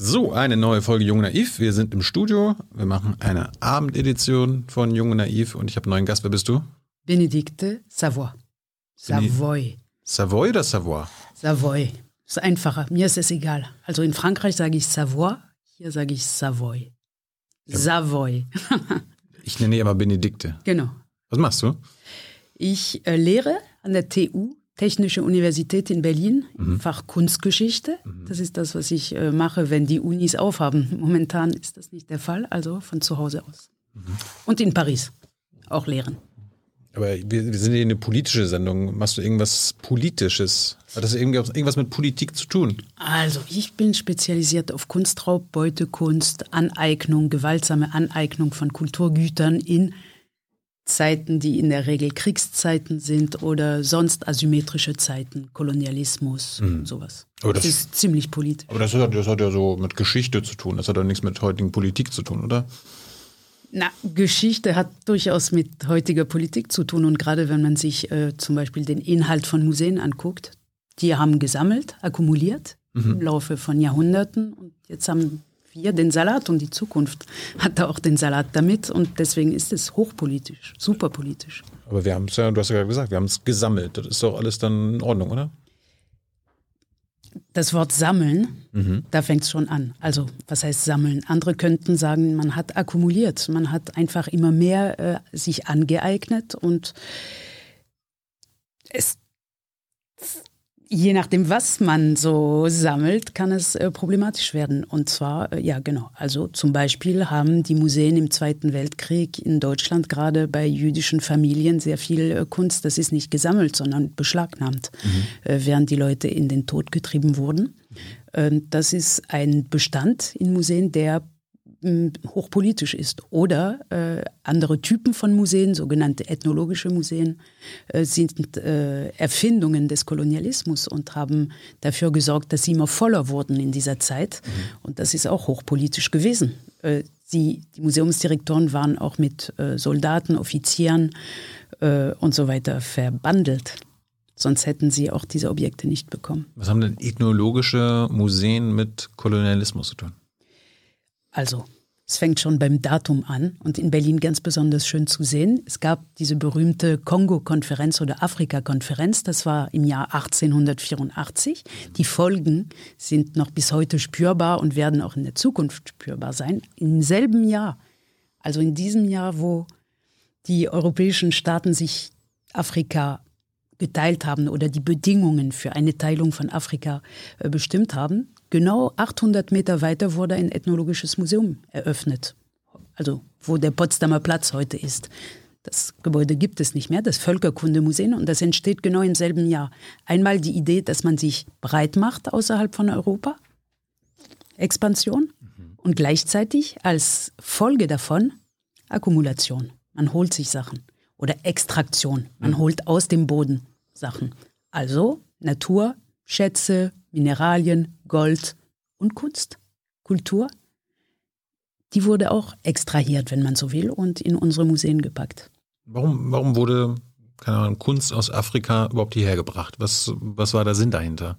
So, eine neue Folge Jung Naiv. Wir sind im Studio. Wir machen eine Abendedition von Jung Naiv und ich habe einen neuen Gast. Wer bist du? Benedikte Savoy. Savoy. Savoy oder Savoy? Savoy. Ist einfacher. Mir ist es egal. Also in Frankreich sage ich Savoy, hier sage ich Savoy. Ja. Savoy. Ich nenne dich aber Benedikte. Genau. Was machst du? Ich lehre an der TU, Technische Universität in Berlin, Fach Kunstgeschichte. Das ist das, was ich mache, wenn die Unis aufhaben. Momentan ist das nicht der Fall, also von zu Hause aus. Und in Paris auch lehren. Aber wir sind hier eine politische Sendung. Machst du irgendwas Politisches? Hat das irgendwas mit Politik zu tun? Also ich bin spezialisiert auf Kunstraub, Beutekunst, Aneignung, gewaltsame Aneignung von Kulturgütern in Zeiten, die in der Regel Kriegszeiten sind oder sonst asymmetrische Zeiten, Kolonialismus und sowas. Aber das ist ziemlich politisch. Aber das hat ja so mit Geschichte zu tun. Das hat ja nichts mit heutigen Politik zu tun, oder? Na, Geschichte hat durchaus mit heutiger Politik zu tun. Und gerade wenn man sich zum Beispiel den Inhalt von Museen anguckt, die haben gesammelt, akkumuliert im Laufe von Jahrhunderten. Und jetzt haben wir den Salat und die Zukunft hat da auch den Salat damit. Und deswegen ist es hochpolitisch, superpolitisch. Aber wir haben es ja, du hast ja gerade gesagt, wir haben es gesammelt. Das ist doch alles dann in Ordnung, oder? Das Wort sammeln, da fängt es schon an. Also, was heißt sammeln? Andere könnten sagen, man hat akkumuliert. Man hat einfach immer mehr sich angeeignet und je nachdem, was man so sammelt, kann es problematisch werden. Und zwar, ja genau, also zum Beispiel haben die Museen im Zweiten Weltkrieg in Deutschland gerade bei jüdischen Familien sehr viel Kunst, das ist nicht gesammelt, sondern beschlagnahmt, während die Leute in den Tod getrieben wurden. Das ist ein Bestand in Museen, der hochpolitisch ist. Oder andere Typen von Museen, sogenannte ethnologische Museen, sind Erfindungen des Kolonialismus und haben dafür gesorgt, dass sie immer voller wurden in dieser Zeit. Und das ist auch hochpolitisch gewesen. Die Museumsdirektoren waren auch mit Soldaten, Offizieren und so weiter verbandelt. Sonst hätten sie auch diese Objekte nicht bekommen. Was haben denn ethnologische Museen mit Kolonialismus zu tun? Also, es fängt schon beim Datum an und in Berlin ganz besonders schön zu sehen. Es gab diese berühmte Kongo-Konferenz oder Afrika-Konferenz, das war im Jahr 1884. Die Folgen sind noch bis heute spürbar und werden auch in der Zukunft spürbar sein. Im selben Jahr, also in diesem Jahr, wo die europäischen Staaten sich Afrika geteilt haben oder die Bedingungen für eine Teilung von Afrika bestimmt haben, genau 800 Meter weiter wurde ein ethnologisches Museum eröffnet. Also wo der Potsdamer Platz heute ist. Das Gebäude gibt es nicht mehr, das Völkerkundemuseum, und das entsteht genau im selben Jahr. Einmal die Idee, dass man sich breit macht außerhalb von Europa, Expansion, und gleichzeitig als Folge davon Akkumulation. Man holt sich Sachen. Oder Extraktion, man holt aus dem Boden Sachen. Also Natur, Schätze, Mineralien, Gold und Kunst, Kultur. Die wurde auch extrahiert, wenn man so will, und in unsere Museen gepackt. Warum wurde, keine Ahnung, Kunst aus Afrika überhaupt hierher gebracht? Was war der Sinn dahinter?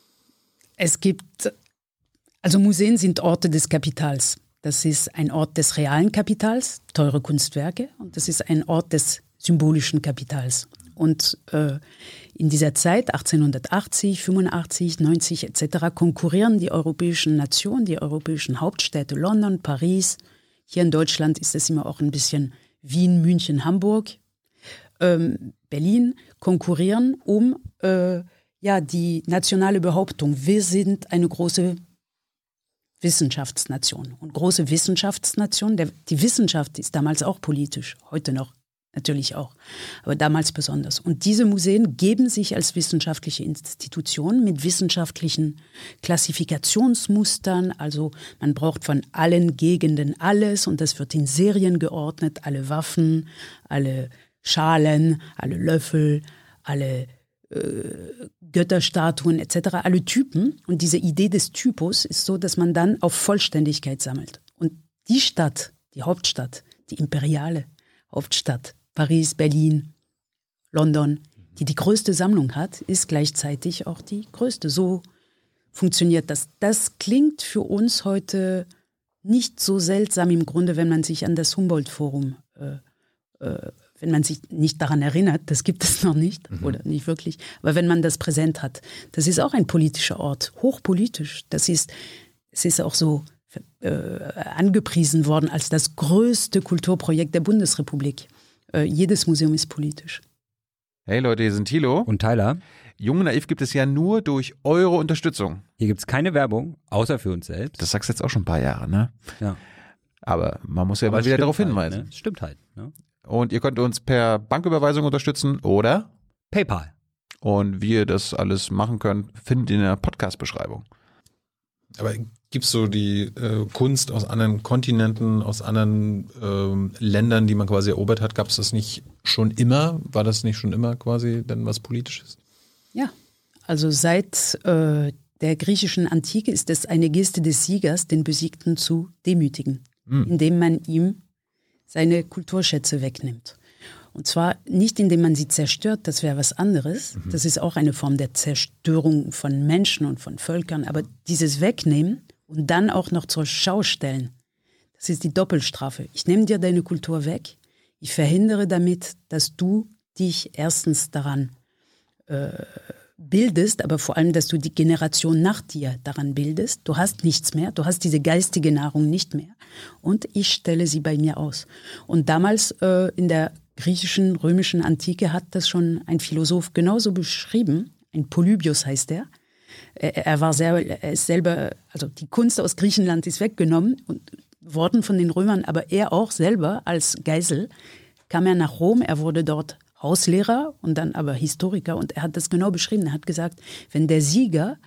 Also Museen sind Orte des Kapitals. Das ist ein Ort des realen Kapitals, teure Kunstwerke, und das ist ein Ort des symbolischen Kapitals. Und in dieser Zeit, 1880, 85, 90 etc., konkurrieren die europäischen Nationen, die europäischen Hauptstädte, London, Paris. Hier in Deutschland ist es immer auch ein bisschen Wien, München, Hamburg, Berlin, konkurrieren um die nationale Behauptung. Wir sind eine große Wissenschaftsnation. Und große Wissenschaftsnation, die Wissenschaft ist damals auch politisch, heute noch. Natürlich auch, aber damals besonders. Und diese Museen geben sich als wissenschaftliche Institutionen mit wissenschaftlichen Klassifikationsmustern. Also man braucht von allen Gegenden alles und das wird in Serien geordnet. Alle Waffen, alle Schalen, alle Löffel, alle Götterstatuen etc., alle Typen. Und diese Idee des Typus ist so, dass man dann auf Vollständigkeit sammelt. Und die Stadt, die Hauptstadt, die imperiale Hauptstadt, Paris, Berlin, London, die größte Sammlung hat, ist gleichzeitig auch die größte. So funktioniert das. Das klingt für uns heute nicht so seltsam im Grunde, wenn man sich an das Humboldt-Forum, wenn man sich nicht daran erinnert, das gibt es noch nicht oder nicht wirklich, aber wenn man das präsent hat. Das ist auch ein politischer Ort, hochpolitisch. Es ist auch so angepriesen worden als das größte Kulturprojekt der Bundesrepublik. Jedes Museum ist politisch. Hey Leute, hier sind Thilo und Tyler. Jung und Naiv gibt es ja nur durch eure Unterstützung. Hier gibt es keine Werbung, außer für uns selbst. Das sagst du jetzt auch schon ein paar Jahre, ne? Ja. Aber man muss ja mal wieder darauf hinweisen. Ne? Stimmt halt. Ne? Und ihr könnt uns per Banküberweisung unterstützen oder PayPal. Und wie ihr das alles machen könnt, findet ihr in der Podcast-Beschreibung. Aber gibt es so die Kunst aus anderen Kontinenten, aus anderen Ländern, die man quasi erobert hat, gab es das nicht schon immer? War das nicht schon immer quasi dann was Politisches? Ja, also seit der griechischen Antike ist es eine Geste des Siegers, den Besiegten zu demütigen, indem man ihm seine Kulturschätze wegnimmt. Und zwar nicht, indem man sie zerstört, das wäre was anderes. Das ist auch eine Form der Zerstörung von Menschen und von Völkern. Aber dieses Wegnehmen und dann auch noch zur Schau stellen, das ist die Doppelstrafe. Ich nehme dir deine Kultur weg. Ich verhindere damit, dass du dich erstens daran bildest, aber vor allem, dass du die Generation nach dir daran bildest. Du hast nichts mehr, du hast diese geistige Nahrung nicht mehr. Und ich stelle sie bei mir aus. Und damals in der griechischen, römischen Antike hat das schon ein Philosoph genauso beschrieben. Ein Polybios heißt er. Er ist selber, also die Kunst aus Griechenland ist weggenommen worden von den Römern, aber er auch selber als Geisel kam er nach Rom. Er wurde dort Hauslehrer und dann aber Historiker. Und er hat das genau beschrieben. Er hat gesagt, wenn der Sieger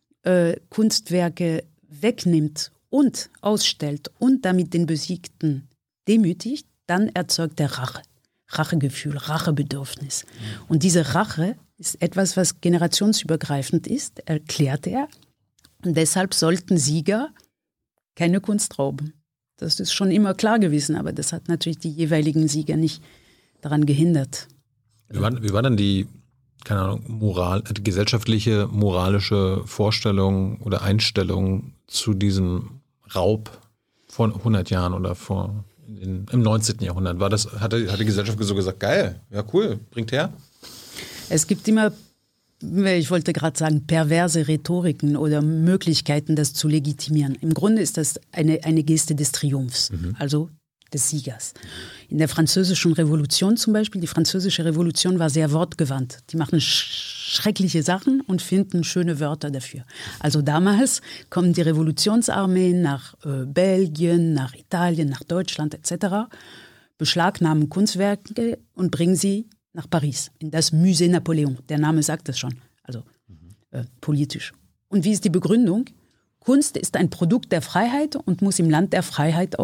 Kunstwerke wegnimmt und ausstellt und damit den Besiegten demütigt, dann erzeugt er Rache. Rachegefühl, Rachebedürfnis. Und diese Rache ist etwas, was generationsübergreifend ist, erklärt er. Und deshalb sollten Sieger keine Kunst rauben. Das ist schon immer klar gewesen, aber das hat natürlich die jeweiligen Sieger nicht daran gehindert. Wie war denn die, keine Ahnung, die gesellschaftliche, moralische Vorstellung oder Einstellung zu diesem Raub vor 100 Jahren oder im 19. Jahrhundert? Hat die Gesellschaft so gesagt, geil, ja cool, bringt her? Es gibt immer, ich wollte gerade sagen, perverse Rhetoriken oder Möglichkeiten, das zu legitimieren. Im Grunde ist das eine Geste des Triumphs, also des Siegers. In der Französischen Revolution zum Beispiel, die Französische Revolution war sehr wortgewandt. Die machen schreckliche Sachen und finden schöne Wörter dafür. Also damals kommen die Revolutionsarmeen nach Belgien, nach Italien, nach Deutschland etc., beschlagnahmen Kunstwerke und bringen sie nach Paris, in das Musée Napoléon. Der Name sagt es schon, also politisch. Und wie ist die Begründung? Kunst ist ein Produkt der Freiheit und muss im Land der Freiheit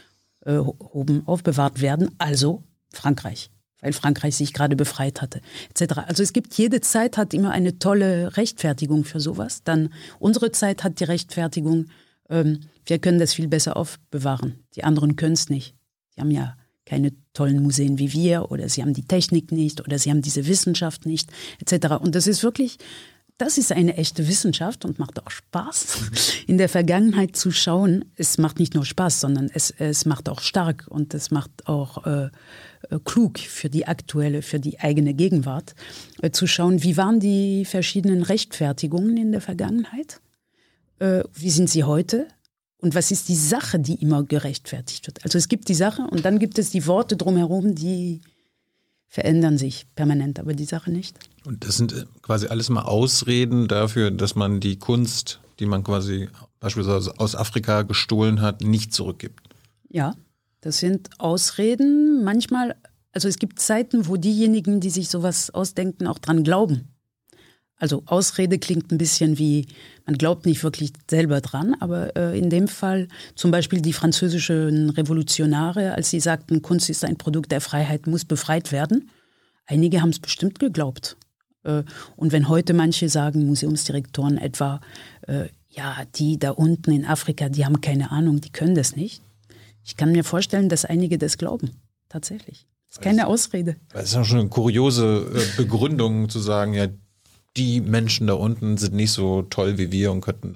aufbewahrt werden, also Frankreich, weil Frankreich sich gerade befreit hatte, etc. Also jede Zeit hat immer eine tolle Rechtfertigung für sowas. Dann unsere Zeit hat die Rechtfertigung, wir können das viel besser aufbewahren. Die anderen können es nicht. Sie haben ja keine tollen Museen wie wir oder sie haben die Technik nicht oder sie haben diese Wissenschaft nicht, etc. Und das ist eine echte Wissenschaft und macht auch Spaß, in der Vergangenheit zu schauen. Es macht nicht nur Spaß, sondern es macht auch stark und es macht auch klug für die eigene Gegenwart, zu schauen, wie waren die verschiedenen Rechtfertigungen in der Vergangenheit, wie sind sie heute und was ist die Sache, die immer gerechtfertigt wird. Also es gibt die Sache und dann gibt es die Worte drumherum, die verändern sich permanent, aber die Sache nicht. Und das sind quasi alles mal Ausreden dafür, dass man die Kunst, die man quasi beispielsweise aus Afrika gestohlen hat, nicht zurückgibt. Ja, das sind Ausreden. Manchmal, also es gibt Zeiten, wo diejenigen, die sich sowas ausdenken, auch dran glauben. Also Ausrede klingt ein bisschen wie, man glaubt nicht wirklich selber dran, aber in dem Fall zum Beispiel die französischen Revolutionäre, als sie sagten, Kunst ist ein Produkt der Freiheit, muss befreit werden. Einige haben es bestimmt geglaubt. Und wenn heute manche sagen, Museumsdirektoren etwa, die da unten in Afrika, die haben keine Ahnung, die können das nicht. Ich kann mir vorstellen, dass einige das glauben, tatsächlich. Das ist keine Ausrede. Das ist auch schon eine kuriose Begründung zu sagen, ja, die Menschen da unten sind nicht so toll wie wir und könnten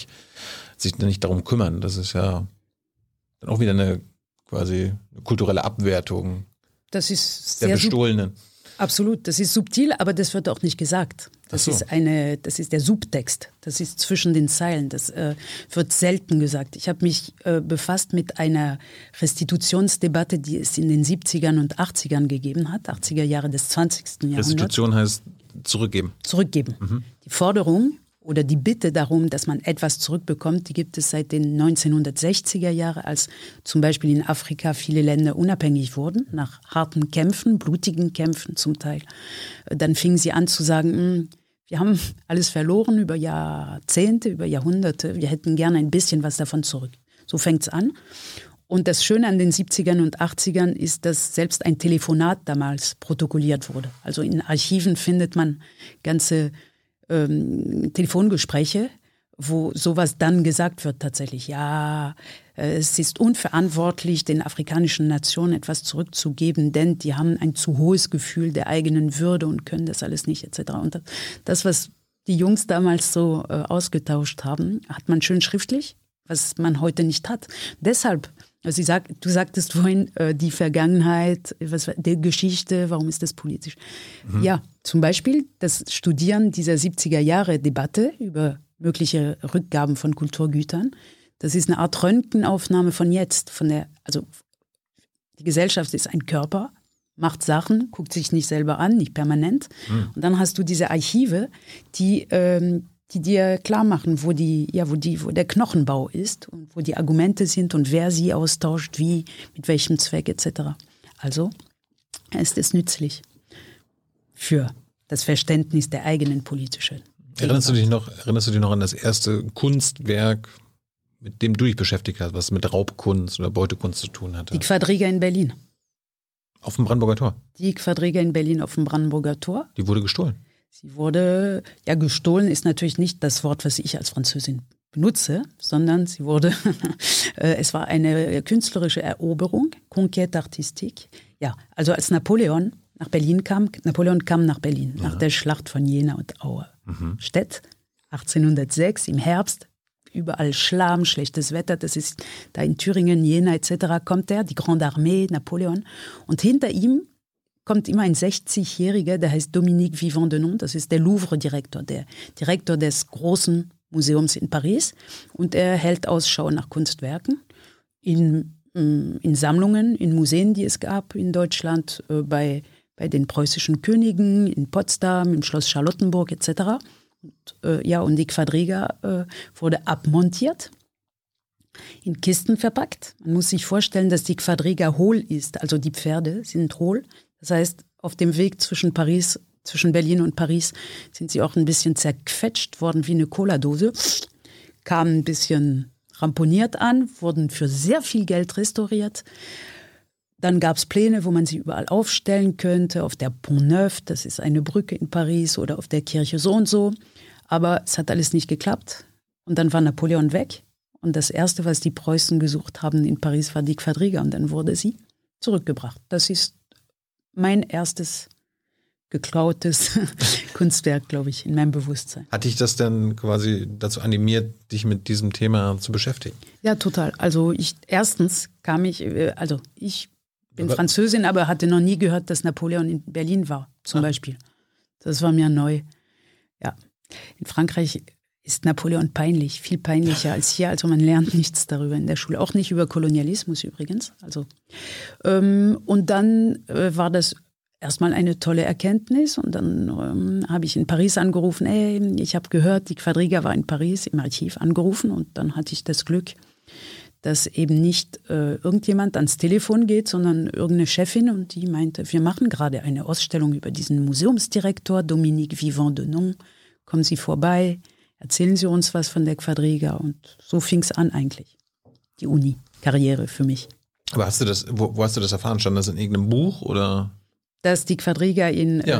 sich dann nicht darum kümmern. Das ist ja dann auch wieder eine quasi eine kulturelle Abwertung Das ist der sehr Bestohlenen. absolut, das ist subtil, aber das wird auch nicht gesagt. Das Ach so. das ist der Subtext, das ist zwischen den Zeilen, das wird selten gesagt. Ich habe mich befasst mit einer Restitutionsdebatte, die es in den 70ern und 80ern gegeben hat, 80er Jahre des 20. Jahrhunderts. Restitution heißt zurückgeben. Zurückgeben. Die Forderung oder die Bitte darum, dass man etwas zurückbekommt, die gibt es seit den 1960er Jahren, als zum Beispiel in Afrika viele Länder unabhängig wurden, nach harten Kämpfen, blutigen Kämpfen zum Teil. Dann fingen sie an zu sagen, wir haben alles verloren über Jahrzehnte, über Jahrhunderte, wir hätten gerne ein bisschen was davon zurück. So fängt es an. Und das Schöne an den 70ern und 80ern ist, dass selbst ein Telefonat damals protokolliert wurde. Also in Archiven findet man ganze Telefongespräche, wo sowas dann gesagt wird tatsächlich. Ja, es ist unverantwortlich, den afrikanischen Nationen etwas zurückzugeben, denn die haben ein zu hohes Gefühl der eigenen Würde und können das alles nicht etc. Und das, was die Jungs damals so ausgetauscht haben, hat man schön schriftlich, was man heute nicht hat. Deshalb, also du sagtest vorhin, die Vergangenheit, die Geschichte, warum ist das politisch? Ja, zum Beispiel das Studieren dieser 70er-Jahre-Debatte über mögliche Rückgaben von Kulturgütern, das ist eine Art Röntgenaufnahme von jetzt. Also die Gesellschaft ist ein Körper, macht Sachen, guckt sich nicht selber an, nicht permanent. Und dann hast du diese Archive, die dir klar machen, wo der Knochenbau ist und wo die Argumente sind und wer sie austauscht, wie, mit welchem Zweck etc. Also ist es nützlich für das Verständnis der eigenen politischen. Erinnerst du dich noch an das erste Kunstwerk, mit dem du dich beschäftigt hast, was mit Raubkunst oder Beutekunst zu tun hatte? Die Quadriga in Berlin. Auf dem Brandenburger Tor? Die Quadriga in Berlin auf dem Brandenburger Tor. Die wurde gestohlen? Sie wurde, gestohlen ist natürlich nicht das Wort, was ich als Französin benutze, sondern sie wurde, es war eine künstlerische Eroberung, Conquête artistique. Ja, also als Napoleon nach Berlin kam nach der Schlacht von Jena und Auerstedt, 1806 im Herbst, überall Schlamm, schlechtes Wetter, das ist da in Thüringen, Jena etc. kommt die Grande Armee, Napoleon, und hinter ihm kommt immer ein 60-Jähriger, der heißt Dominique Vivant-Denon, das ist der Louvre-Direktor, der Direktor des großen Museums in Paris, und er hält Ausschau nach Kunstwerken in Sammlungen, in Museen, die es gab in Deutschland, bei den preußischen Königen, in Potsdam, im Schloss Charlottenburg etc. Und die Quadriga wurde abmontiert, in Kisten verpackt. Man muss sich vorstellen, dass die Quadriga hohl ist, also die Pferde sind hohl. Das heißt, auf dem Weg zwischen Berlin und Paris sind sie auch ein bisschen zerquetscht worden wie eine Cola-Dose, kamen ein bisschen ramponiert an, wurden für sehr viel Geld restauriert. Dann gab es Pläne, wo man sie überall aufstellen könnte, auf der Pont Neuf, das ist eine Brücke in Paris, oder auf der Kirche so und so. Aber es hat alles nicht geklappt. Und dann war Napoleon weg. Und das Erste, was die Preußen gesucht haben in Paris, war die Quadriga. Und dann wurde sie zurückgebracht. Das ist mein erstes geklautes Kunstwerk, glaube ich, in meinem Bewusstsein. Hat dich das denn quasi dazu animiert, dich mit diesem Thema zu beschäftigen? Ja, total. Also ich bin Französin, aber hatte noch nie gehört, dass Napoleon in Berlin war, zum Beispiel. Das war mir neu. Ja, in Frankreich ist Napoleon peinlich, viel peinlicher als hier. Also man lernt nichts darüber in der Schule, auch nicht über Kolonialismus übrigens. Und dann war das erstmal eine tolle Erkenntnis, und dann habe ich in Paris angerufen, ich habe gehört, die Quadriga war in Paris im Archiv angerufen, und dann hatte ich das Glück, dass eben nicht irgendjemand ans Telefon geht, sondern irgendeine Chefin, und die meinte, wir machen gerade eine Ausstellung über diesen Museumsdirektor, Dominique Vivant-Denon, kommen Sie vorbei, erzählen Sie uns was von der Quadriga, und so fing es an eigentlich, die Uni-Karriere für mich. Aber hast du das, wo hast du das erfahren? Stand das in irgendeinem Buch oder? Dass die Quadriga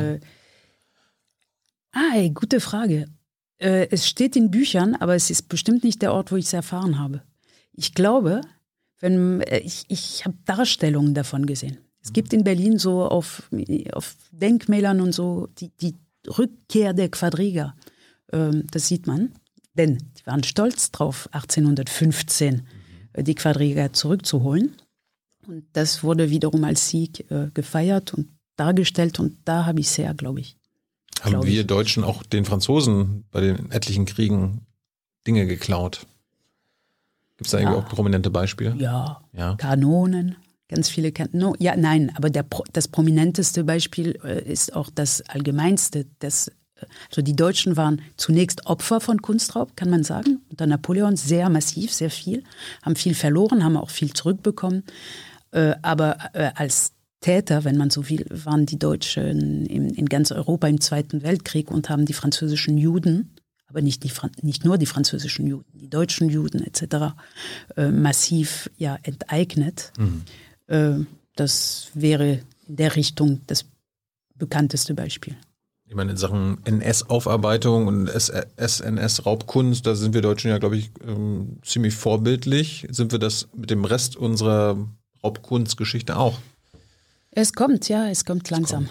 gute Frage. Es steht in Büchern, aber es ist bestimmt nicht der Ort, wo ich es erfahren habe. Ich glaube, ich habe Darstellungen davon gesehen. Es gibt in Berlin so auf Denkmälern und so, die Rückkehr der Quadriga. Das sieht man, denn die waren stolz drauf, 1815 die Quadriga zurückzuholen. Und das wurde wiederum als Sieg gefeiert und dargestellt und da habe ich sehr, glaube ich. Haben wir Deutschen auch den Franzosen bei den etlichen Kriegen Dinge geklaut? Gibt es da irgendwie auch prominente Beispiele? Ja, Kanonen, ganz viele Kanonen. Ja, nein, aber das prominenteste Beispiel ist auch das allgemeinste. Also die Deutschen waren zunächst Opfer von Kunstraub, kann man sagen. Unter Napoleon sehr massiv, sehr viel. Haben viel verloren, haben auch viel zurückbekommen. Aber als Täter, wenn man so will, waren die Deutschen in ganz Europa im Zweiten Weltkrieg und haben die französischen Juden, aber nicht nur die französischen Juden, die deutschen Juden etc. Massiv enteignet. Das wäre in der Richtung das bekannteste Beispiel. Ich meine, in Sachen NS-Aufarbeitung und SNS-Raubkunst, da sind wir Deutschen ja, glaube ich, ziemlich vorbildlich. Sind wir das mit dem Rest unserer Raubkunstgeschichte auch? Es kommt langsam.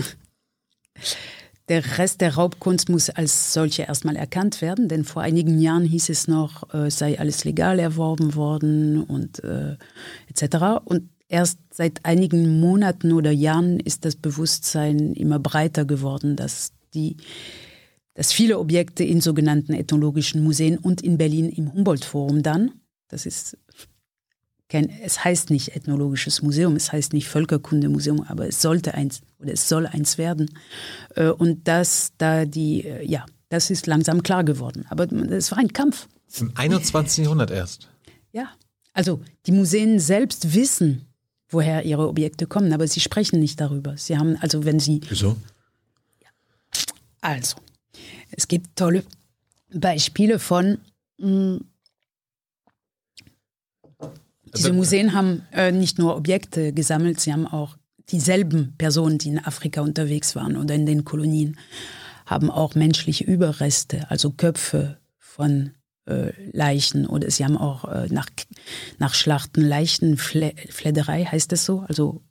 Der Rest der Raubkunst muss als solche erstmal erkannt werden, denn vor einigen Jahren hieß es noch, sei alles legal erworben worden und etc. Und erst seit einigen Monaten oder Jahren ist das Bewusstsein immer breiter geworden, dass viele Objekte in sogenannten ethnologischen Museen und in Berlin im Humboldt-Forum dann, es heißt nicht Ethnologisches Museum, es heißt nicht Völkerkundemuseum, aber es soll eins werden. Und das ist langsam klar geworden. Aber es war ein Kampf. Im 21. Jahrhundert erst. Ja, also die Museen selbst wissen, woher ihre Objekte kommen, aber sie sprechen nicht darüber. Wieso? Also, es gibt tolle Beispiele von diese Museen haben nicht nur Objekte gesammelt, sie haben auch dieselben Personen, die in Afrika unterwegs waren oder in den Kolonien, haben auch menschliche Überreste, also Köpfe von Leichen, oder sie haben auch nach Schlachten Leichenfledderei, heißt das so, also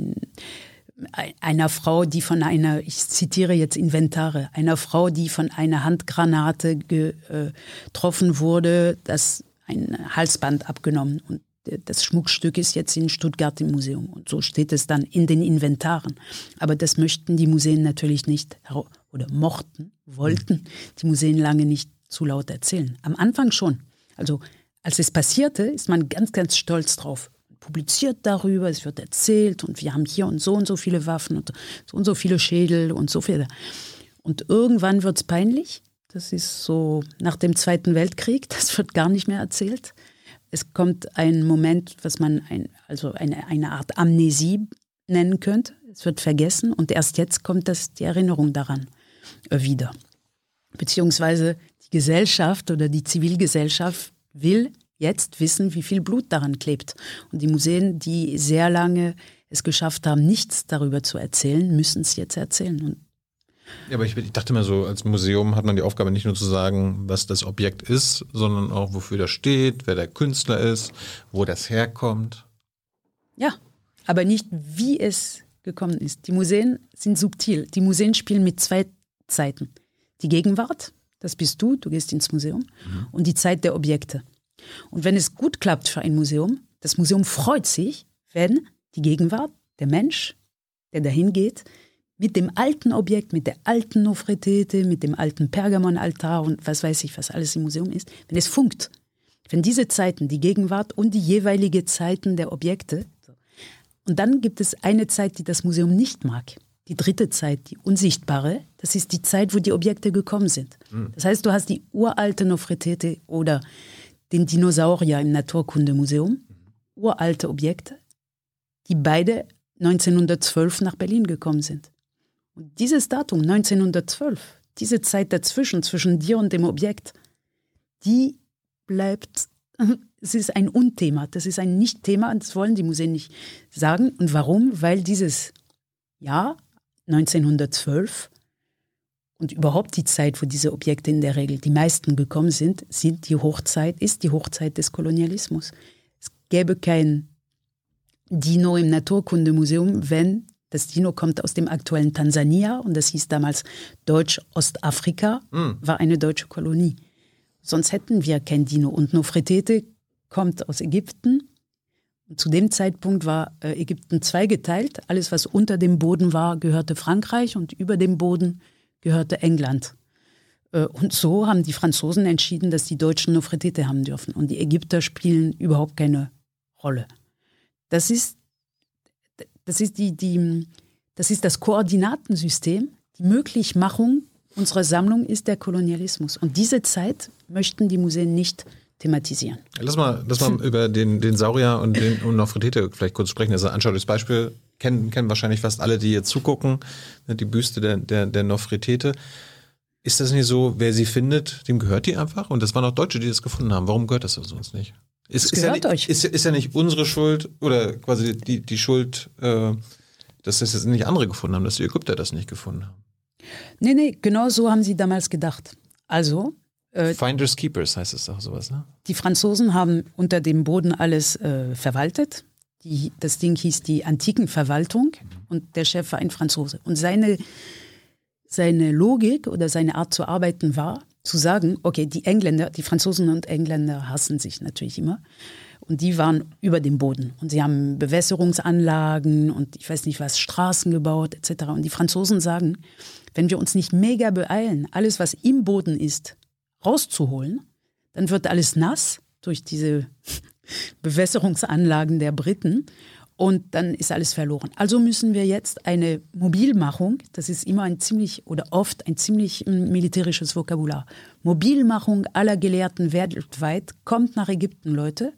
einer Frau, die ich zitiere jetzt Inventare, einer Frau, die von einer Handgranate getroffen wurde, das ein Halsband abgenommen und das Schmuckstück ist jetzt in Stuttgart im Museum und so steht es dann in den Inventaren. Aber das möchten die Museen natürlich nicht oder wollten die Museen lange nicht zu laut erzählen. Am Anfang schon. Also als es passierte, ist man ganz, ganz stolz drauf. Publiziert darüber, es wird erzählt und wir haben hier und so viele Waffen und so viele Schädel und so viele. Und irgendwann wird es peinlich. Das ist so nach dem Zweiten Weltkrieg, das wird gar nicht mehr erzählt. Es kommt ein Moment, was man eine Art Amnesie nennen könnte. Es wird vergessen und erst jetzt kommt die Erinnerung daran wieder. Beziehungsweise die Gesellschaft oder die Zivilgesellschaft will jetzt wissen, wie viel Blut daran klebt. Und die Museen, die sehr lange es geschafft haben, nichts darüber zu erzählen, müssen es jetzt erzählen. Ja, aber ich dachte immer so, als Museum hat man die Aufgabe nicht nur zu sagen, was das Objekt ist, sondern auch, wofür das steht, wer der Künstler ist, wo das herkommt. Ja, aber nicht, wie es gekommen ist. Die Museen sind subtil. Die Museen spielen mit zwei Zeiten. Die Gegenwart, das bist du gehst ins Museum, und die Zeit der Objekte. Und wenn es gut klappt für ein Museum, das Museum freut sich, wenn die Gegenwart, der Mensch, der dahin geht, mit dem alten Objekt, mit der alten Nofretete, mit dem alten Pergamonaltar und was weiß ich, was alles im Museum ist, wenn es funkt, wenn diese Zeiten, die Gegenwart und die jeweilige Zeiten der Objekte, und dann gibt es eine Zeit, die das Museum nicht mag, die dritte Zeit, die unsichtbare, das ist die Zeit, wo die Objekte gekommen sind. Das heißt, du hast die uralte Nofretete oder den Dinosaurier im Naturkundemuseum, uralte Objekte, die beide 1912 nach Berlin gekommen sind. Und dieses Datum, 1912, diese Zeit dazwischen, zwischen dir und dem Objekt, die bleibt, es ist ein Unthema, das ist ein Nicht-Thema und das wollen die Museen nicht sagen. Und warum? Weil dieses Jahr 1912 und überhaupt die Zeit, wo diese Objekte in der Regel die meisten gekommen sind, ist die Hochzeit des Kolonialismus. Es gäbe kein Dino im Naturkundemuseum, wenn Das Dino kommt aus dem aktuellen Tansania und das hieß damals Deutsch-Ostafrika, war eine deutsche Kolonie. Sonst hätten wir kein Dino. Und Nofretete kommt aus Ägypten. Und zu dem Zeitpunkt war Ägypten zweigeteilt. Alles, was unter dem Boden war, gehörte Frankreich und über dem Boden gehörte England. Und so haben die Franzosen entschieden, dass die Deutschen Nofretete haben dürfen. Und die Ägypter spielen überhaupt keine Rolle. Das ist das Koordinatensystem, die Möglichmachung unserer Sammlung ist der Kolonialismus. Und diese Zeit möchten die Museen nicht thematisieren. Lass mal über den Saurier und Nofretete vielleicht kurz sprechen. Das ist ein anschauliches Beispiel. Kennen wahrscheinlich fast alle, die hier zugucken. Die Büste der Nofretete. Ist das nicht so, wer sie findet, dem gehört die einfach? Und das waren auch Deutsche, die das gefunden haben. Warum gehört das uns nicht? Ist ja nicht unsere Schuld oder quasi die Schuld, dass das jetzt nicht andere gefunden haben, dass die Ägypter das nicht gefunden haben? Nee, genau so haben sie damals gedacht. Also Finders Keepers heißt es auch sowas, ne? Die Franzosen haben unter dem Boden alles verwaltet. Das Ding hieß die Antikenverwaltung und der Chef war ein Franzose. Und seine Logik oder seine Art zu arbeiten war, zu sagen, okay, die Franzosen und Engländer hassen sich natürlich immer. Und die waren über dem Boden. Und sie haben Bewässerungsanlagen und ich weiß nicht was, Straßen gebaut etc. Und die Franzosen sagen, wenn wir uns nicht mega beeilen, alles was im Boden ist, rauszuholen, dann wird alles nass durch diese Bewässerungsanlagen der Briten und dann ist alles verloren. Also müssen wir jetzt eine Mobilmachung, das ist immer oft ein ziemlich militärisches Vokabular, Mobilmachung aller Gelehrten weltweit, kommt nach Ägypten, Leute,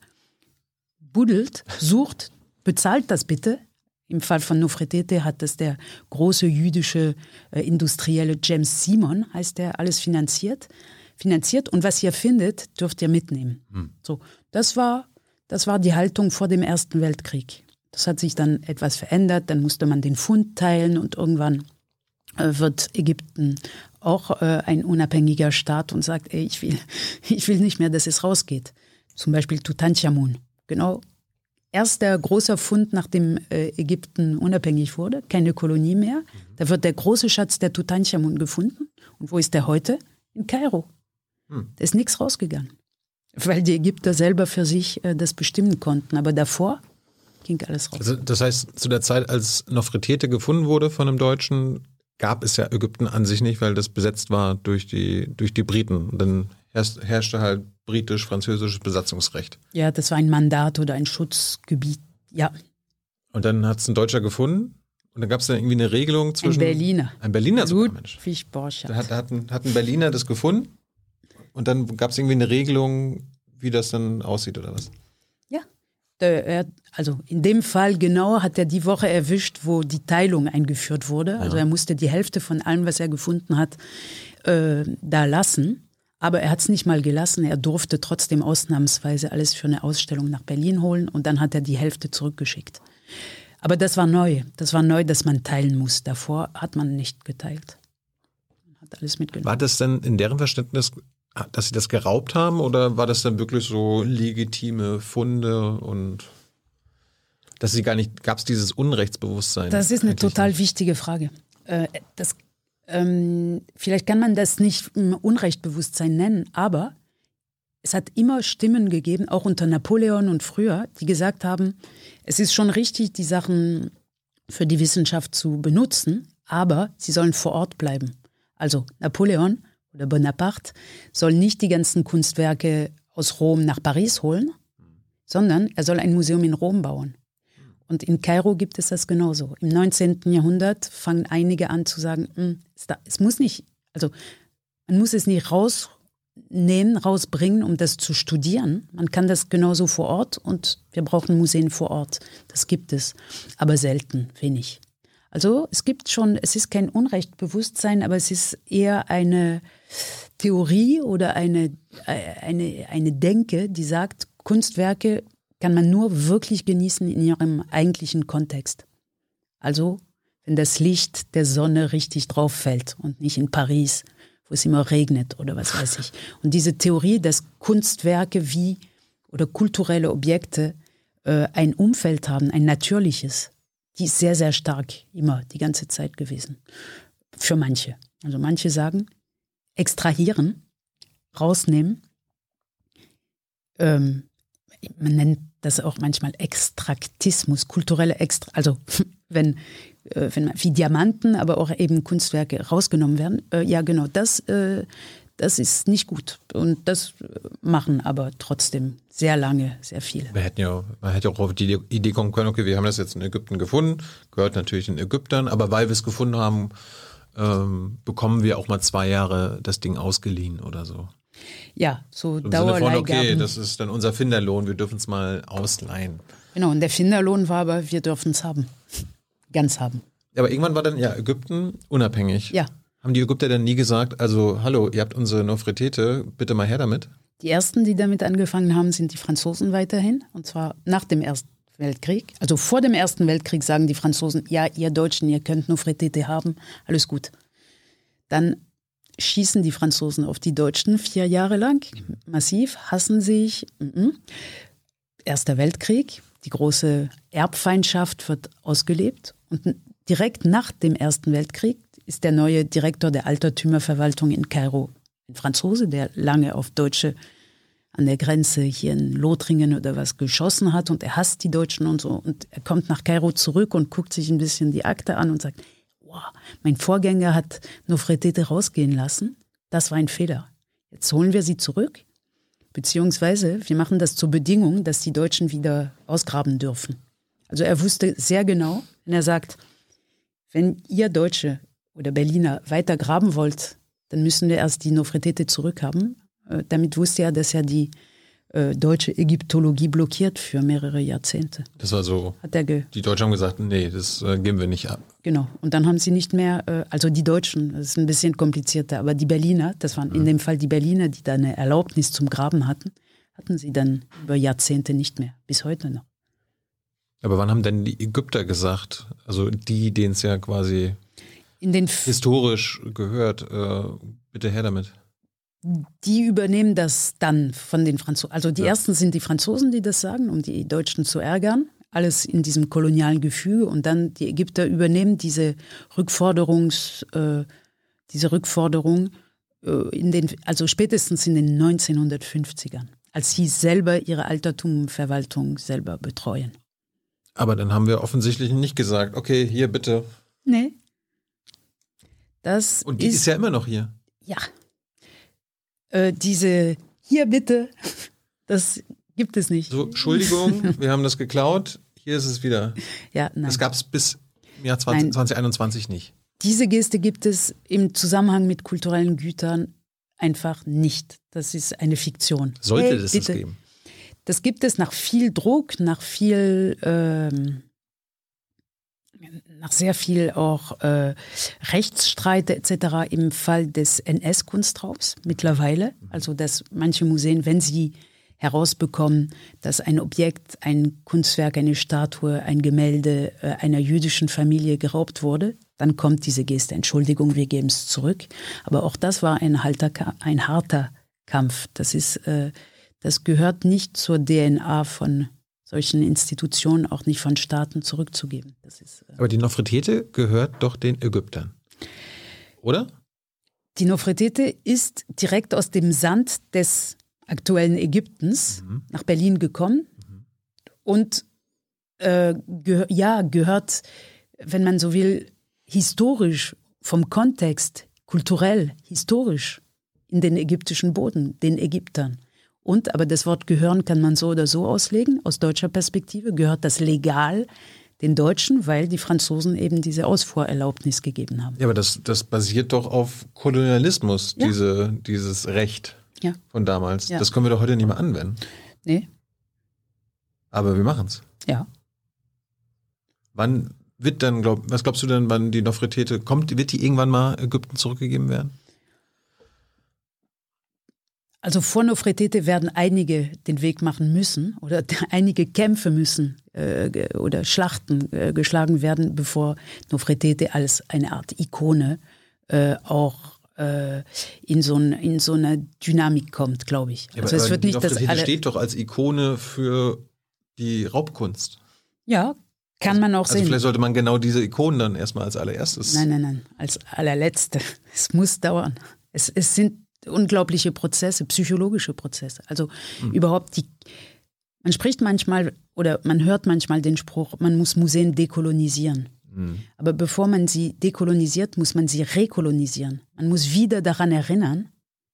buddelt, sucht, bezahlt das bitte. Im Fall von Nofretete hat das der große jüdische Industrielle James Simon, heißt der, alles finanziert und was ihr findet, dürft ihr mitnehmen. So, das war die Haltung vor dem Ersten Weltkrieg. Das hat sich dann etwas verändert, dann musste man den Fund teilen und irgendwann wird Ägypten auch ein unabhängiger Staat und sagt, ey, ich will nicht mehr, dass es rausgeht. Zum Beispiel Tutanchamun. Genau, erster großer Fund, nachdem Ägypten unabhängig wurde, keine Kolonie mehr. Da wird der große Schatz der Tutanchamun gefunden. Und wo ist der heute? In Kairo. Da ist nichts rausgegangen. Weil die Ägypter selber für sich das bestimmen konnten. Aber davor ging alles raus. Also das heißt, zu der Zeit, als Nofretete gefunden wurde von einem Deutschen, gab es ja Ägypten an sich nicht, weil das besetzt war durch die Briten. Und dann herrschte halt britisch-französisches Besatzungsrecht. Ja, das war ein Mandat oder ein Schutzgebiet, ja. Und dann hat es ein Deutscher gefunden und dann gab es dann irgendwie eine Regelung zwischen... Ein Berliner sogar, Mensch. Ludwig-Borchardt. Da hat ein Berliner das gefunden und dann gab es irgendwie eine Regelung, wie das dann aussieht oder was? Ja, also in dem Fall genau hat er die Woche erwischt, wo die Teilung eingeführt wurde. Also er musste die Hälfte von allem, was er gefunden hat, da lassen. Aber er hat es nicht mal gelassen. Er durfte trotzdem ausnahmsweise alles für eine Ausstellung nach Berlin holen und dann hat er die Hälfte zurückgeschickt. Aber das war neu. Das war neu, dass man teilen muss. Davor hat man nicht geteilt. Man hat alles mitgenommen. War das denn in deren Verständnis, dass sie das geraubt haben oder war das dann wirklich so legitime Funde und dass sie gar nicht, gab es dieses Unrechtsbewusstsein? Das ist eine total wichtige Frage. Vielleicht kann man das nicht Unrechtbewusstsein nennen, aber es hat immer Stimmen gegeben, auch unter Napoleon und früher, die gesagt haben, es ist schon richtig, die Sachen für die Wissenschaft zu benutzen, aber sie sollen vor Ort bleiben. Also Napoleon oder Bonaparte soll nicht die ganzen Kunstwerke aus Rom nach Paris holen, sondern er soll ein Museum in Rom bauen. Und in Kairo gibt es das genauso. Im 19. Jahrhundert fangen einige an zu sagen, es muss nicht, also man muss es nicht rausbringen, um das zu studieren. Man kann das genauso vor Ort und wir brauchen Museen vor Ort. Das gibt es, aber selten, wenig. Also es ist kein Unrechtbewusstsein, aber es ist eher eine Theorie oder eine Denke, die sagt, Kunstwerke kann man nur wirklich genießen in ihrem eigentlichen Kontext. Also, wenn das Licht der Sonne richtig drauf fällt und nicht in Paris, wo es immer regnet oder was weiß ich. Und diese Theorie, dass Kunstwerke oder kulturelle Objekte ein Umfeld haben, ein natürliches, die ist sehr, sehr stark immer die ganze Zeit gewesen. Für manche. Also manche sagen, extrahieren, rausnehmen. Man nennt das auch manchmal Extraktismus, kulturelle also wenn wie Diamanten, aber auch eben Kunstwerke rausgenommen werden. Ja, genau, das ist nicht gut. Und das machen aber trotzdem sehr lange, sehr viele. Man hätte ja auch auf die Idee kommen können, okay, wir haben das jetzt in Ägypten gefunden, gehört natürlich den Ägyptern, aber weil wir es gefunden haben, bekommen wir auch mal 2 Jahre das Ding ausgeliehen oder so. Ja, so Im Dauerleihgaben. Sinne von, okay, das ist dann unser Finderlohn, wir dürfen es mal ausleihen. Genau, und der Finderlohn war aber, wir dürfen es haben. Ganz haben. Ja, aber irgendwann war dann ja Ägypten unabhängig. Ja. Haben die Ägypter dann nie gesagt, also hallo, ihr habt unsere Nofretete, bitte mal her damit? Die ersten, die damit angefangen haben, sind die Franzosen weiterhin. Und zwar nach dem Ersten Weltkrieg. Also vor dem Ersten Weltkrieg sagen die Franzosen, ja, ihr Deutschen, ihr könnt Nofretete haben, alles gut. Dann schießen die Franzosen auf die Deutschen 4 Jahre lang, massiv, hassen sich. Erster Weltkrieg, die große Erbfeindschaft wird ausgelebt. Und direkt nach dem Ersten Weltkrieg ist der neue Direktor der Altertümerverwaltung in Kairo ein Franzose, der lange auf Deutsche an der Grenze hier in Lothringen oder was geschossen hat und er hasst die Deutschen und so. Und er kommt nach Kairo zurück und guckt sich ein bisschen die Akte an und sagt, wow, mein Vorgänger hat Nofretete rausgehen lassen. Das war ein Fehler. Jetzt holen wir sie zurück, beziehungsweise wir machen das zur Bedingung, dass die Deutschen wieder ausgraben dürfen. Also er wusste sehr genau, wenn er sagt, wenn ihr Deutsche oder Berliner weiter graben wollt, dann müssen wir erst die Nofretete zurückhaben. Damit wusste er, dass er die deutsche Ägyptologie blockiert für mehrere Jahrzehnte. Das war so, die Deutschen haben gesagt, nee, das geben wir nicht ab. Genau, und dann haben sie nicht mehr, also die Deutschen, das ist ein bisschen komplizierter, aber die Berliner, das waren in dem Fall die Berliner, die da eine Erlaubnis zum Graben hatten sie dann über Jahrzehnte nicht mehr, bis heute noch. Aber wann haben denn die Ägypter gesagt, also die, denen es ja quasi historisch gehört, bitte her damit? Die übernehmen das dann von den Franzosen. Also die ersten sind die Franzosen, die das sagen, um die Deutschen zu ärgern. Alles in diesem kolonialen Gefüge. Und dann die Ägypter übernehmen diese Rückforderung also spätestens in den 1950ern, als sie selber ihre Altertumverwaltung selber betreuen. Aber dann haben wir offensichtlich nicht gesagt, okay, hier bitte. Nee. Und die ist ja immer noch hier. Ja. Diese hier bitte, das gibt es nicht. So, Entschuldigung, wir haben das geklaut, hier ist es wieder. Ja, nein. Das gab es bis im Jahr 2021 nicht. Diese Geste gibt es im Zusammenhang mit kulturellen Gütern einfach nicht. Das ist eine Fiktion. Sollte es das geben? Das gibt es nach viel Druck, nach sehr viel auch Rechtsstreite etc. im Fall des NS-Kunstraubs mittlerweile. Also dass manche Museen, wenn sie herausbekommen, dass ein Objekt, ein Kunstwerk, eine Statue, ein Gemälde einer jüdischen Familie geraubt wurde, dann kommt diese Geste, Entschuldigung, wir geben es zurück. Aber auch das war ein harter Kampf. Das gehört nicht zur DNA von solchen Institutionen, auch nicht von Staaten zurückzugeben. Aber die Nofretete gehört doch den Ägyptern, oder? Die Nofretete ist direkt aus dem Sand des aktuellen Ägyptens nach Berlin gekommen und gehört, wenn man so will, historisch, vom Kontext, kulturell, historisch in den ägyptischen Boden, den Ägyptern. Aber das Wort gehören kann man so oder so auslegen. Aus deutscher Perspektive gehört das legal den Deutschen, weil die Franzosen eben diese Ausfuhrerlaubnis gegeben haben. Ja, aber das basiert doch auf Kolonialismus, dieses Recht von damals. Ja. Das können wir doch heute nicht mehr anwenden. Nee. Aber wir machen es. Ja. Wann wird dann, was glaubst du denn, wann die Nofretete kommt? Wird die irgendwann mal Ägypten zurückgegeben werden? Also vor Nofretete werden einige den Weg machen müssen oder einige Kämpfe müssen oder Schlachten geschlagen werden, bevor Nofretete als eine Art Ikone auch in so eine Dynamik kommt, glaube ich. Ja, also es wird nicht das steht doch als Ikone für die Raubkunst. Ja, Kann man auch sehen. Vielleicht sollte man genau diese Ikonen dann erstmal als allererstes. Nein, als allerletzte. Es muss dauern. Es sind unglaubliche Prozesse, psychologische Prozesse. Also überhaupt man spricht manchmal oder man hört manchmal den Spruch, man muss Museen dekolonisieren. Aber bevor man sie dekolonisiert, muss man sie rekolonisieren. Man muss wieder daran erinnern,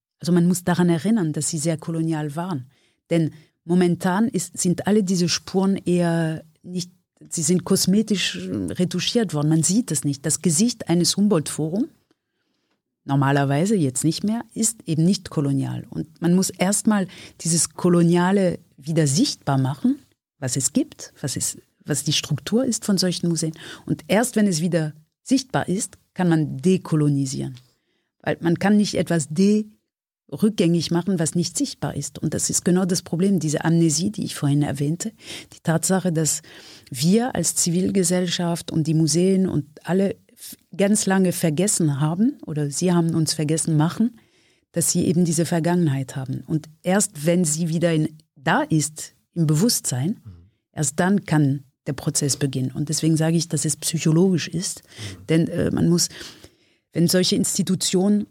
dass sie sehr kolonial waren. Denn momentan sind alle diese Spuren eher nicht, sie sind kosmetisch retuschiert worden. Man sieht es nicht. Das Gesicht eines Humboldt-Forum, normalerweise jetzt nicht mehr, ist eben nicht kolonial. Und man muss erstmal dieses Koloniale wieder sichtbar machen, was es gibt, was die Struktur ist von solchen Museen. Und erst wenn es wieder sichtbar ist, kann man dekolonisieren. Weil man kann nicht etwas rückgängig machen, was nicht sichtbar ist. Und das ist genau das Problem, diese Amnesie, die ich vorhin erwähnte. Die Tatsache, dass wir als Zivilgesellschaft und die Museen und alle ganz lange vergessen haben, oder sie haben uns vergessen machen, dass sie eben diese Vergangenheit haben. Und erst wenn sie wieder da ist, im Bewusstsein, erst dann kann der Prozess beginnen. Und deswegen sage ich, dass es psychologisch ist. Denn man muss, wenn solche Institutionen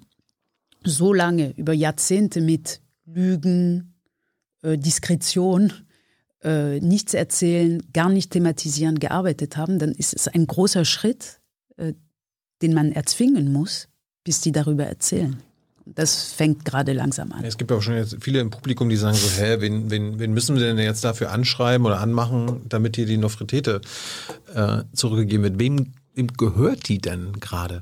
so lange über Jahrzehnte mit Lügen, Diskretion, nichts erzählen, gar nicht thematisieren, gearbeitet haben, dann ist es ein großer Schritt, den man erzwingen muss, bis die darüber erzählen. Das fängt gerade langsam an. Es gibt ja auch schon jetzt viele im Publikum, die sagen so, wen müssen wir denn jetzt dafür anschreiben oder anmachen, damit hier die Nofretete zurückgegeben wird? Wem gehört die denn gerade?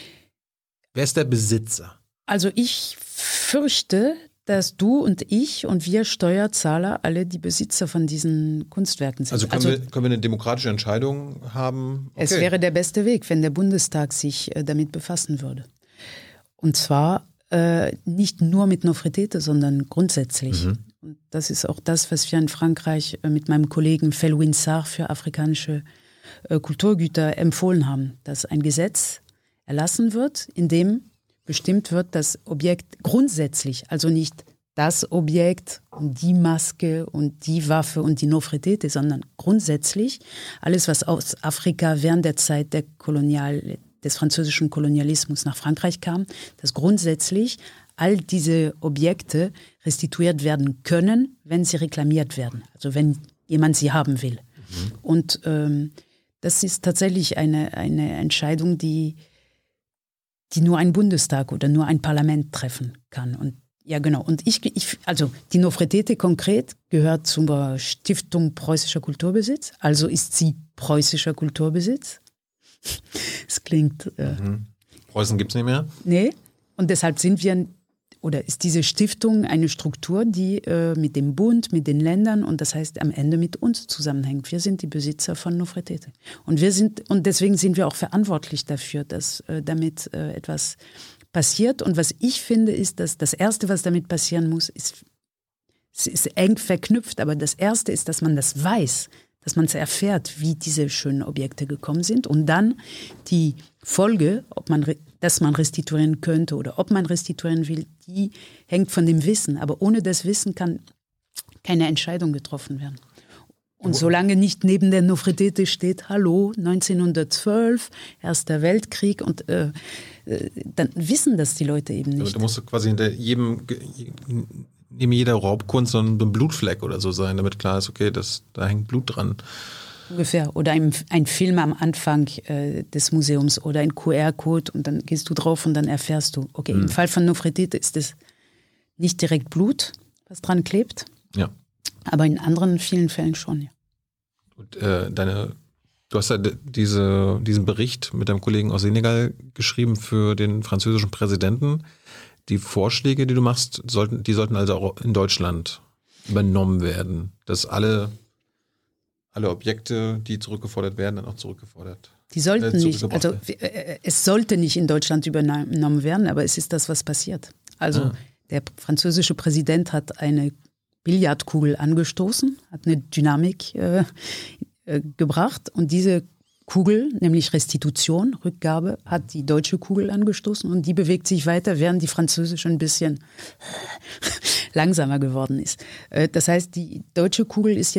Wer ist der Besitzer? Also ich fürchte, dass du und ich und wir Steuerzahler alle die Besitzer von diesen Kunstwerken sind. Also können wir eine demokratische Entscheidung haben? Okay. Es wäre der beste Weg, wenn der Bundestag sich damit befassen würde. Und zwar nicht nur mit Nofretete, sondern grundsätzlich. Und das ist auch das, was wir in Frankreich mit meinem Kollegen Felwine Sarr für afrikanische Kulturgüter empfohlen haben, dass ein Gesetz erlassen wird, in dem bestimmt wird, das Objekt grundsätzlich, also nicht das Objekt und die Maske und die Waffe und die Nofretete, sondern grundsätzlich alles, was aus Afrika während der Zeit des französischen Kolonialismus nach Frankreich kam, dass grundsätzlich all diese Objekte restituiert werden können, wenn sie reklamiert werden, also wenn jemand sie haben will. Und das ist tatsächlich eine Entscheidung, die nur ein Bundestag oder nur ein Parlament treffen kann. Und ja, genau. Und also die Nofretete konkret gehört zur Stiftung Preußischer Kulturbesitz, also ist sie preußischer Kulturbesitz. Es klingt... Preußen gibt es nicht mehr? Nee, und deshalb ist diese Stiftung eine Struktur, die mit dem Bund, mit den Ländern und das heißt am Ende mit uns zusammenhängt. Wir sind die Besitzer von Nofretete. Und deswegen sind wir auch verantwortlich dafür, dass damit etwas passiert. Und was ich finde, ist, dass das Erste, was damit passieren muss, es ist eng verknüpft, aber das Erste ist, dass man das weiß, dass man es erfährt, wie diese schönen Objekte gekommen sind und dann die Folge, dass man restituieren könnte oder ob man restituieren will, die hängt von dem Wissen. Aber ohne das Wissen kann keine Entscheidung getroffen werden. Und solange nicht neben der Nofretete steht, hallo, 1912, Erster Weltkrieg und dann wissen das die Leute eben nicht. Da musst du quasi neben jeder Raubkunst so ein Blutfleck oder so sein, damit klar ist, okay, da hängt Blut dran. Ungefähr. Oder ein Film am Anfang des Museums oder ein QR-Code und dann gehst du drauf und dann erfährst du, okay, im Fall von Nofretete ist es nicht direkt Blut, was dran klebt, ja, aber in anderen vielen Fällen schon, ja. Und du hast ja diesen Bericht mit deinem Kollegen aus Senegal geschrieben für den französischen Präsidenten. Die Vorschläge, die du machst, sollten also auch in Deutschland übernommen werden, dass alle Objekte, die zurückgefordert werden, dann auch zurückgefordert. Die sollten nicht, also es sollte nicht in Deutschland übernommen werden, aber es ist das, was passiert. Also der französische Präsident hat eine Billardkugel angestoßen, hat eine Dynamik gebracht und diese Kugel, nämlich Restitution, Rückgabe, hat die deutsche Kugel angestoßen und die bewegt sich weiter, während die französische ein bisschen langsamer geworden ist. Das heißt, die deutsche Kugel ist jetzt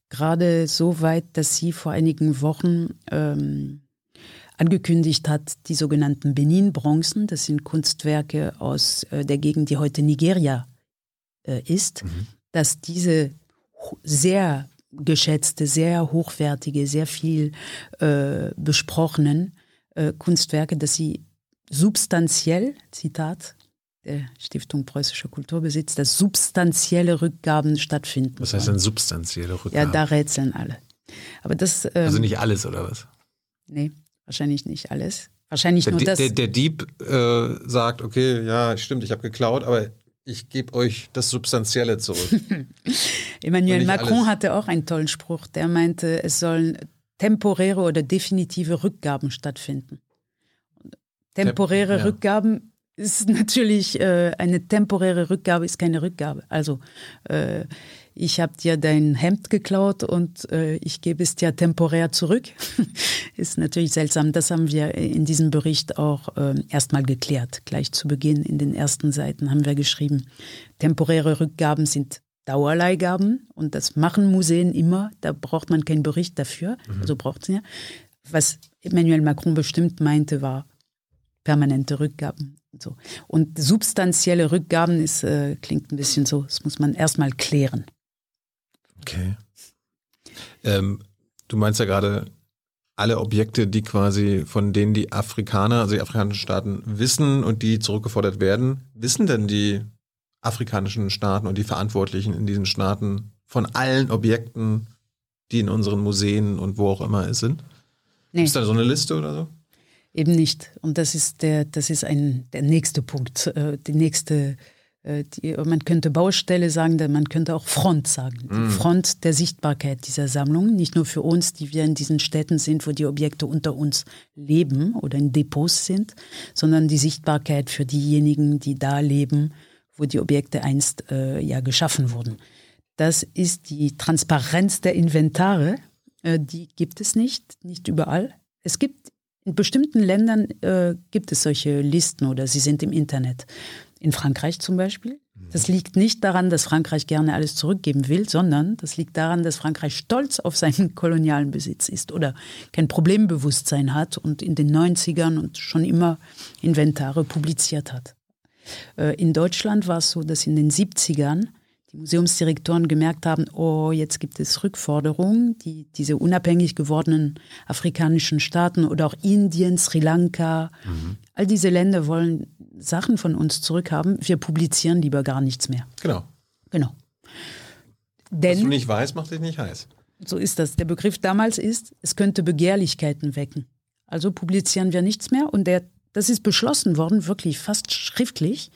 gerade so weit, dass sie vor einigen Wochen angekündigt hat, die sogenannten Benin-Bronzen, das sind Kunstwerke aus der Gegend, die heute Nigeria ist, dass diese sehr geschätzte, sehr hochwertige, sehr viel besprochenen Kunstwerke, dass sie substanziell, Zitat der Stiftung Preußischer Kulturbesitz, dass substanzielle Rückgaben stattfinden. Was heißt denn substanzielle Rückgaben? Ja, da rätseln alle. Aber das, also nicht alles, oder was? Nee, wahrscheinlich nicht alles. Wahrscheinlich nur das. Der Dieb sagt, okay, ja, stimmt, ich habe geklaut, aber ich gebe euch das Substanzielle zurück. Emmanuel Macron hatte auch einen tollen Spruch, der meinte, es sollen temporäre oder definitive Rückgaben stattfinden. Temporäre Rückgaben ist natürlich, eine temporäre Rückgabe ist keine Rückgabe. Also ich habe dir dein Hemd geklaut und ich gebe es dir temporär zurück. Ist natürlich seltsam. Das haben wir in diesem Bericht auch erstmal geklärt. Gleich zu Beginn in den ersten Seiten haben wir geschrieben, temporäre Rückgaben sind Dauerleihgaben und das machen Museen immer. Da braucht man keinen Bericht dafür. Also braucht es ja. Was Emmanuel Macron bestimmt meinte, war permanente Rückgaben. So. Und substanzielle Rückgaben ist, klingt ein bisschen so, das muss man erstmal klären. Okay. Du meinst ja gerade, alle Objekte, die quasi von denen die Afrikaner, also die afrikanischen Staaten wissen und die zurückgefordert werden, wissen denn die afrikanischen Staaten und die Verantwortlichen in diesen Staaten von allen Objekten, die in unseren Museen und wo auch immer es sind? Nee. Ist da so eine Liste oder so? Eben nicht. Und das ist der nächste Punkt. Man könnte Baustelle sagen, man könnte auch Front sagen. Die Front der Sichtbarkeit dieser Sammlung. Nicht nur für uns, die wir in diesen Städten sind, wo die Objekte unter uns leben oder in Depots sind, sondern die Sichtbarkeit für diejenigen, die da leben, wo die Objekte einst geschaffen wurden. Das ist die Transparenz der Inventare. Die gibt es nicht überall. Es gibt in bestimmten Ländern gibt es solche Listen oder sie sind im Internet. In Frankreich zum Beispiel. Das liegt nicht daran, dass Frankreich gerne alles zurückgeben will, sondern das liegt daran, dass Frankreich stolz auf seinen kolonialen Besitz ist oder kein Problembewusstsein hat und in den 90ern und schon immer Inventare publiziert hat. In Deutschland war es so, dass in den 70ern die Museumsdirektoren gemerkt haben, oh, jetzt gibt es Rückforderungen, diese unabhängig gewordenen afrikanischen Staaten oder auch Indien, Sri Lanka, all diese Länder wollen Sachen von uns zurückhaben. Wir publizieren lieber gar nichts mehr. Genau. Denn, was du nicht weißt, macht dich nicht heiß. So ist das. Der Begriff damals ist, es könnte Begehrlichkeiten wecken. Also publizieren wir nichts mehr und das ist beschlossen worden, wirklich fast schriftlich,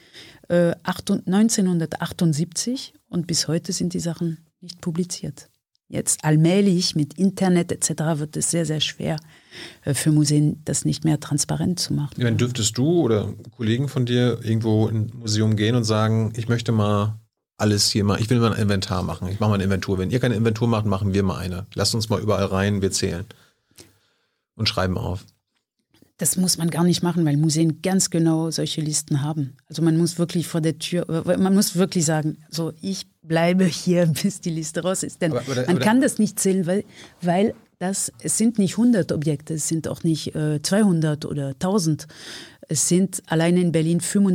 1978 und bis heute sind die Sachen nicht publiziert. Jetzt allmählich mit Internet etc. wird es sehr, sehr schwer für Museen, das nicht mehr transparent zu machen. Ja, dürftest du oder Kollegen von dir irgendwo in ein Museum gehen und sagen, ich möchte mal alles hier mal, ich will mal ein Inventar machen, ich mache mal eine Inventur. Wenn ihr keine Inventur macht, machen wir mal eine. Lasst uns mal überall rein, wir zählen und schreiben auf. Das muss man gar nicht machen, weil Museen ganz genau solche Listen haben. Also man muss wirklich vor der Tür, man muss wirklich sagen, so ich bleibe hier, bis die Liste raus ist. Denn man kann das nicht zählen, weil es sind nicht 100 Objekte, es sind auch nicht 200 oder 1000. Es sind alleine in Berlin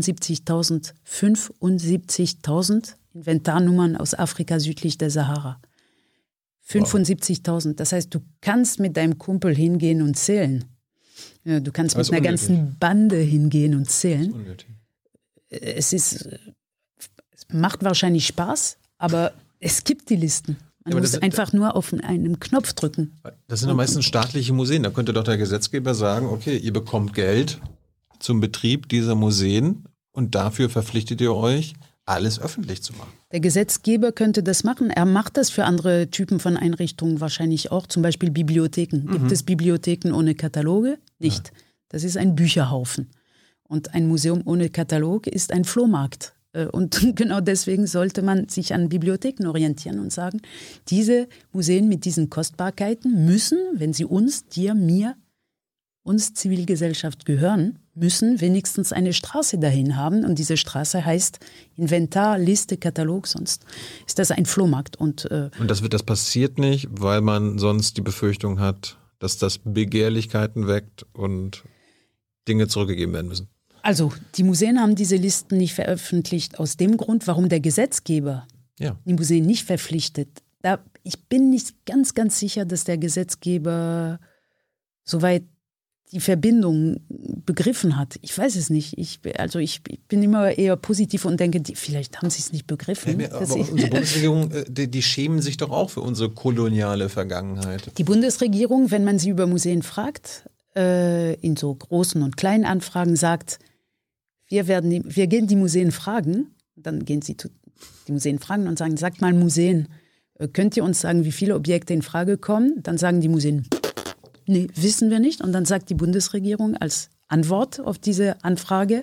75.000 Inventarnummern aus Afrika südlich der Sahara. 75.000. Das heißt, du kannst mit deinem Kumpel hingehen und zählen. Ja, du kannst mit einer ganzen Bande hingehen und zählen. Es macht wahrscheinlich Spaß, aber es gibt die Listen. Man muss einfach nur auf einen Knopf drücken. Das sind doch meistens staatliche Museen. Da könnte doch der Gesetzgeber sagen, okay, ihr bekommt Geld zum Betrieb dieser Museen und dafür verpflichtet ihr euch, alles öffentlich zu machen. Der Gesetzgeber könnte das machen. Er macht das für andere Typen von Einrichtungen wahrscheinlich auch, zum Beispiel Bibliotheken. Gibt es Bibliotheken ohne Kataloge? Nicht. Ja. Das ist ein Bücherhaufen. Und ein Museum ohne Katalog ist ein Flohmarkt. Und genau deswegen sollte man sich an Bibliotheken orientieren und sagen, diese Museen mit diesen Kostbarkeiten müssen, wenn sie uns, dir, mir uns Zivilgesellschaft gehören, müssen wenigstens eine Straße dahin haben. Und diese Straße heißt Inventar, Liste, Katalog, sonst ist das ein Flohmarkt. Und das passiert nicht, weil man sonst die Befürchtung hat, dass das Begehrlichkeiten weckt und Dinge zurückgegeben werden müssen. Also, die Museen haben diese Listen nicht veröffentlicht aus dem Grund, warum der Gesetzgeber die Museen nicht verpflichtet. Ich bin nicht ganz, ganz sicher, dass der Gesetzgeber soweit die Verbindung begriffen hat. Ich weiß es nicht. Ich bin immer eher positiv und denke, vielleicht haben sie es nicht begriffen. Ja, aber unsere Bundesregierung, die schämen sich doch auch für unsere koloniale Vergangenheit. Die Bundesregierung, wenn man sie über Museen fragt, in so großen und kleinen Anfragen sagt, wir gehen die Museen fragen, dann gehen sie die Museen fragen und sagen, sagt mal Museen, könnt ihr uns sagen, wie viele Objekte in Frage kommen? Dann sagen die Museen, nee, wissen wir nicht. Und dann sagt die Bundesregierung als Antwort auf diese Anfrage,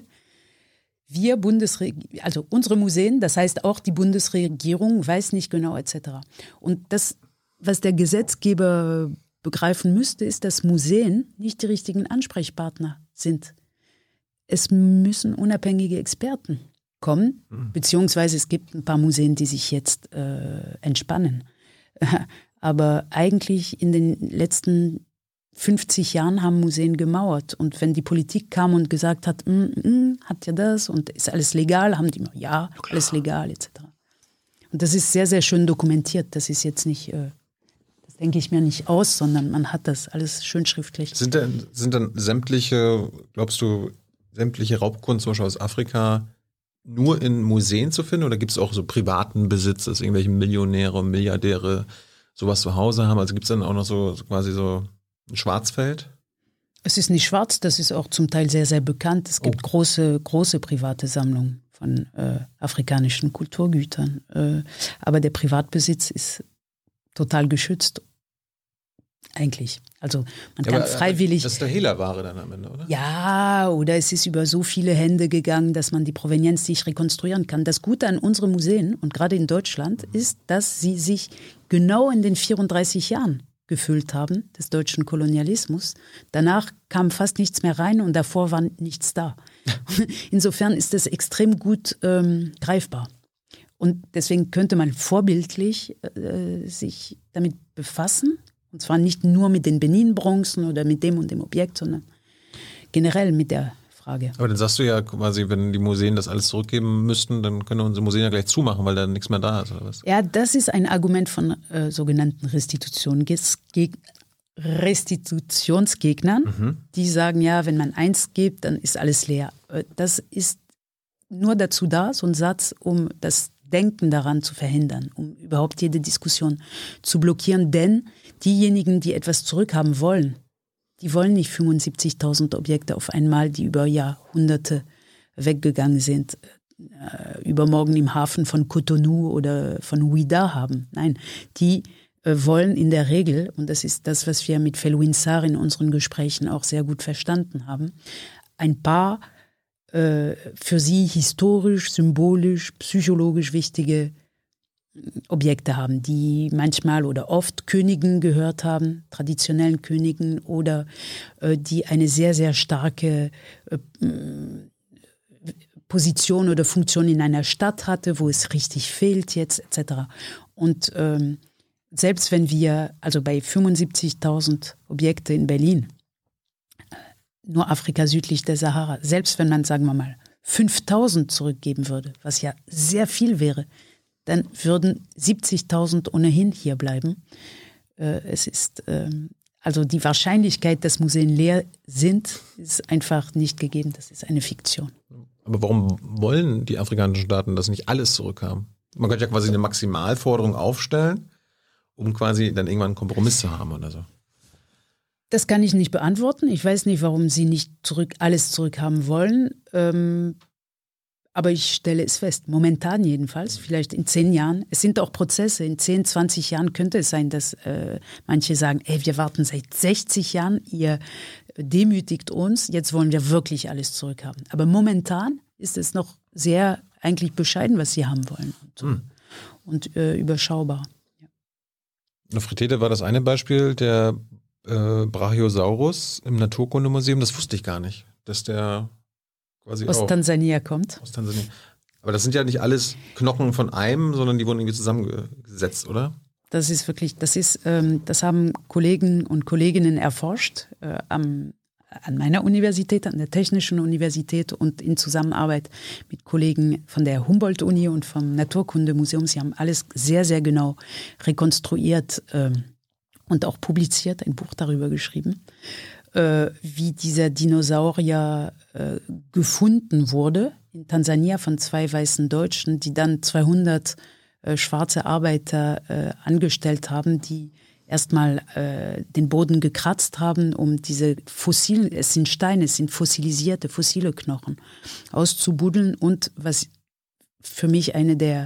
also unsere Museen, das heißt auch die Bundesregierung, weiß nicht genau etc. Und das, was der Gesetzgeber begreifen müsste, ist, dass Museen nicht die richtigen Ansprechpartner sind. Es müssen unabhängige Experten kommen, beziehungsweise es gibt ein paar Museen, die sich jetzt entspannen. Aber eigentlich in den letzten 50 Jahren haben Museen gemauert. Und wenn die Politik kam und gesagt hat, hat ja das und ist alles legal, haben die immer, ja, alles legal etc. Und das ist sehr, sehr schön dokumentiert. Das ist jetzt nicht, das denke ich mir nicht aus, sondern man hat das alles schön schriftlich. Sind dann sämtliche Raubkunst, zum Beispiel aus Afrika, nur in Museen zu finden? Oder gibt es auch so privaten Besitz, dass irgendwelche Millionäre, Milliardäre sowas zu Hause haben? Also gibt es dann auch noch so quasi so ein Schwarzfeld? Es ist nicht schwarz, das ist auch zum Teil sehr, sehr bekannt. Es gibt große private Sammlungen von afrikanischen Kulturgütern. Aber der Privatbesitz ist total geschützt. Eigentlich. Also man kann freiwillig... Das ist der Hehlerware dann am Ende, oder? Ja, oder es ist über so viele Hände gegangen, dass man die Provenienz nicht rekonstruieren kann. Das Gute an unseren Museen und gerade in Deutschland ist, dass sie sich genau in den 34 Jahren gefüllt haben, des deutschen Kolonialismus. Danach kam fast nichts mehr rein und davor war nichts da. Insofern ist das extrem gut greifbar. Und deswegen könnte man vorbildlich sich damit befassen. Und zwar nicht nur mit den Benin-Bronzen oder mit dem und dem Objekt, sondern generell mit der Frage. Aber dann sagst du ja quasi, wenn die Museen das alles zurückgeben müssten, dann können unsere Museen ja gleich zumachen, weil da nichts mehr da ist, oder was? Ja, das ist ein Argument von sogenannten Restitutionsgegnern, die sagen, ja, wenn man eins gibt, dann ist alles leer. Das ist nur dazu da, so ein Satz, um das Denken daran zu verhindern, um überhaupt jede Diskussion zu blockieren. Denn diejenigen, die etwas zurückhaben wollen, die wollen nicht 75.000 Objekte auf einmal, die über Jahrhunderte weggegangen sind, übermorgen im Hafen von Cotonou oder von Ouida haben. Nein, die wollen in der Regel, und das ist das, was wir mit Felwine Sarr in unseren Gesprächen auch sehr gut verstanden haben, ein paar für sie historisch, symbolisch, psychologisch wichtige Objekte haben, die manchmal oder oft Königen gehört haben, traditionellen Königen, oder die eine sehr, sehr starke Position oder Funktion in einer Stadt hatte, wo es richtig fehlt jetzt etc. Und selbst wenn wir, also bei 75.000 Objekte in Berlin, nur Afrika südlich der Sahara, selbst wenn man, sagen wir mal, 5.000 zurückgeben würde, was ja sehr viel wäre, dann würden 70.000 ohnehin hier bleiben. Es ist, also die Wahrscheinlichkeit, dass Museen leer sind, ist einfach nicht gegeben. Das ist eine Fiktion. Aber warum wollen die afrikanischen Staaten das nicht alles zurückhaben? Man könnte ja quasi eine Maximalforderung aufstellen, um quasi dann irgendwann einen Kompromiss zu haben oder so. Das kann ich nicht beantworten. Ich weiß nicht, warum sie nicht alles zurückhaben wollen. Aber ich stelle es fest, momentan jedenfalls, vielleicht in 10 Jahren. Es sind auch Prozesse. In 10, 20 Jahren könnte es sein, dass manche sagen, wir warten seit 60 Jahren, ihr demütigt uns, jetzt wollen wir wirklich alles zurückhaben. Aber momentan ist es noch sehr eigentlich bescheiden, was sie haben wollen und überschaubar. Nofretete war das eine Beispiel, der Brachiosaurus im Naturkundemuseum, das wusste ich gar nicht, dass der quasi aus Tansania kommt. Aus Tansania. Aber das sind ja nicht alles Knochen von einem, sondern die wurden irgendwie zusammengesetzt, oder? Das haben Kollegen und Kolleginnen erforscht an meiner Universität, an der Technischen Universität und in Zusammenarbeit mit Kollegen von der Humboldt-Uni und vom Naturkundemuseum. Sie haben alles sehr, sehr genau rekonstruiert und auch publiziert, ein Buch darüber geschrieben, wie dieser Dinosaurier gefunden wurde in Tansania von 2 weißen Deutschen, die dann 200 schwarze Arbeiter angestellt haben, die erstmal den Boden gekratzt haben, um diese fossilen, es sind Steine, es sind fossilisierte, fossile Knochen auszubuddeln. Und was für mich eine der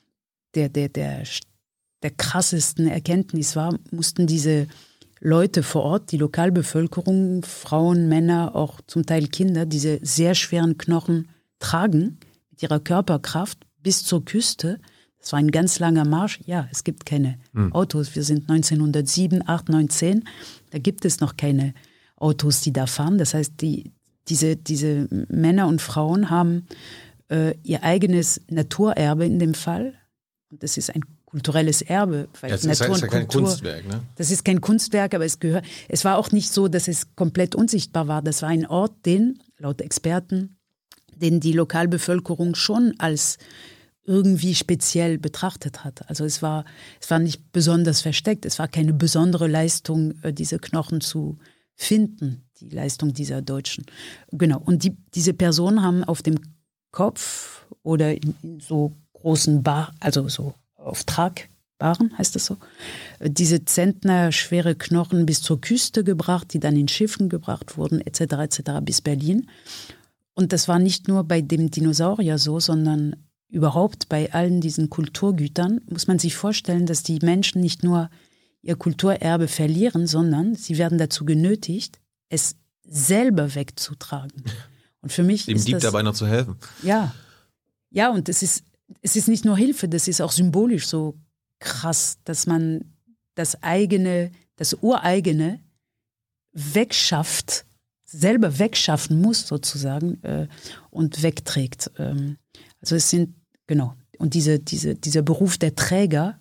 krassesten Erkenntnisse war, mussten diese Leute vor Ort, die Lokalbevölkerung, Frauen, Männer, auch zum Teil Kinder, diese sehr schweren Knochen tragen mit ihrer Körperkraft bis zur Küste. Das war ein ganz langer Marsch. Ja, es gibt keine Autos. Wir sind 1907, 8, 9, 10. Da gibt es noch keine Autos, die da fahren. Das heißt, diese Männer und Frauen haben ihr eigenes Naturerbe in dem Fall. Und das ist ein kulturelles Erbe. Weil das Natur ist ja kein Kultur, Kunstwerk, ne? Das ist kein Kunstwerk, aber es war auch nicht so, dass es komplett unsichtbar war. Das war ein Ort, laut Experten, den die Lokalbevölkerung schon als irgendwie speziell betrachtet hat. Also es war nicht besonders versteckt, es war keine besondere Leistung, diese Knochen zu finden, die Leistung dieser Deutschen. Genau, und diese Personen haben auf dem Kopf oder in so großen also so auf Tragbaren, heißt das so, diese zentnerschwere Knochen bis zur Küste gebracht, die dann in Schiffen gebracht wurden, etc. bis Berlin. Und das war nicht nur bei dem Dinosaurier so, sondern überhaupt bei allen diesen Kulturgütern muss man sich vorstellen, dass die Menschen nicht nur ihr Kulturerbe verlieren, sondern sie werden dazu genötigt, es selber wegzutragen. Und für mich dem ist Dieb das, dabei noch zu helfen. Ja, und es ist nicht nur Hilfe, das ist auch symbolisch so krass, dass man das Ureigene wegschafft, selber wegschaffen muss sozusagen und wegträgt. Also es sind, genau, und dieser Beruf der Träger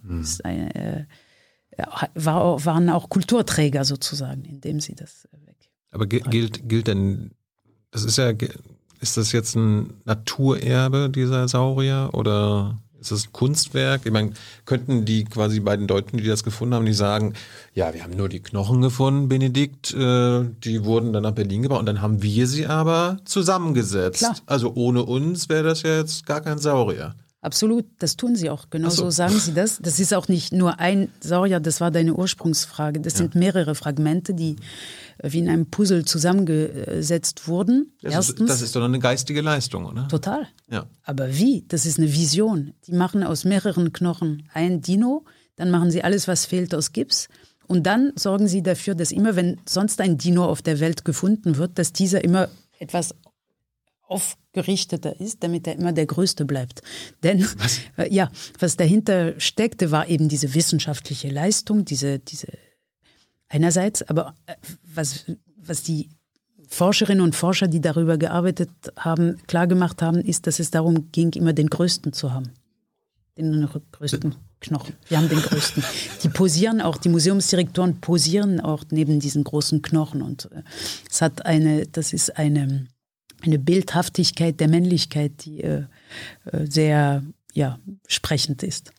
waren auch Kulturträger sozusagen, indem sie das weg. Aber gilt denn, ist das jetzt ein Naturerbe, dieser Saurier, oder ist das ein Kunstwerk? Ich meine, könnten die quasi beiden Deutschen, die das gefunden haben, die sagen, ja, wir haben nur die Knochen gefunden, Benedikt, die wurden dann nach Berlin gebracht und dann haben wir sie aber zusammengesetzt. Klar. Also ohne uns wäre das ja jetzt gar kein Saurier. Absolut, das tun sie auch. Genauso sagen sie das. Das ist auch nicht nur ein Saurier, das war deine Ursprungsfrage. Das sind mehrere Fragmente, die wie in einem Puzzle zusammengesetzt wurden. Das ist doch eine geistige Leistung, oder? Total. Ja. Aber wie? Das ist eine Vision. Die machen aus mehreren Knochen ein Dino, dann machen sie alles, was fehlt, aus Gips. Und dann sorgen sie dafür, dass immer, wenn sonst ein Dino auf der Welt gefunden wird, dass dieser immer etwas aufgerichteter ist, damit er immer der Größte bleibt. Denn was dahinter steckte, war eben diese wissenschaftliche Leistung, diese einerseits, aber was die Forscherinnen und Forscher, die darüber gearbeitet haben, klargemacht haben, ist, dass es darum ging, immer den Größten zu haben. Den größten Knochen. Wir haben den größten. Die posieren auch, die Museumsdirektoren posieren auch neben diesen großen Knochen. Und das ist eine Bildhaftigkeit der Männlichkeit, die sehr sprechend ist.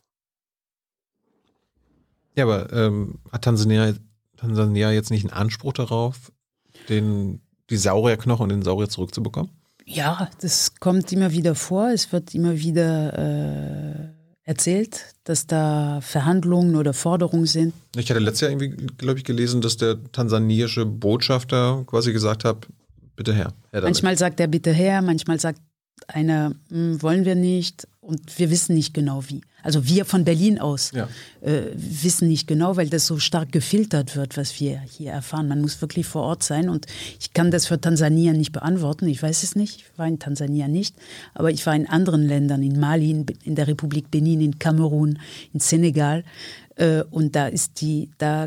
Ja, aber hat Tansania jetzt nicht einen Anspruch darauf, die Saurierknochen und den Saurier zurückzubekommen? Ja, das kommt immer wieder vor. Es wird immer wieder erzählt, dass da Verhandlungen oder Forderungen sind. Ich hatte letztes Jahr irgendwie, glaube ich, gelesen, dass der tansaniische Botschafter quasi gesagt hat, bitte her damit. Manchmal sagt er bitte her, manchmal sagt einer, wollen wir nicht und wir wissen nicht genau wie. Also wir von Berlin aus wissen nicht genau, weil das so stark gefiltert wird, was wir hier erfahren. Man muss wirklich vor Ort sein und ich kann das für Tansania nicht beantworten. Ich weiß es nicht, ich war in Tansania nicht, aber ich war in anderen Ländern, in Mali, in der Republik Benin, in Kamerun, in Senegal und da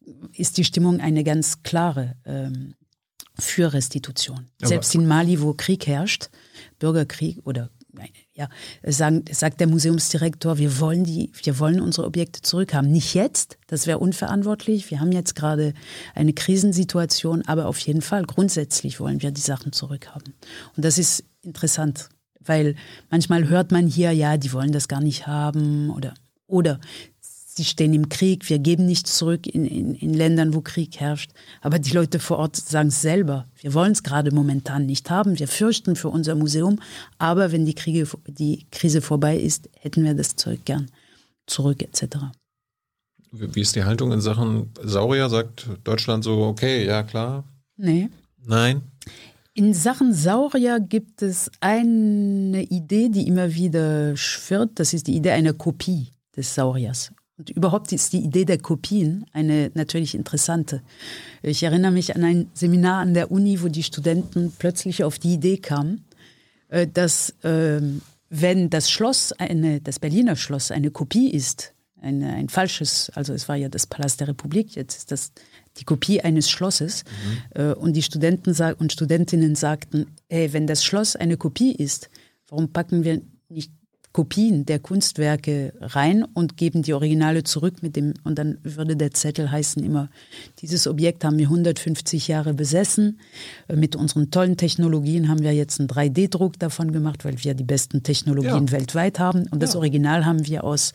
ist die Stimmung eine ganz klare für Restitution. Selbst in Mali, wo Krieg herrscht, Bürgerkrieg oder sagt der Museumsdirektor, wir wollen unsere Objekte zurückhaben. Nicht jetzt, das wäre unverantwortlich. Wir haben jetzt gerade eine Krisensituation, aber auf jeden Fall grundsätzlich wollen wir die Sachen zurückhaben. Und das ist interessant, weil manchmal hört man hier, ja, die wollen das gar nicht haben oder sie stehen im Krieg, wir geben nichts zurück in Ländern, wo Krieg herrscht. Aber die Leute vor Ort sagen es selber. Wir wollen es gerade momentan nicht haben. Wir fürchten für unser Museum. Aber wenn die Krise vorbei ist, hätten wir das Zeug gern zurück etc. Wie ist die Haltung in Sachen Saurier? Sagt Deutschland so, okay, ja klar? Nee. Nein? In Sachen Saurier gibt es eine Idee, die immer wieder schwirrt. Das ist die Idee einer Kopie des Sauriers. Und überhaupt ist die Idee der Kopien eine natürlich interessante. Ich erinnere mich an ein Seminar an der Uni, wo die Studenten plötzlich auf die Idee kamen, dass wenn das Berliner Schloss eine Kopie ist, ein falsches, also es war ja das Palast der Republik, jetzt ist das die Kopie eines Schlosses. Und die Studenten und Studentinnen sagten, hey, wenn das Schloss eine Kopie ist, warum packen wir nicht Kopien der Kunstwerke rein und geben die Originale zurück und dann würde der Zettel heißen immer, dieses Objekt haben wir 150 Jahre besessen. Mit unseren tollen Technologien haben wir jetzt einen 3D-Druck davon gemacht, weil wir die besten Technologien weltweit haben. Und das Original haben wir als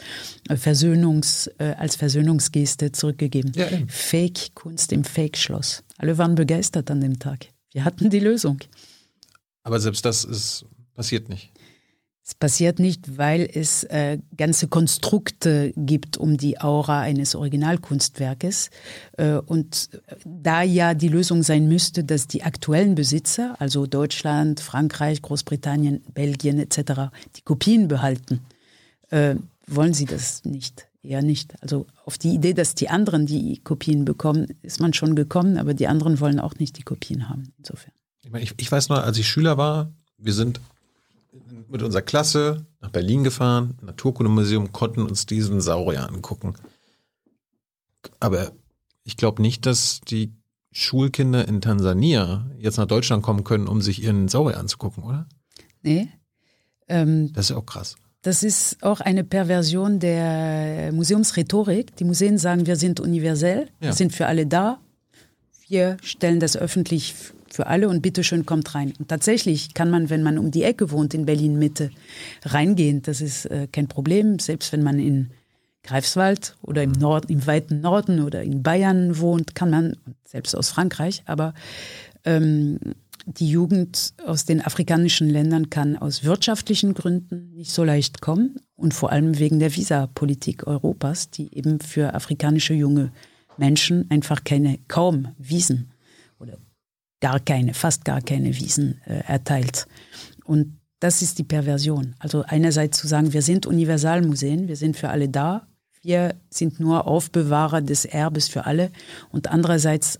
Versöhnungsgeste zurückgegeben. Ja, Fake-Kunst im Fake-Schloss. Alle waren begeistert an dem Tag. Wir hatten die Lösung. Aber selbst das passiert nicht. Es passiert nicht, weil es ganze Konstrukte gibt um die Aura eines Originalkunstwerkes. Und da ja die Lösung sein müsste, dass die aktuellen Besitzer, also Deutschland, Frankreich, Großbritannien, Belgien etc., die Kopien behalten, wollen sie das nicht. Eher nicht. Also auf die Idee, dass die anderen die Kopien bekommen, ist man schon gekommen, aber die anderen wollen auch nicht die Kopien haben. Insofern. Ich weiß noch, als ich Schüler war, wir sind mit unserer Klasse nach Berlin gefahren, Naturkundemuseum, konnten uns diesen Saurier angucken. Aber ich glaube nicht, dass die Schulkinder in Tansania jetzt nach Deutschland kommen können, um sich ihren Saurier anzugucken, oder? Nee. Das ist ja auch krass. Das ist auch eine Perversion der Museumsrhetorik. Die Museen sagen, wir sind universell, wir sind für alle da. Wir stellen das öffentlich für alle und bitteschön kommt rein. Und tatsächlich kann man, wenn man um die Ecke wohnt in Berlin-Mitte, reingehen. Das ist kein Problem. Selbst wenn man in Greifswald oder im weiten Norden oder in Bayern wohnt, kann man, selbst aus Frankreich, aber die Jugend aus den afrikanischen Ländern kann aus wirtschaftlichen Gründen nicht so leicht kommen und vor allem wegen der Visapolitik Europas, die eben für afrikanische junge Menschen einfach kaum Visen oder fast gar keine Visen erteilt. Und das ist die Perversion. Also einerseits zu sagen, wir sind Universalmuseen, wir sind für alle da, wir sind nur Aufbewahrer des Erbes für alle und andererseits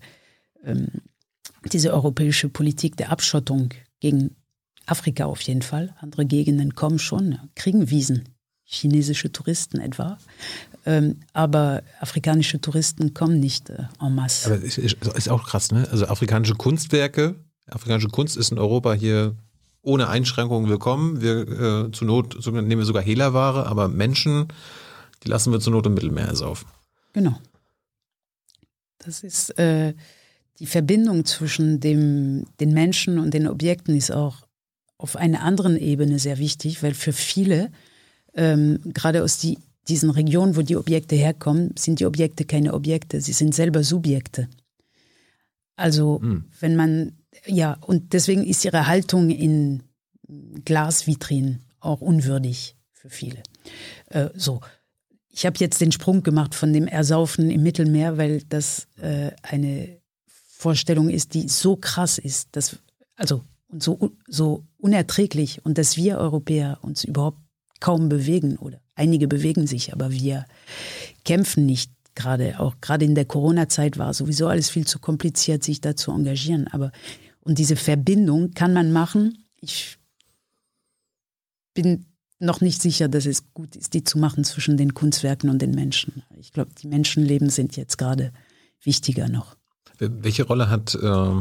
diese europäische Politik der Abschottung gegen Afrika auf jeden Fall. Andere Gegenden kommen schon, kriegen Visen, chinesische Touristen etwa. Aber afrikanische Touristen kommen nicht en masse. Aber ist auch krass, ne? Also afrikanische Kunstwerke, afrikanische Kunst ist in Europa hier ohne Einschränkungen willkommen. Wir zur Not nehmen wir sogar Hehlerware, aber Menschen, die lassen wir zur Not im Mittelmeer ersaufen. Genau. Das ist die Verbindung zwischen den Menschen und den Objekten ist auch auf einer anderen Ebene sehr wichtig, weil für viele, gerade aus diesen Regionen, wo die Objekte herkommen, sind die Objekte keine Objekte, sie sind selber Subjekte. Also wenn man, und deswegen ist ihre Haltung in Glasvitrinen auch unwürdig für viele. Ich habe jetzt den Sprung gemacht von dem Ersaufen im Mittelmeer, weil das eine Vorstellung ist, die so krass ist, und so unerträglich und dass wir Europäer uns überhaupt kaum bewegen oder einige bewegen sich, aber wir kämpfen nicht gerade. Auch gerade in der Corona-Zeit war sowieso alles viel zu kompliziert, sich da zu engagieren. Und diese Verbindung kann man machen. Ich bin noch nicht sicher, dass es gut ist, die zu machen zwischen den Kunstwerken und den Menschen. Ich glaube, die Menschenleben sind jetzt gerade wichtiger noch. Welche Rolle hat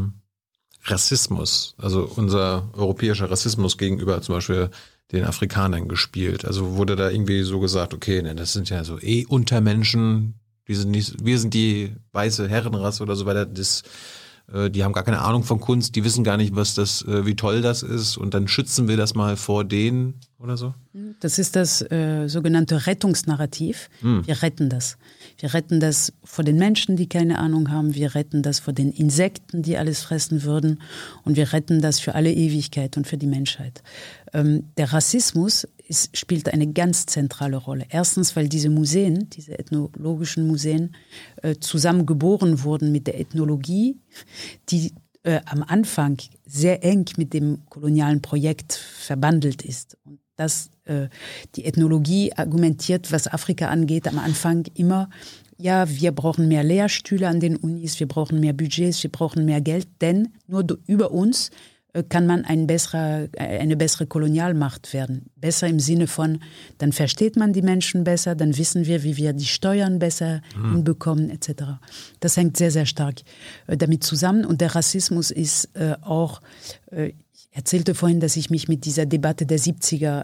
Rassismus, also unser europäischer Rassismus gegenüber zum Beispiel den Afrikanern gespielt? Also wurde da irgendwie so gesagt, okay, ne, das sind ja so Untermenschen, wir sind die weiße Herrenrasse oder so weiter, die haben gar keine Ahnung von Kunst, die wissen gar nicht, wie toll das ist und dann schützen wir das mal vor denen oder so? Das ist das sogenannte Rettungsnarrativ. Wir retten das. Wir retten das vor den Menschen, die keine Ahnung haben. Wir retten das vor den Insekten, die alles fressen würden. Und wir retten das für alle Ewigkeit und für die Menschheit. Der Rassismus spielt eine ganz zentrale Rolle. Erstens, weil diese Museen, diese ethnologischen Museen, zusammen geboren wurden mit der Ethnologie, die am Anfang sehr eng mit dem kolonialen Projekt verbandelt ist. Und die Ethnologie argumentiert, was Afrika angeht, am Anfang immer, ja, wir brauchen mehr Lehrstühle an den Unis, wir brauchen mehr Budgets, wir brauchen mehr Geld, denn nur über uns kann man eine bessere Kolonialmacht werden. Besser im Sinne von, dann versteht man die Menschen besser, dann wissen wir, wie wir die Steuern besser hinbekommen, etc. Das hängt sehr, sehr stark damit zusammen. Und der Rassismus ist auch, ich erzählte vorhin, dass ich mich mit dieser Debatte der 1970er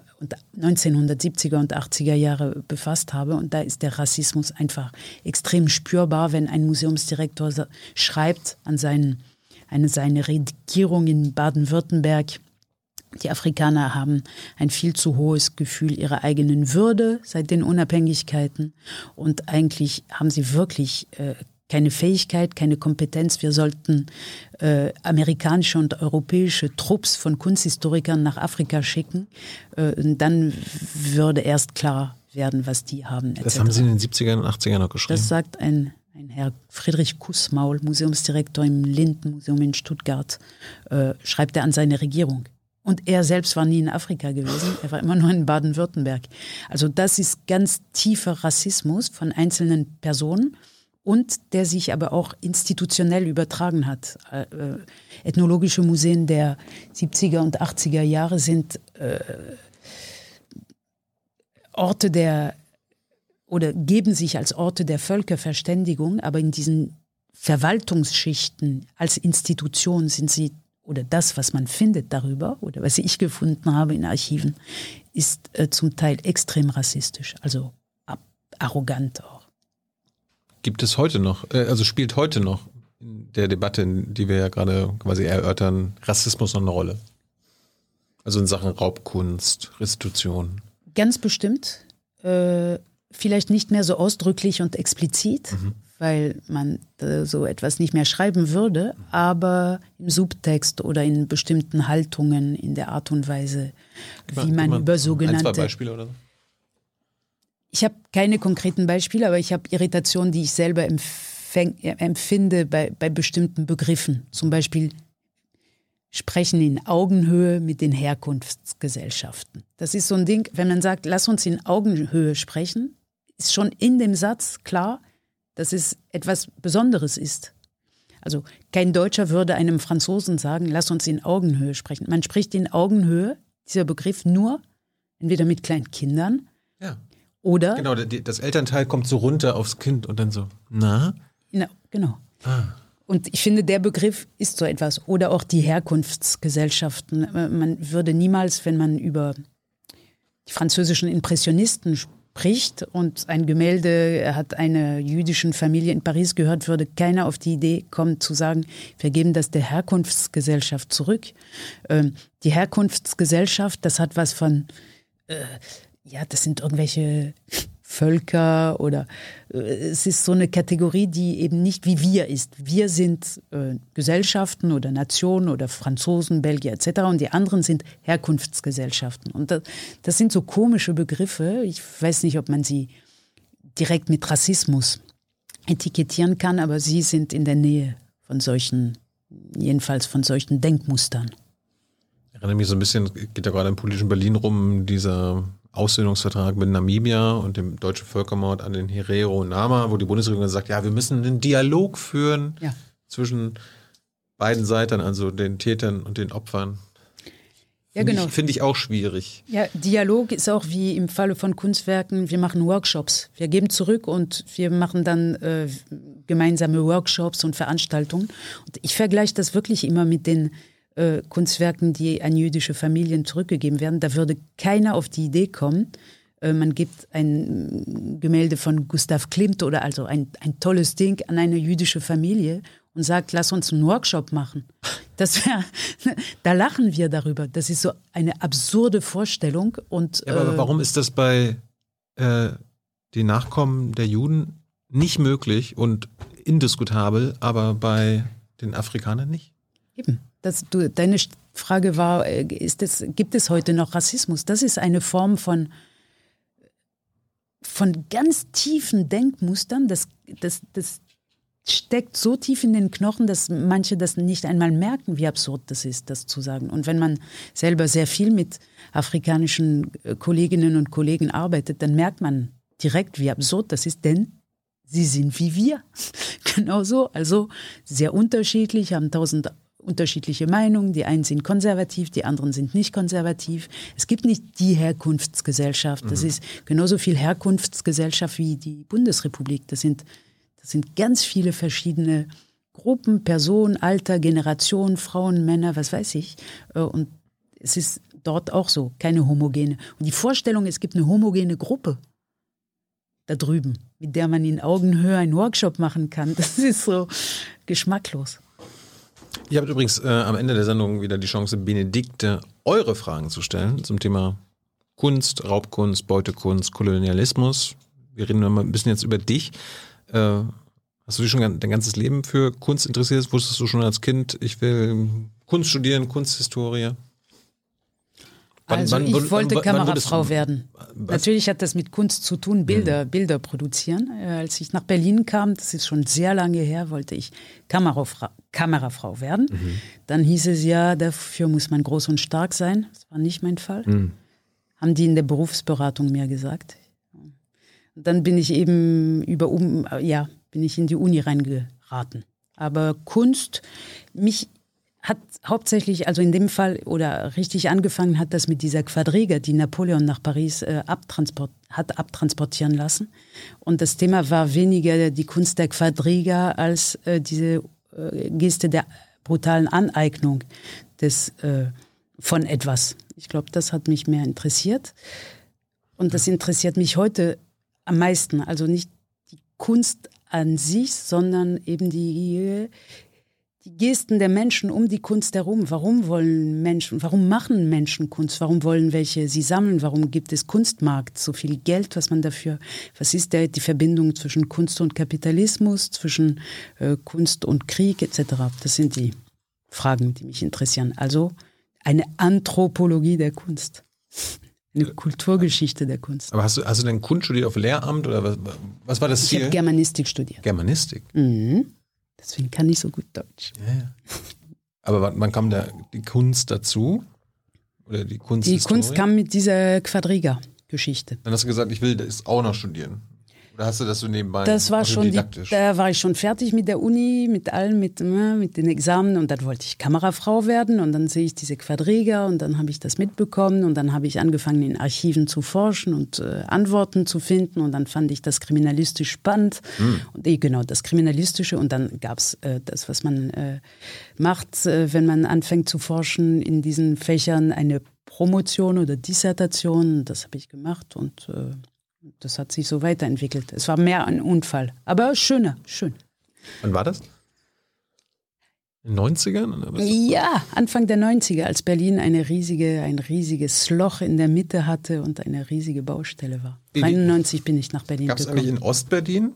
und 80er Jahre befasst habe. Und da ist der Rassismus einfach extrem spürbar, wenn ein Museumsdirektor schreibt an seine Regierung in Baden-Württemberg, die Afrikaner haben ein viel zu hohes Gefühl ihrer eigenen Würde seit den Unabhängigkeiten und eigentlich haben sie wirklich keine Fähigkeit, keine Kompetenz. Wir sollten amerikanische und europäische Trupps von Kunsthistorikern nach Afrika schicken. Dann würde erst klar werden, was die haben. Etc. Das haben Sie in den 70ern und 80ern noch geschrieben? Das sagt ein Herr Friedrich Kussmaul, Museumsdirektor im Lindenmuseum in Stuttgart, schreibt er an seine Regierung. Und er selbst war nie in Afrika gewesen, er war immer nur in Baden-Württemberg. Also das ist ganz tiefer Rassismus von einzelnen Personen und der sich aber auch institutionell übertragen hat. Ethnologische Museen der 70er und 80er Jahre sind oder geben sich als Orte der Völkerverständigung, aber in diesen Verwaltungsschichten als Institution sind sie, oder das, was man findet darüber, oder was ich gefunden habe in Archiven, ist zum Teil extrem rassistisch, also arrogant auch. Gibt es heute noch, spielt heute noch in der Debatte, die wir ja gerade quasi erörtern, Rassismus noch eine Rolle? Also in Sachen Raubkunst, Restitution? Ganz bestimmt. Vielleicht nicht mehr so ausdrücklich und explizit, weil man so etwas nicht mehr schreiben würde, aber im Subtext oder in bestimmten Haltungen, in der Art und Weise, wie man über sogenannte... Ein, zwei Beispiele oder so? Ich habe keine konkreten Beispiele, aber ich habe Irritationen, die ich selber empfinde bei bestimmten Begriffen. Zum Beispiel sprechen in Augenhöhe mit den Herkunftsgesellschaften. Das ist so ein Ding, wenn man sagt, lass uns in Augenhöhe sprechen, ist schon in dem Satz klar, dass es etwas Besonderes ist. Also kein Deutscher würde einem Franzosen sagen, lass uns in Augenhöhe sprechen. Man spricht in Augenhöhe, dieser Begriff, nur entweder mit kleinen Kindern oder... Genau, das Elternteil kommt so runter aufs Kind und dann so, na? Genau. Und ich finde, der Begriff ist so etwas. Oder auch die Herkunftsgesellschaften. Man würde niemals, wenn man über die französischen Impressionisten spricht und ein Gemälde hat einer jüdischen Familie in Paris gehört, würde keiner auf die Idee kommen zu sagen, wir geben das der Herkunftsgesellschaft zurück. Die Herkunftsgesellschaft, das hat was von, das sind irgendwelche Völker oder es ist so eine Kategorie, die eben nicht wie wir ist. Wir sind Gesellschaften oder Nationen oder Franzosen, Belgier etc. und die anderen sind Herkunftsgesellschaften. Und das sind so komische Begriffe. Ich weiß nicht, ob man sie direkt mit Rassismus etikettieren kann, aber sie sind in der Nähe von solchen, jedenfalls von solchen Denkmustern. Ich erinnere mich so ein bisschen, geht ja gerade im politischen Berlin rum, dieser Aussöhnungsvertrag mit Namibia und dem deutschen Völkermord an den Herero und Nama, wo die Bundesregierung sagt, ja, wir müssen einen Dialog führen zwischen beiden Seiten, also den Tätern und den Opfern. Ja, genau. Finde ich auch schwierig. Ja, Dialog ist auch wie im Falle von Kunstwerken, wir machen Workshops. Wir geben zurück und wir machen dann gemeinsame Workshops und Veranstaltungen. Und ich vergleiche das wirklich immer mit den Kunstwerken, die an jüdische Familien zurückgegeben werden. Da würde keiner auf die Idee kommen, man gibt ein Gemälde von Gustav Klimt oder also ein tolles Ding an eine jüdische Familie und sagt, lass uns einen Workshop machen. Da lachen wir darüber. Das ist so eine absurde Vorstellung. Und, ja, aber warum ist das bei den Nachkommen der Juden nicht möglich und indiskutabel, aber bei den Afrikanern nicht? Eben. Deine Frage war, gibt es heute noch Rassismus? Das ist eine Form von ganz tiefen Denkmustern. Das steckt so tief in den Knochen, dass manche das nicht einmal merken, wie absurd das ist, das zu sagen. Und wenn man selber sehr viel mit afrikanischen Kolleginnen und Kollegen arbeitet, dann merkt man direkt, wie absurd das ist, denn sie sind wie wir. Genauso, also sehr unterschiedlich, haben 1000 unterschiedliche Meinungen. Die einen sind konservativ, die anderen sind nicht konservativ. Es gibt nicht die Herkunftsgesellschaft. Das ist genauso viel Herkunftsgesellschaft wie die Bundesrepublik. Das sind ganz viele verschiedene Gruppen, Personen, Alter, Generation, Frauen, Männer, was weiß ich. Und es ist dort auch so, keine homogene. Und die Vorstellung, es gibt eine homogene Gruppe da drüben, mit der man in Augenhöhe einen Workshop machen kann, das ist so geschmacklos. Ihr habt übrigens am Ende der Sendung wieder die Chance, Benedikte eure Fragen zu stellen zum Thema Kunst, Raubkunst, Beutekunst, Kolonialismus. Wir reden mal ein bisschen jetzt über dich. Hast du dich schon dein ganzes Leben für Kunst interessiert? Wusstest du schon als Kind, ich will Kunst studieren, Kunsthistorie? Ich wollte Kamerafrau werden. Natürlich hat das mit Kunst zu tun, Bilder produzieren. Als ich nach Berlin kam, das ist schon sehr lange her, wollte ich Kamerafrau werden. Dann hieß es ja, dafür muss man groß und stark sein. Das war nicht mein Fall. Haben die in der Berufsberatung mir gesagt. Und dann bin ich eben bin ich in die Uni reingeraten. Aber Kunst, mich hat hauptsächlich, also in dem Fall, oder richtig angefangen hat das mit dieser Quadriga, die Napoleon nach Paris hat abtransportieren lassen. Und das Thema war weniger die Kunst der Quadriga als diese Geste der brutalen Aneignung von etwas. Ich glaube, das hat mich mehr interessiert. Und das interessiert mich heute am meisten. Also nicht die Kunst an sich, sondern eben die Gesten der Menschen um die Kunst herum. Warum machen Menschen Kunst? Warum wollen welche sie sammeln? Warum gibt es Kunstmarkt? So viel Geld, was ist die Verbindung zwischen Kunst und Kapitalismus, zwischen Kunst und Krieg etc.? Das sind die Fragen, die mich interessieren. Also eine Anthropologie der Kunst. Eine Kulturgeschichte der Kunst. Aber hast du denn Kunst studiert auf Lehramt oder was war das Ziel? Ich habe Germanistik studiert. Germanistik? Deswegen kann ich so gut Deutsch. Ja. Aber wann kam da die Kunst dazu? Oder die Kunsthistorie? Die Kunst kam mit dieser Quadriga-Geschichte. Dann hast du gesagt, ich will das auch noch studieren. Oder hast du das so nebenbei? Das war schon da war ich schon fertig mit der Uni, mit allem, mit den Examen, und dann wollte ich Kamerafrau werden und dann sehe ich diese Quadriga und dann habe ich das mitbekommen und dann habe ich angefangen, in Archiven zu forschen und Antworten zu finden und dann fand ich das kriminalistisch spannend. Und genau, das Kriminalistische, und dann gab es das, was man macht, wenn man anfängt zu forschen in diesen Fächern, eine Promotion oder Dissertation. Das habe ich gemacht und das hat sich so weiterentwickelt. Es war mehr ein Unfall, aber schön. Wann war das? In den 90ern? Oder was? Ja, Anfang der 90er, als Berlin ein riesiges Loch in der Mitte hatte und eine riesige Baustelle war. 1993 bin ich nach Berlin gekommen. Gab es eigentlich in Ostberlin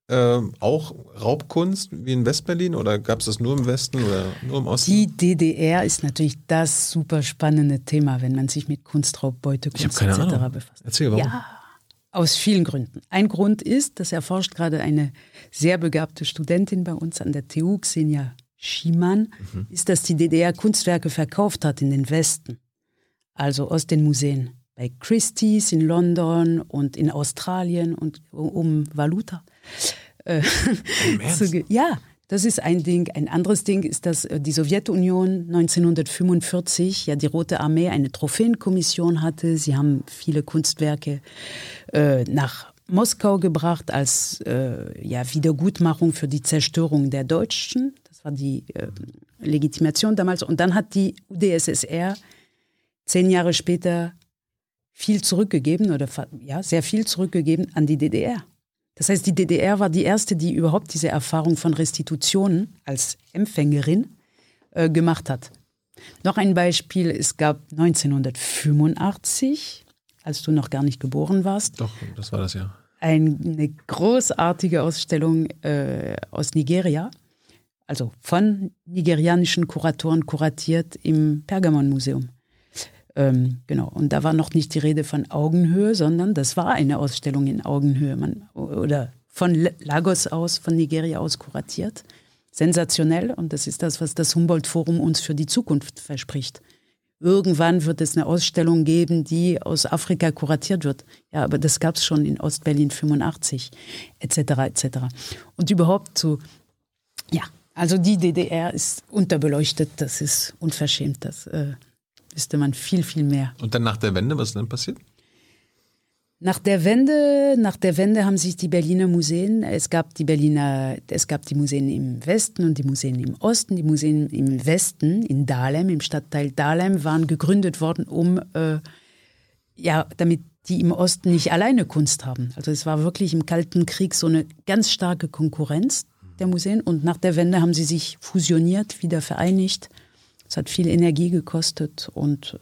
auch Raubkunst wie in Westberlin oder gab es das nur im Westen oder nur im Osten? Die DDR ist natürlich das super spannende Thema, wenn man sich mit Kunstraub, Beutekunst etc. befasst. Erzähl, warum? Ja. Aus vielen Gründen. Ein Grund ist, das erforscht gerade eine sehr begabte Studentin bei uns an der TU, Xenia Schiemann, ist, dass die DDR Kunstwerke verkauft hat in den Westen, also aus den Museen. Bei Christie's in London und in Australien und um Valuta. Ja, Das ist ein Ding. Ein anderes Ding ist, dass die Sowjetunion 1945 ja die Rote Armee eine Trophäenkommission hatte. Sie haben viele Kunstwerke nach Moskau gebracht als Wiedergutmachung für die Zerstörung der Deutschen. Das war die Legitimation damals. Und dann hat die UdSSR 10 Jahre später viel zurückgegeben sehr viel zurückgegeben an die DDR. Das heißt, die DDR war die erste, die überhaupt diese Erfahrung von Restitutionen als Empfängerin gemacht hat. Noch ein Beispiel, es gab 1985, als du noch gar nicht geboren warst. Doch, das war das Jahr. Eine großartige Ausstellung aus Nigeria, also von nigerianischen Kuratoren kuratiert im Pergamon-Museum. Genau, und da war noch nicht die Rede von Augenhöhe, sondern das war eine Ausstellung in Augenhöhe oder von Lagos aus, von Nigeria aus kuratiert. Sensationell, und das ist das, was das Humboldt-Forum uns für die Zukunft verspricht. Irgendwann wird es eine Ausstellung geben, die aus Afrika kuratiert wird. Ja, aber das gab es schon in Ostberlin 85, etc., etc. Und überhaupt so, ja, also die DDR ist unterbeleuchtet, das ist unverschämt, das wüsste man viel, viel mehr. Und dann nach der Wende, was ist denn passiert? Nach der Wende haben sich die Berliner Museen, es gab die Museen im Westen und die Museen im Osten. Die Museen im Westen, in Dahlem, im Stadtteil Dahlem, waren gegründet worden, damit die im Osten nicht alleine Kunst haben. Also es war wirklich im Kalten Krieg so eine ganz starke Konkurrenz der Museen. Und nach der Wende haben sie sich fusioniert, wieder vereinigt. Es hat viel Energie gekostet und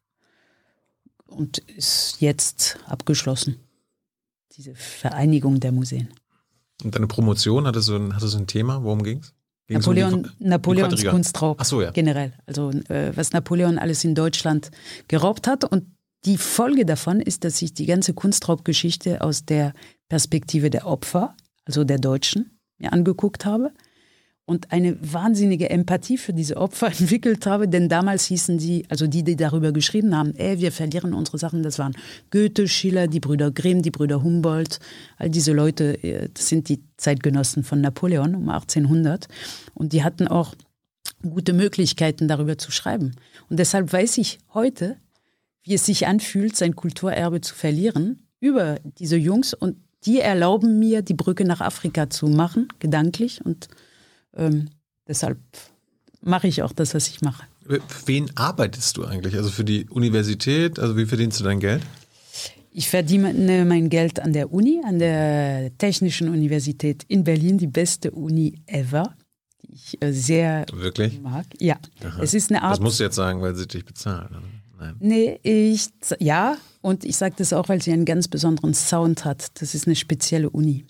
ist jetzt abgeschlossen, diese Vereinigung der Museen. Und deine Promotion, hatte so ein Thema, worum ging es? Napoleons Kunstraub. Ach so, ja. Generell. Also was Napoleon alles in Deutschland geraubt hat. Und die Folge davon ist, dass ich die ganze Kunstraubgeschichte aus der Perspektive der Opfer, also der Deutschen, mir angeguckt habe. Und eine wahnsinnige Empathie für diese Opfer entwickelt habe, denn damals hießen die, also die darüber geschrieben haben, wir verlieren unsere Sachen, das waren Goethe, Schiller, die Brüder Grimm, die Brüder Humboldt, all diese Leute, das sind die Zeitgenossen von Napoleon um 1800 und die hatten auch gute Möglichkeiten, darüber zu schreiben. Und deshalb weiß ich heute, wie es sich anfühlt, sein Kulturerbe zu verlieren, über diese Jungs, und die erlauben mir, die Brücke nach Afrika zu machen, gedanklich, und deshalb mache ich auch das, was ich mache. Für wen arbeitest du eigentlich? Also für die Universität? Also wie verdienst du dein Geld? Ich verdiene mein Geld an der Uni, an der Technischen Universität in Berlin, die beste Uni ever, die ich sehr Wirklich? mag. Ja, aha. Es ist eine Art. Das musst du jetzt sagen, weil sie dich bezahlen. Oder? Nein. Nee, und ich sage das auch, weil sie einen ganz besonderen Sound hat. Das ist eine spezielle Uni.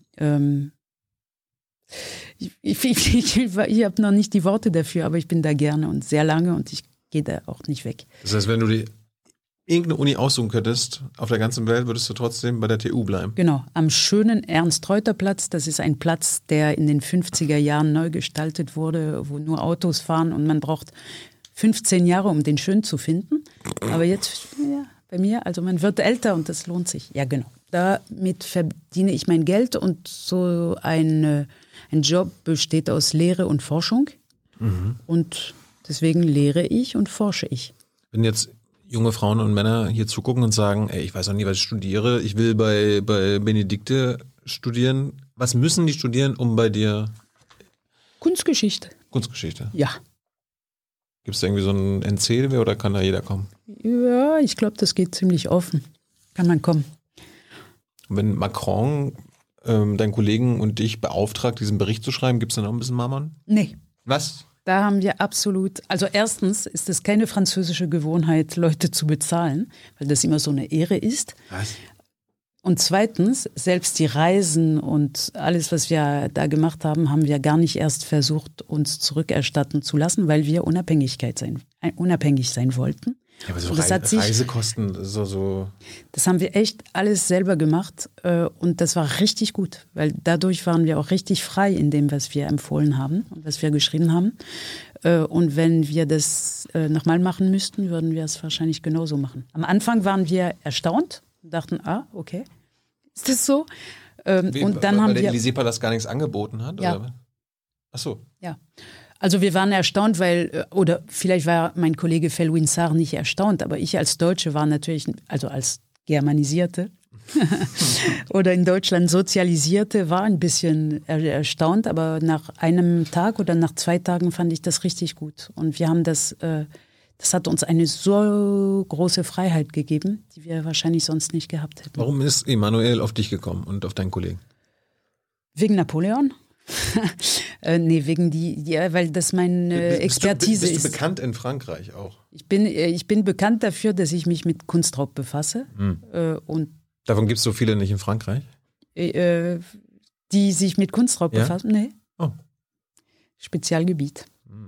Ich habe noch nicht die Worte dafür, aber ich bin da gerne und sehr lange und ich gehe da auch nicht weg. Das heißt, wenn du dir irgendeine Uni aussuchen könntest auf der ganzen Welt, würdest du trotzdem bei der TU bleiben? Genau, am schönen Ernst-Reuter-Platz. Das ist ein Platz, der in den 50er Jahren neu gestaltet wurde, wo nur Autos fahren und man braucht 15 Jahre, um den schön zu finden. Aber jetzt, bei mir, also man wird älter und das lohnt sich. Ja, genau. Damit verdiene ich mein Geld und so ein Job besteht aus Lehre und Forschung. Mhm. Und deswegen lehre ich und forsche ich. Wenn jetzt junge Frauen und Männer hier zugucken und sagen, ich weiß noch nie, was ich studiere, ich will bei Benedikte studieren. Was müssen die studieren, um bei dir? Kunstgeschichte. Kunstgeschichte? Ja. Gibt es da irgendwie so ein NC oder kann da jeder kommen? Ja, ich glaube, das geht ziemlich offen. Kann man kommen. Und wenn Macron deinen Kollegen und dich beauftragt, diesen Bericht zu schreiben, gibt es da noch ein bisschen Mammon? Nee. Was? Da haben wir absolut, also erstens ist es keine französische Gewohnheit, Leute zu bezahlen, weil das immer so eine Ehre ist. Was? Und zweitens, selbst die Reisen und alles, was wir da gemacht haben, haben wir gar nicht erst versucht, uns zurückerstatten zu lassen, weil wir unabhängig sein wollten. Ja, aber so Reisekosten, so. Das haben wir echt alles selber gemacht und das war richtig gut, weil dadurch waren wir auch richtig frei in dem, was wir empfohlen haben und was wir geschrieben haben. Und wenn wir das nochmal machen müssten, würden wir es wahrscheinlich genauso machen. Am Anfang waren wir erstaunt und dachten, okay, ist das so? Und dann haben weil der Élysée-Palast gar nichts angeboten hat? Ja. Oder? Ach so. Ja. Also wir waren erstaunt, oder vielleicht war mein Kollege Felwine Sarr nicht erstaunt, aber ich als Deutsche war natürlich, also als Germanisierte oder in Deutschland Sozialisierte, war ein bisschen erstaunt, aber nach einem Tag oder nach 2 Tagen fand ich das richtig gut. Und wir haben das hat uns eine so große Freiheit gegeben, die wir wahrscheinlich sonst nicht gehabt hätten. Warum ist Emanuel auf dich gekommen und auf deinen Kollegen? Wegen Napoleon? Nee, weil das meine Expertise ist. Bist du bekannt in Frankreich auch? Ich bin bekannt dafür, dass ich mich mit Kunstraub befasse. Und davon gibt es so viele nicht in Frankreich? Die sich mit Kunstraub befassen? Nee. Oh. Spezialgebiet.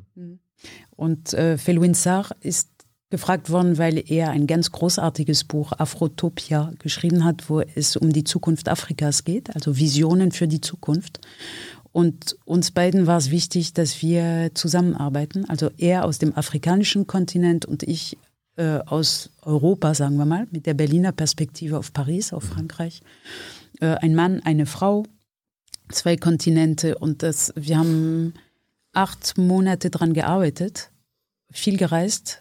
Und Felwine Sarr ist gefragt worden, weil er ein ganz großartiges Buch Afrotopia geschrieben hat, wo es um die Zukunft Afrikas geht, also Visionen für die Zukunft. Und uns beiden war es wichtig, dass wir zusammenarbeiten. Also er aus dem afrikanischen Kontinent und ich aus Europa, sagen wir mal, mit der Berliner Perspektive auf Paris, auf Frankreich. Ein Mann, eine Frau, 2 Kontinente. Und wir haben 8 Monate dran gearbeitet, viel gereist.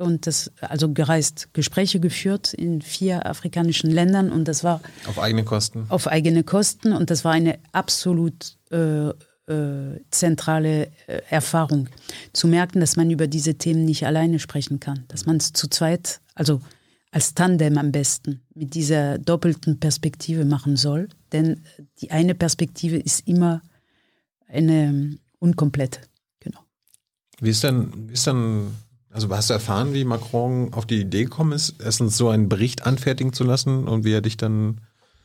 Gespräche geführt in 4 afrikanischen Ländern und das war auf eigene Kosten. Auf eigene Kosten und das war eine absolut zentrale Erfahrung, zu merken, dass man über diese Themen nicht alleine sprechen kann, dass man es zu zweit, also als Tandem am besten, mit dieser doppelten Perspektive machen soll, denn die eine Perspektive ist immer eine unkomplette. Genau. Wie ist dann also hast du erfahren, wie Macron auf die Idee gekommen ist, erstens so einen Bericht anfertigen zu lassen und wie er dich dann,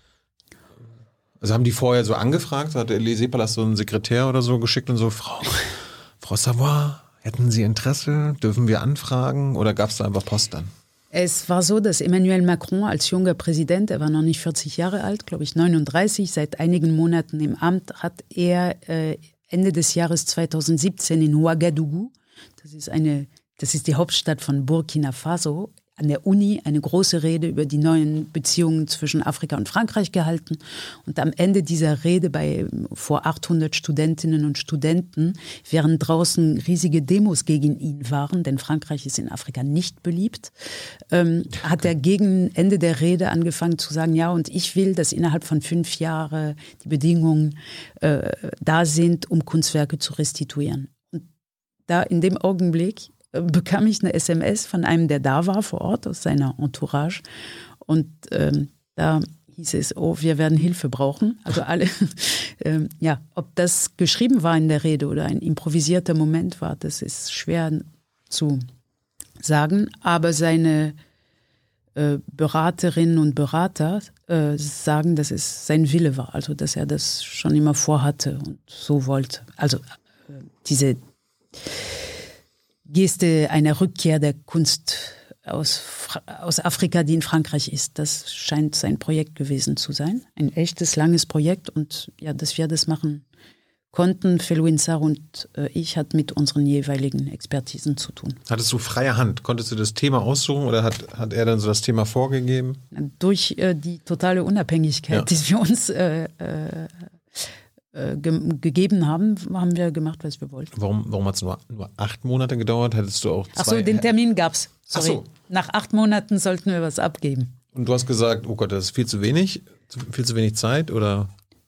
also haben die vorher so angefragt, hat der Élysée-Palast so einen Sekretär oder so geschickt und so, Frau Savoy, hätten Sie Interesse, dürfen wir anfragen oder gab es da einfach Post dann? Es war so, dass Emmanuel Macron als junger Präsident, er war noch nicht 40 Jahre alt, glaube ich 39, seit einigen Monaten im Amt, hat er Ende des Jahres 2017 in Ouagadougou, das ist die Hauptstadt von Burkina Faso, an der Uni eine große Rede über die neuen Beziehungen zwischen Afrika und Frankreich gehalten. Und am Ende dieser Rede vor 800 Studentinnen und Studenten, während draußen riesige Demos gegen ihn waren, denn Frankreich ist in Afrika nicht beliebt, hat er gegen Ende der Rede angefangen zu sagen, ja, und ich will, dass innerhalb von 5 Jahren die Bedingungen da sind, um Kunstwerke zu restituieren. Und da in dem Augenblick bekam ich eine SMS von einem, der da war vor Ort, aus seiner Entourage. Und da hieß es, wir werden Hilfe brauchen. Also alle, ob das geschrieben war in der Rede oder ein improvisierter Moment war, das ist schwer zu sagen. Aber seine Beraterinnen und Berater sagen, dass es sein Wille war, also dass er das schon immer vorhatte und so wollte. Also diese Geste einer Rückkehr der Kunst aus Afrika, die in Frankreich ist. Das scheint sein Projekt gewesen zu sein. Ein echtes, langes Projekt. Und ja, dass wir das machen konnten, Felwine Sarr und ich, hat mit unseren jeweiligen Expertisen zu tun. Hattest du freie Hand? Konntest du das Thema aussuchen oder hat er dann so das Thema vorgegeben? Durch die totale Unabhängigkeit, die wir uns gegeben haben wir gemacht, was wir wollten. Warum hat es nur 8 Monate gedauert? Hättest du auch 2? Achso, den Termin gab's. Sorry. So. Nach 8 Monaten sollten wir was abgeben. Und du hast gesagt, oh Gott, das ist viel zu wenig Zeit, oder?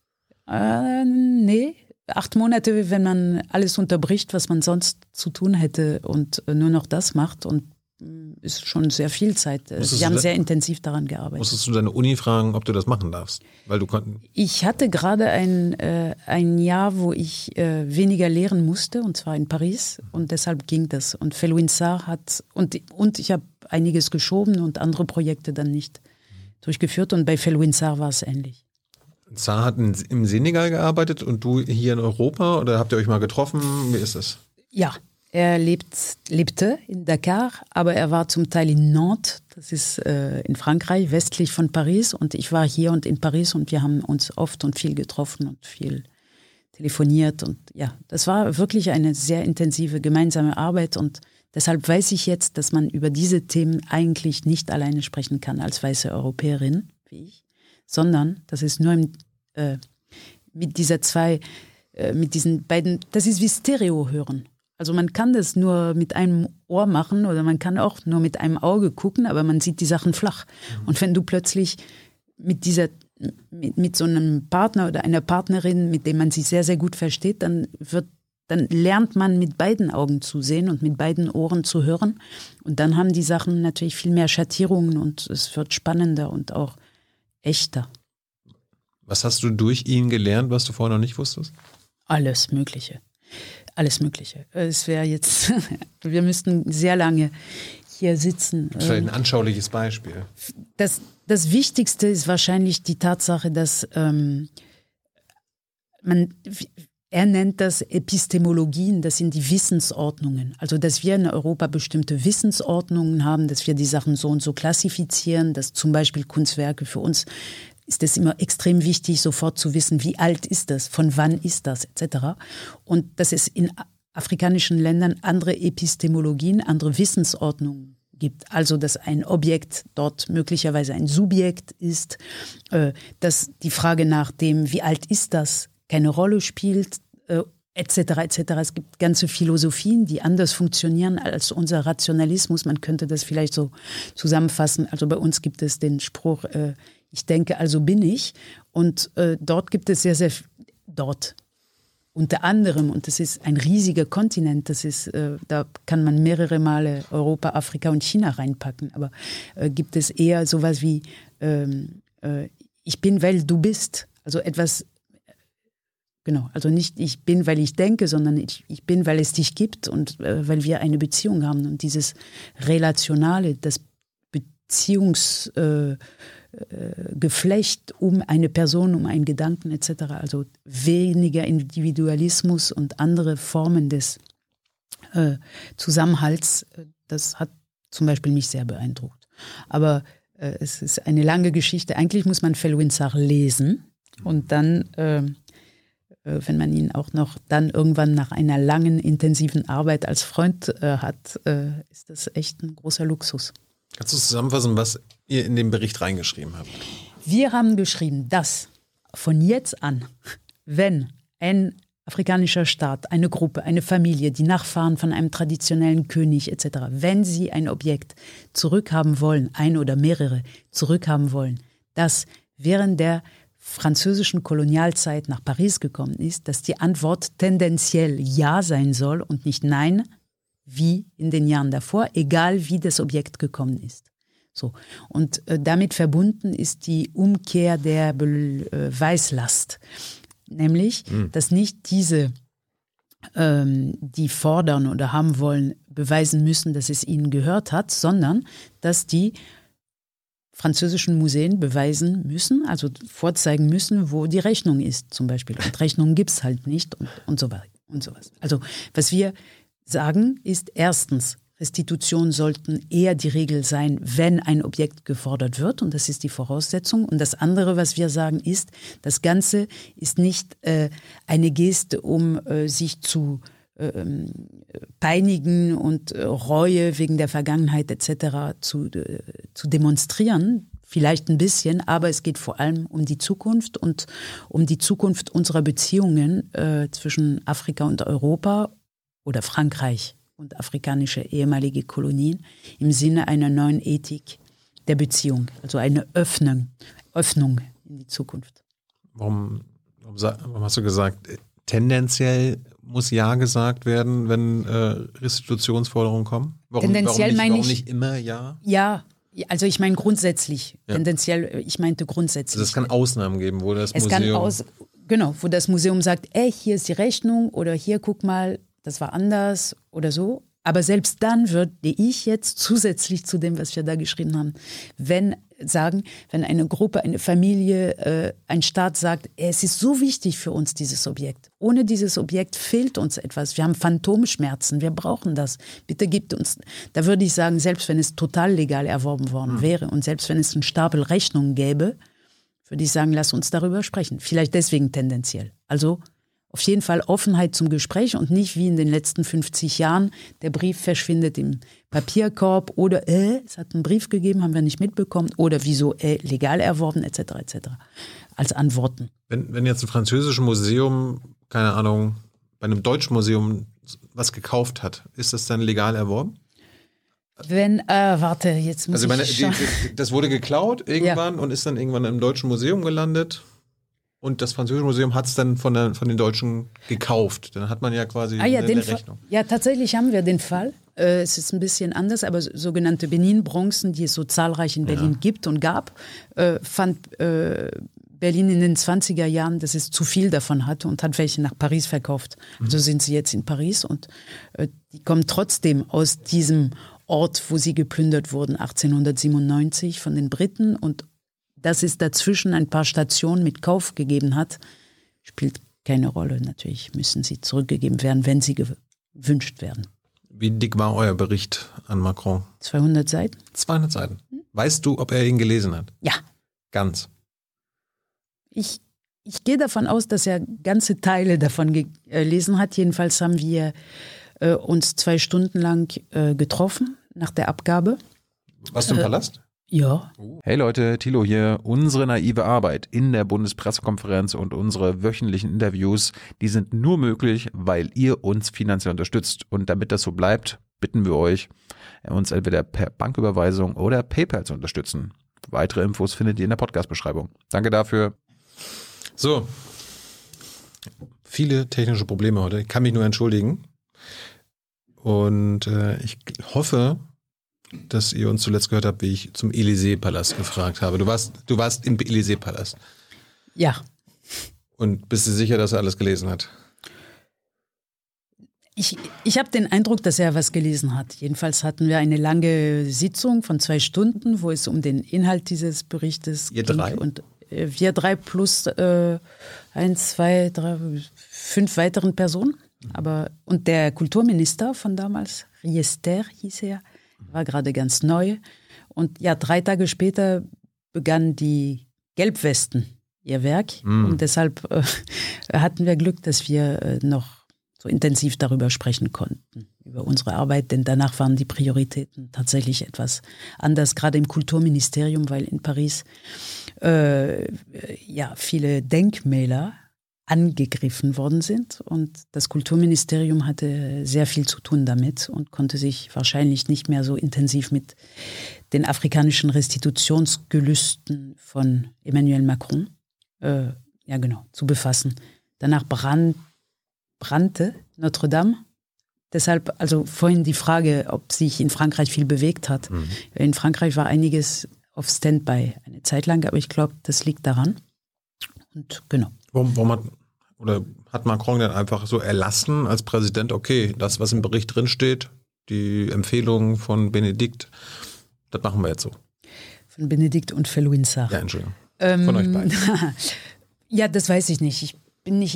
Nee, 8 Monate, wenn man alles unterbricht, was man sonst zu tun hätte und nur noch das macht, und ist schon sehr viel Zeit. Wir haben sehr intensiv daran gearbeitet. Musstest du deine Uni fragen, ob du das machen darfst? Weil du Ich hatte gerade ein Jahr, wo ich weniger lehren musste, und zwar in Paris, und deshalb ging das. Und Felwine Sarr hat, und ich habe einiges geschoben und andere Projekte dann nicht durchgeführt, und bei Felwine Sarr war es ähnlich. Sarr hat im Senegal gearbeitet und du hier in Europa, oder habt ihr euch mal getroffen? Wie ist das? Ja. Er lebte in Dakar, aber er war zum Teil in Nantes, das ist in Frankreich, westlich von Paris. Und ich war hier und in Paris, und wir haben uns oft und viel getroffen und viel telefoniert. Und ja, das war wirklich eine sehr intensive gemeinsame Arbeit. Und deshalb weiß ich jetzt, dass man über diese Themen eigentlich nicht alleine sprechen kann als weiße Europäerin, wie ich, sondern dass es nur mit dieser mit diesen beiden, das ist wie Stereo hören. Also man kann das nur mit einem Ohr machen oder man kann auch nur mit einem Auge gucken, aber man sieht die Sachen flach. Und wenn du plötzlich mit so einem Partner oder einer Partnerin, mit dem man sich sehr, sehr gut versteht, dann lernt man mit beiden Augen zu sehen und mit beiden Ohren zu hören. Und dann haben die Sachen natürlich viel mehr Schattierungen und es wird spannender und auch echter. Was hast du durch ihn gelernt, was du vorher noch nicht wusstest? Alles Mögliche. Alles Mögliche. Es wäre jetzt, wir müssten sehr lange hier sitzen. Vielleicht ein anschauliches Beispiel. Das Wichtigste ist wahrscheinlich die Tatsache, dass er nennt das Epistemologien, das sind die Wissensordnungen. Also, dass wir in Europa bestimmte Wissensordnungen haben, dass wir die Sachen so und so klassifizieren, dass zum Beispiel Kunstwerke für uns ist es immer extrem wichtig, sofort zu wissen, wie alt ist das, von wann ist das, etc. Und dass es in afrikanischen Ländern andere Epistemologien, andere Wissensordnungen gibt. Also, dass ein Objekt dort möglicherweise ein Subjekt ist, dass die Frage nach dem, wie alt ist das, keine Rolle spielt, etc. etc. Es gibt ganze Philosophien, die anders funktionieren als unser Rationalismus. Man könnte das vielleicht so zusammenfassen. Also bei uns gibt es den Spruch, ich denke, also bin ich. Und dort gibt es sehr, sehr, dort unter anderem, und das ist ein riesiger Kontinent, das ist, da kann man mehrere Male Europa, Afrika und China reinpacken, aber gibt es eher sowas wie, ich bin, weil du bist. Also etwas. Genau, also nicht ich bin, weil ich denke, sondern ich bin, weil es dich gibt und weil wir eine Beziehung haben. Und dieses Relationale, das Beziehungsgeflecht um eine Person, um einen Gedanken etc., also weniger Individualismus und andere Formen des Zusammenhalts, das hat zum Beispiel mich sehr beeindruckt. Aber es ist eine lange Geschichte. Eigentlich muss man Felwinsar lesen und dann wenn man ihn auch noch dann irgendwann nach einer langen, intensiven Arbeit als Freund hat, ist das echt ein großer Luxus. Kannst du zusammenfassen, was ihr in den Bericht reingeschrieben habt? Wir haben geschrieben, dass von jetzt an, wenn ein afrikanischer Staat, eine Gruppe, eine Familie, die Nachfahren von einem traditionellen König etc., wenn sie ein Objekt zurückhaben wollen, ein oder mehrere zurückhaben wollen, dass während der französischen Kolonialzeit nach Paris gekommen ist, dass die Antwort tendenziell Ja sein soll und nicht Nein, wie in den Jahren davor, egal wie das Objekt gekommen ist. So. Und damit verbunden ist die Umkehr der Beweislast. Nämlich, dass nicht diese, die fordern oder haben wollen, beweisen müssen, dass es ihnen gehört hat, sondern dass die französischen Museen beweisen müssen, also vorzeigen müssen, wo die Rechnung ist zum Beispiel. Und Rechnungen gibt es halt nicht und so weiter und sowas. Also was wir sagen ist erstens, Restitutionen sollten eher die Regel sein, wenn ein Objekt gefordert wird und das ist die Voraussetzung. Und das andere, was wir sagen, ist, das Ganze ist nicht eine Geste, um sich zu peinigen und Reue wegen der Vergangenheit etc. zu demonstrieren, vielleicht ein bisschen, aber es geht vor allem um die Zukunft und um die Zukunft unserer Beziehungen zwischen Afrika und Europa oder Frankreich und afrikanische ehemalige Kolonien im Sinne einer neuen Ethik der Beziehung, also eine Öffnung in die Zukunft. Warum hast du gesagt, tendenziell muss Ja gesagt werden, wenn Restitutionsforderungen kommen? Warum nicht immer Ja? Ja, also ich meine grundsätzlich. Ja. Tendenziell, ich meinte grundsätzlich. Also es kann Ausnahmen geben, wo das wo das Museum sagt, hier ist die Rechnung oder hier, guck mal, das war anders oder so. Aber selbst dann würde ich jetzt zusätzlich zu dem, was wir da geschrieben haben, wenn eine Gruppe, eine Familie, ein Staat sagt, es ist so wichtig für uns, dieses Objekt. Ohne dieses Objekt fehlt uns etwas. Wir haben Phantomschmerzen, wir brauchen das. Bitte gebt uns, da würde ich sagen, selbst wenn es total legal erworben worden wäre und selbst wenn es einen Stapel Rechnungen gäbe, würde ich sagen, lass uns darüber sprechen. Vielleicht deswegen tendenziell. Also, auf jeden Fall Offenheit zum Gespräch und nicht wie in den letzten 50 Jahren, der Brief verschwindet im Papierkorb oder es hat einen Brief gegeben, haben wir nicht mitbekommen oder wieso legal erworben etc. als Antworten. Wenn jetzt ein französisches Museum, keine Ahnung, bei einem deutschen Museum was gekauft hat, ist das dann legal erworben? Warte, jetzt muss das wurde geklaut irgendwann und ist dann irgendwann im deutschen Museum gelandet. Und das französische Museum hat es dann von den Deutschen gekauft. Dann hat man ja quasi eine Rechnung. Ja, tatsächlich haben wir den Fall. Es ist ein bisschen anders, aber sogenannte Benin-Bronzen, die es so zahlreich in Berlin gibt und gab, fand Berlin in den 20er Jahren, dass es zu viel davon hatte und hat welche nach Paris verkauft. Also sind sie jetzt in Paris und die kommen trotzdem aus diesem Ort, wo sie geplündert wurden, 1897 von den Briten und dass es dazwischen ein paar Stationen mit Kauf gegeben hat, spielt keine Rolle. Natürlich müssen sie zurückgegeben werden, wenn sie gewünscht werden. Wie dick war euer Bericht an Macron? 200 Seiten. 200 Seiten. Weißt du, ob er ihn gelesen hat? Ja. Ganz. Ich gehe davon aus, dass er ganze Teile davon gelesen hat. Jedenfalls haben wir uns 2 Stunden lang getroffen nach der Abgabe. Warst du im Palast? Ja. Hey Leute, Thilo hier. Unsere naive Arbeit in der Bundespressekonferenz und unsere wöchentlichen Interviews, die sind nur möglich, weil ihr uns finanziell unterstützt. Und damit das so bleibt, bitten wir euch, uns entweder per Banküberweisung oder PayPal zu unterstützen. Weitere Infos findet ihr in der Podcast-Beschreibung. Danke dafür. So. Viele technische Probleme heute. Ich kann mich nur entschuldigen. Und ich hoffe, dass ihr uns zuletzt gehört habt, wie ich zum Élysée-Palast gefragt habe. Du warst im Élysée-Palast. Ja. Und bist du sicher, dass er alles gelesen hat? Ich habe den Eindruck, dass er was gelesen hat. Jedenfalls hatten wir eine lange Sitzung von 2 Stunden, wo es um den Inhalt dieses Berichtes ging. Ihr 3? Und wir 3 plus 1, 2, 3, 5 weiteren Personen. Und der Kulturminister von damals, Riester hieß er, war gerade ganz neu. Und ja, 3 Tage später begannen die Gelbwesten ihr Werk. Und deshalb hatten wir Glück, dass wir noch so intensiv darüber sprechen konnten, über unsere Arbeit. Denn danach waren die Prioritäten tatsächlich etwas anders, gerade im Kulturministerium, weil in Paris viele Denkmäler angegriffen worden sind und das Kulturministerium hatte sehr viel zu tun damit und konnte sich wahrscheinlich nicht mehr so intensiv mit den afrikanischen Restitutionsgelüsten von Emmanuel Macron zu befassen. Danach brannte Notre Dame. Deshalb, also vorhin die Frage, ob sich in Frankreich viel bewegt hat. In Frankreich war einiges auf Standby eine Zeit lang, aber ich glaube, das liegt daran. Und genau. Warum hat Macron dann einfach so erlassen als Präsident, okay, das, was im Bericht drinsteht, die Empfehlungen von Benedikt, das machen wir jetzt so? Von Benedikt und Felwine Sarr. Ja, Entschuldigung. Von euch beiden. Ja, das weiß ich nicht. Ich bin nicht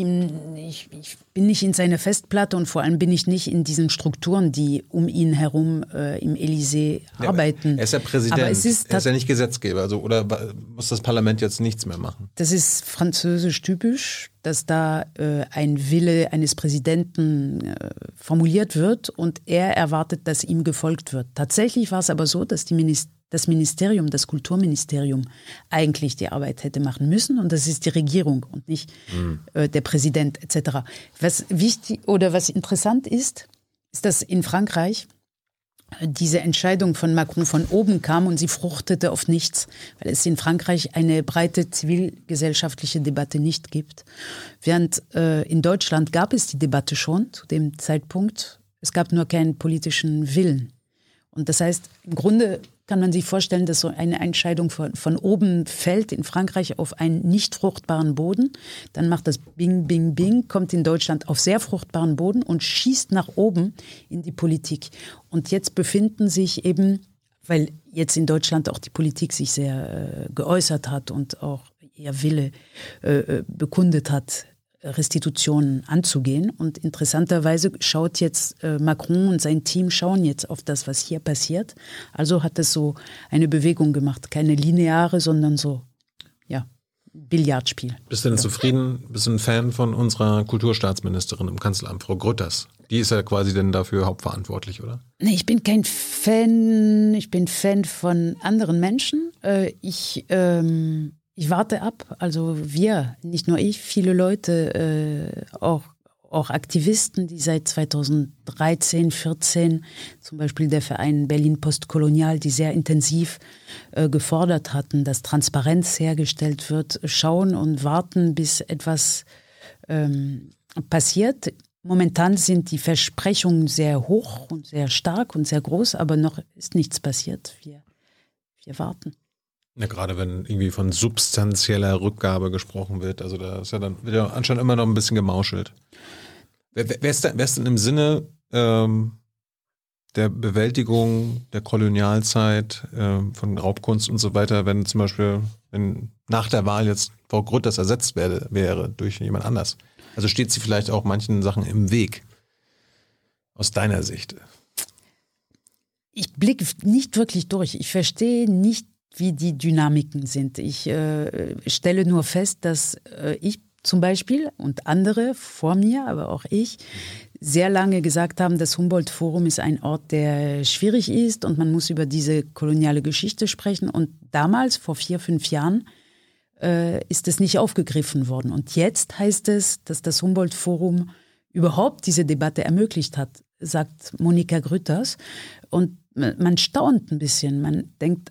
in seiner Festplatte und vor allem bin ich nicht in diesen Strukturen, die um ihn herum im Élysée arbeiten. Er ist ja Präsident, er ist ja nicht Gesetzgeber. Also, oder muss das Parlament jetzt nichts mehr machen? Das ist französisch typisch, dass da ein Wille eines Präsidenten formuliert wird und er erwartet, dass ihm gefolgt wird. Tatsächlich war es aber so, dass das Ministerium, das Kulturministerium eigentlich die Arbeit hätte machen müssen und das ist die Regierung und nicht der Präsident etc. Was wichtig oder was interessant ist, dass in Frankreich diese Entscheidung von Macron von oben kam und sie fruchtete auf nichts, weil es in Frankreich eine breite zivilgesellschaftliche Debatte nicht gibt. Während in Deutschland gab es die Debatte schon zu dem Zeitpunkt, es gab nur keinen politischen Willen. Und das heißt, im Grunde kann man sich vorstellen, dass so eine Entscheidung von oben fällt in Frankreich auf einen nicht fruchtbaren Boden. Dann macht das Bing, Bing, Bing, kommt in Deutschland auf sehr fruchtbaren Boden und schießt nach oben in die Politik. Und jetzt befinden sich eben, weil jetzt in Deutschland auch die Politik sich sehr geäußert hat und auch ihr Wille bekundet hat, Restitutionen anzugehen. Und interessanterweise schaut jetzt Macron und sein Team schauen jetzt auf das, was hier passiert. Also hat es so eine Bewegung gemacht. Keine lineare, sondern so, ja, Billardspiel. Bist du denn zufrieden? Bist du ein Fan von unserer Kulturstaatsministerin im Kanzleramt, Frau Grütters? Die ist ja quasi denn dafür hauptverantwortlich, oder? Nee, ich bin kein Fan. Ich bin Fan von anderen Menschen. Ich warte ab. Also wir, nicht nur ich, viele Leute, auch Aktivisten, die seit 2013, 14, zum Beispiel der Verein Berlin Postkolonial, die sehr intensiv gefordert hatten, dass Transparenz hergestellt wird, schauen und warten, bis etwas passiert. Momentan sind die Versprechungen sehr hoch und sehr stark und sehr groß, aber noch ist nichts passiert. Wir warten. Ja, gerade wenn irgendwie von substanzieller Rückgabe gesprochen wird, also da ist ja dann wird ja anscheinend immer noch ein bisschen gemauschelt. Wer ist denn im Sinne der Bewältigung der Kolonialzeit, von Raubkunst und so weiter, wenn zum Beispiel nach der Wahl jetzt Frau Grütters ersetzt wäre durch jemand anders? Also steht sie vielleicht auch manchen Sachen im Weg, aus deiner Sicht? Ich blicke nicht wirklich durch. Ich verstehe nicht, wie die Dynamiken sind. Ich stelle nur fest, dass ich zum Beispiel und andere vor mir, aber auch ich, sehr lange gesagt haben, das Humboldt-Forum ist ein Ort, der schwierig ist und man muss über diese koloniale Geschichte sprechen. Und damals, vor 4, 5 Jahren, ist es nicht aufgegriffen worden. Und jetzt heißt es, dass das Humboldt-Forum überhaupt diese Debatte ermöglicht hat, sagt Monika Grütters. Und man staunt ein bisschen. Man denkt,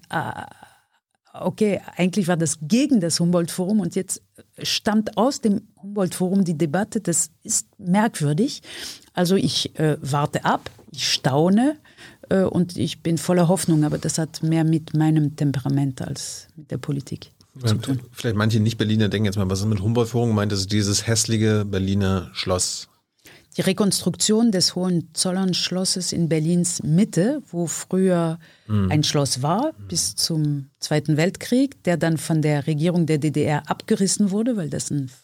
okay, eigentlich war das gegen das Humboldt-Forum und jetzt stammt aus dem Humboldt-Forum die Debatte. Das ist merkwürdig. Also ich warte ab, ich staune und ich bin voller Hoffnung, aber das hat mehr mit meinem Temperament als mit der Politik zu tun. Vielleicht manche Nicht-Berliner denken jetzt mal, was ist mit Humboldt-Forum gemeint? Das ist dieses hässliche Berliner Schloss. Die Rekonstruktion des Hohenzollern-Schlosses in Berlins Mitte, wo früher ein Schloss war, bis zum Zweiten Weltkrieg, der dann von der Regierung der DDR abgerissen wurde, weil das ein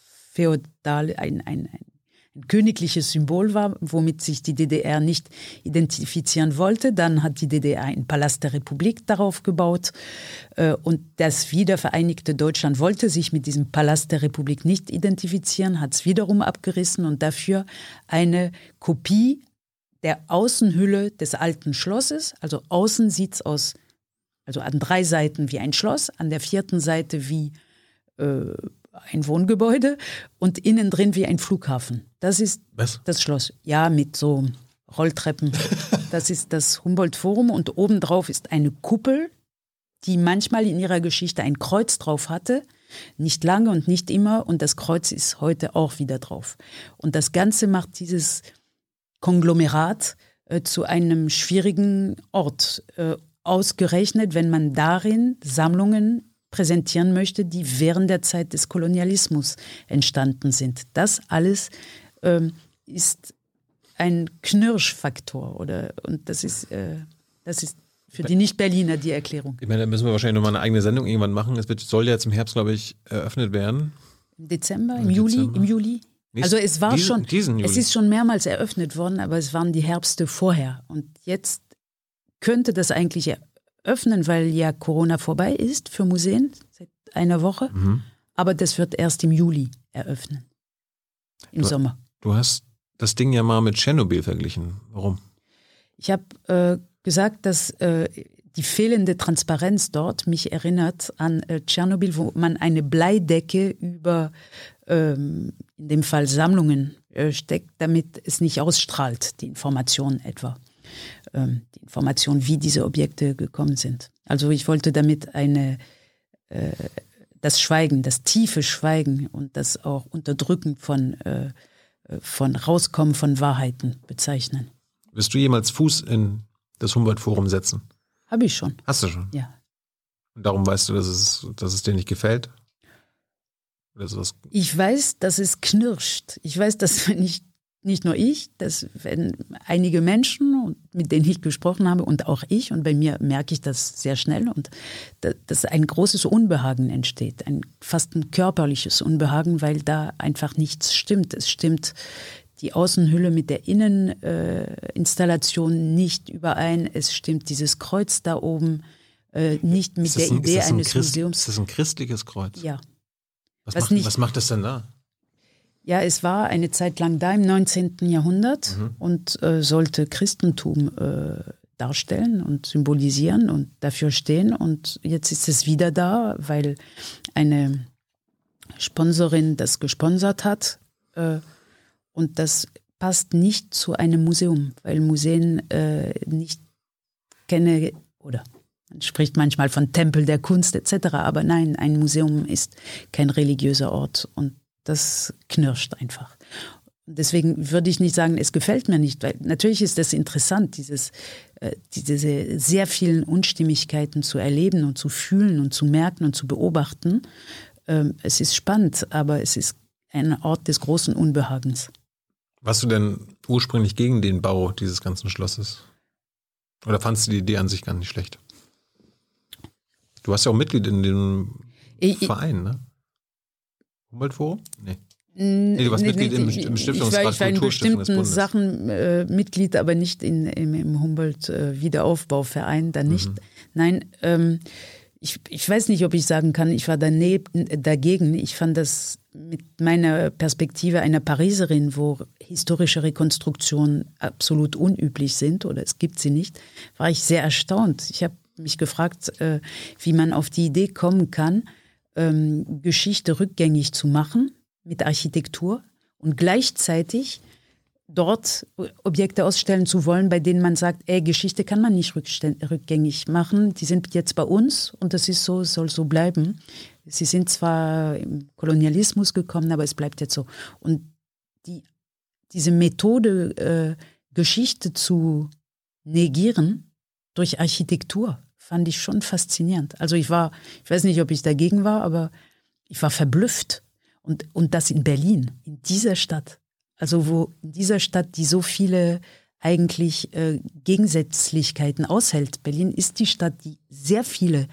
ein königliches Symbol war, womit sich die DDR nicht identifizieren wollte. Dann hat die DDR einen Palast der Republik darauf gebaut und das wiedervereinigte Deutschland wollte sich mit diesem Palast der Republik nicht identifizieren, hat es wiederum abgerissen und dafür eine Kopie der Außenhülle des alten Schlosses. Also außen sieht es aus, also an 3 Seiten wie ein Schloss, an der 4. Seite wie ein Wohngebäude und innen drin wie ein Flughafen. Das ist das Schloss. Ja, mit so Rolltreppen. Das ist das Humboldt-Forum und obendrauf ist eine Kuppel, die manchmal in ihrer Geschichte ein Kreuz drauf hatte. Nicht lange und nicht immer und das Kreuz ist heute auch wieder drauf. Und das Ganze macht dieses Konglomerat zu einem schwierigen Ort. Ausgerechnet, wenn man darin Sammlungen präsentieren möchte, die während der Zeit des Kolonialismus entstanden sind. Das alles ist ein Knirschfaktor und das ist für die Nicht-Berliner die Erklärung. Ich meine, da müssen wir wahrscheinlich nochmal eine eigene Sendung irgendwann machen. Es soll ja jetzt im Herbst, glaube ich, eröffnet werden. Im Dezember, im Juli? Also es ist schon mehrmals eröffnet worden, aber es waren die Herbste vorher. Und jetzt könnte das eigentlich öffnen, weil ja Corona vorbei ist für Museen seit einer Woche. Aber das wird erst im Juli eröffnen. Im Sommer. Du hast das Ding ja mal mit Tschernobyl verglichen. Warum? Ich habe gesagt, dass die fehlende Transparenz dort mich erinnert an Tschernobyl, wo man eine Bleidecke über, in dem Fall Sammlungen, steckt, damit es nicht ausstrahlt, die Information etwa. Die Information, wie diese Objekte gekommen sind. Also ich wollte damit das Schweigen, das tiefe Schweigen und das auch Unterdrücken von Rauskommen von Wahrheiten bezeichnen. Wirst du jemals Fuß in das Humboldt-Forum setzen? Habe ich schon. Hast du schon? Ja. Und darum weißt du, dass es dir nicht gefällt? Oder sowas? Ich weiß, dass es knirscht. Ich weiß, dass nicht nur ich, dass wenn einige Menschen, mit denen ich gesprochen habe und auch ich, und bei mir merke ich das sehr schnell, und dass ein großes Unbehagen entsteht, fast ein körperliches Unbehagen, weil da einfach nichts stimmt. Es stimmt die Außenhülle mit der Inneninstallation nicht überein. Es stimmt dieses Kreuz da oben nicht mit der Idee eines Museums. Ist das ein christliches Kreuz? Ja. Was macht das denn da? Ja, es war eine Zeit lang da im 19. Jahrhundert und sollte Christentum darstellen und symbolisieren und dafür stehen. Und jetzt ist es wieder da, weil eine Sponsorin das gesponsert hat. Und das passt nicht zu einem Museum, weil Museen nicht kenne oder man spricht manchmal von Tempel der Kunst etc. Aber nein, ein Museum ist kein religiöser Ort und das knirscht einfach. Deswegen würde ich nicht sagen, es gefällt mir nicht, weil natürlich ist das interessant, diese sehr vielen Unstimmigkeiten zu erleben und zu fühlen und zu merken und zu beobachten. Es ist spannend, aber es ist ein Ort des großen Unbehagens. Warst du denn ursprünglich gegen den Bau dieses ganzen Schlosses? Oder fandst du die Idee an sich gar nicht schlecht? Du warst ja auch Mitglied in dem Verein, ne? Umweltforum? Nee, du warst Mitglied im Stiftungsrat ich war in Kulturstiftung des bestimmten Bundes. Sachen Mitglied, aber nicht im Humboldt-Wiederaufbauverein, da nicht. Nein, ich weiß nicht, ob ich sagen kann, ich war dagegen. Ich fand das mit meiner Perspektive einer Pariserin, wo historische Rekonstruktionen absolut unüblich sind oder es gibt sie nicht, war ich sehr erstaunt. Ich habe mich gefragt, wie man auf die Idee kommen kann, Geschichte rückgängig zu machen mit Architektur und gleichzeitig dort Objekte ausstellen zu wollen, bei denen man sagt, Geschichte kann man nicht rückgängig machen, die sind jetzt bei uns und das ist so, es soll so bleiben. Sie sind zwar im Kolonialismus gekommen, aber es bleibt jetzt so. Und diese Methode, Geschichte zu negieren durch Architektur, fand ich schon faszinierend. Also ich weiß nicht, ob ich dagegen war, aber ich war verblüfft. Und das in Berlin, in dieser Stadt. Also in dieser Stadt, die so viele eigentlich Gegensätzlichkeiten aushält. Berlin ist die Stadt, die sehr viele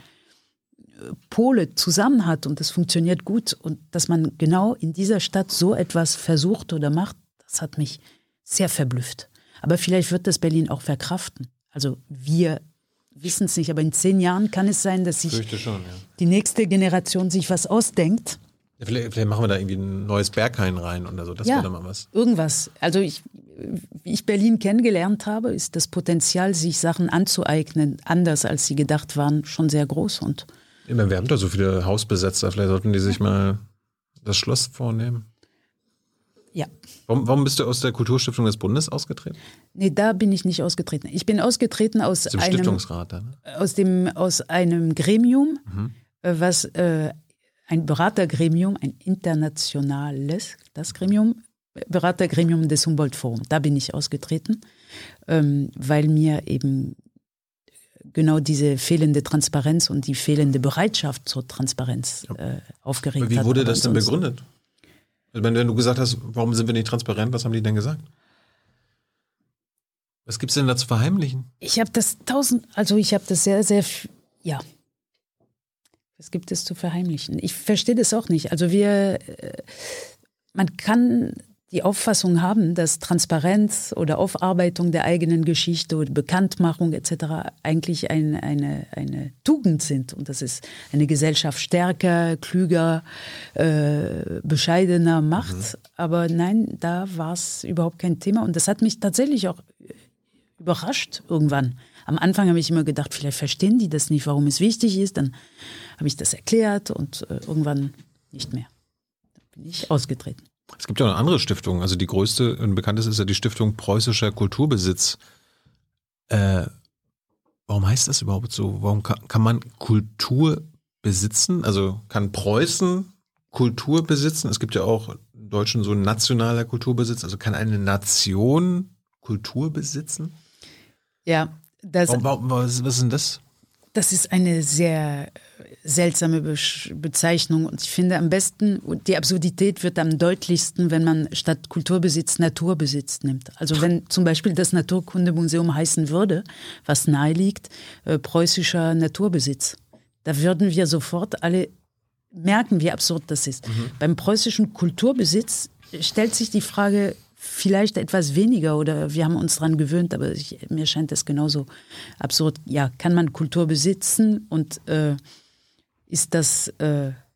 Pole zusammen hat und das funktioniert gut. Und dass man genau in dieser Stadt so etwas versucht oder macht, das hat mich sehr verblüfft. Aber vielleicht wird das Berlin auch verkraften. Also wir wissen es nicht, aber in 10 Jahren kann es sein, dass sich die nächste Generation sich was ausdenkt. Ja, vielleicht machen wir da irgendwie ein neues Berghain rein oder so, das wäre dann mal was. Irgendwas. Also wie ich Berlin kennengelernt habe, ist das Potenzial, sich Sachen anzueignen, anders als sie gedacht waren, schon sehr groß. Und wir haben da so viele Hausbesetzer, vielleicht sollten die sich mal das Schloss vornehmen. Ja. Warum bist du aus der Kulturstiftung des Bundes ausgetreten? Nee, da bin ich nicht ausgetreten. Ich bin ausgetreten aus dem Stiftungsrat, ne? aus einem Gremium, was ein Beratergremium, ein internationales, das Gremium, Beratergremium des Humboldt-Forums. Da bin ich ausgetreten, weil mir eben genau diese fehlende Transparenz und die fehlende Bereitschaft zur Transparenz aufgeregt hat. Wie wurde das denn begründet? Wenn du gesagt hast, warum sind wir nicht transparent, was haben die denn gesagt? Was gibt es denn da zu verheimlichen? Ich habe das sehr, sehr, ja. Was gibt es zu verheimlichen? Ich verstehe das auch nicht. Also man kann die Auffassung haben, dass Transparenz oder Aufarbeitung der eigenen Geschichte oder Bekanntmachung etc. eigentlich eine Tugend sind und dass es eine Gesellschaft stärker, klüger, bescheidener macht. Aber nein, da war es überhaupt kein Thema und das hat mich tatsächlich auch überrascht irgendwann. Am Anfang habe ich immer gedacht, vielleicht verstehen die das nicht, warum es wichtig ist. Dann habe ich das erklärt und irgendwann nicht mehr. Dann bin ich ausgetreten. Es gibt ja noch eine andere Stiftung. Also die größte und bekannteste ist ja die Stiftung Preußischer Kulturbesitz. Warum heißt das überhaupt so? Warum kann man Kultur besitzen? Also kann Preußen Kultur besitzen? Es gibt ja auch im Deutschen so nationaler Kulturbesitz. Also kann eine Nation Kultur besitzen? Ja. Was ist denn das? Das ist eine sehr seltsame Bezeichnung und ich finde am besten, die Absurdität wird am deutlichsten, wenn man statt Kulturbesitz Naturbesitz nimmt. Also wenn zum Beispiel das Naturkundemuseum heißen würde, was nahe liegt, preußischer Naturbesitz, da würden wir sofort alle merken, wie absurd das ist. Beim preußischen Kulturbesitz stellt sich die Frage, vielleicht etwas weniger oder wir haben uns daran gewöhnt, aber mir scheint das genauso absurd. Ja, kann man Kultur besitzen und ist das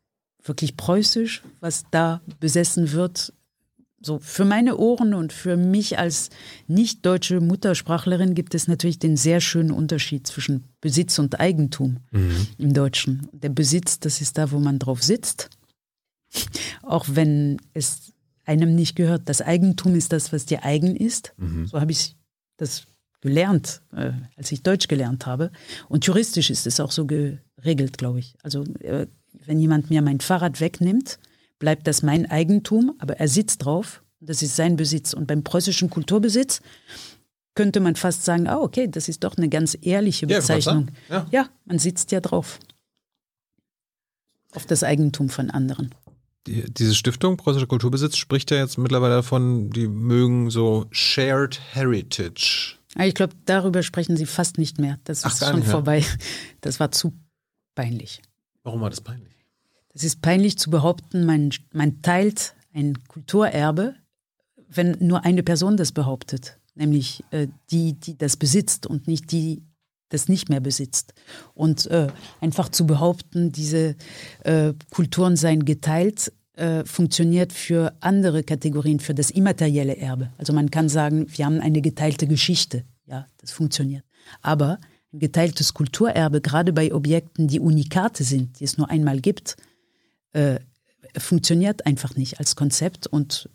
wirklich preußisch, was da besessen wird. So für meine Ohren und für mich als nicht deutsche Muttersprachlerin gibt es natürlich den sehr schönen Unterschied zwischen Besitz und Eigentum im Deutschen. Der Besitz, das ist da, wo man drauf sitzt, auch wenn es einem nicht gehört. Das Eigentum ist das, was dir eigen ist. So habe ich das gelernt, als ich Deutsch gelernt habe. Und juristisch ist es auch so geregelt, glaube ich. Also wenn jemand mir mein Fahrrad wegnimmt, bleibt das mein Eigentum, aber er sitzt drauf, das ist sein Besitz. Und beim preußischen Kulturbesitz könnte man fast sagen, okay, das ist doch eine ganz ehrliche Bezeichnung. Ja, man sitzt ja drauf. Auf das Eigentum von anderen. Diese Stiftung, Preußischer Kulturbesitz, spricht ja jetzt mittlerweile davon, die mögen so Shared Heritage. Ich glaube, darüber sprechen sie fast nicht mehr. Das ist schon vorbei. Das war zu peinlich. Warum war das peinlich? Es ist peinlich zu behaupten, man teilt ein Kulturerbe, wenn nur eine Person das behauptet, nämlich die das besitzt und nicht die das nicht mehr besitzt. Und einfach zu behaupten, diese Kulturen seien geteilt, funktioniert für andere Kategorien, für das immaterielle Erbe. Also man kann sagen, wir haben eine geteilte Geschichte. Ja, das funktioniert. Aber ein geteiltes Kulturerbe, gerade bei Objekten, die Unikate sind, die es nur einmal gibt, funktioniert einfach nicht als Konzept. Und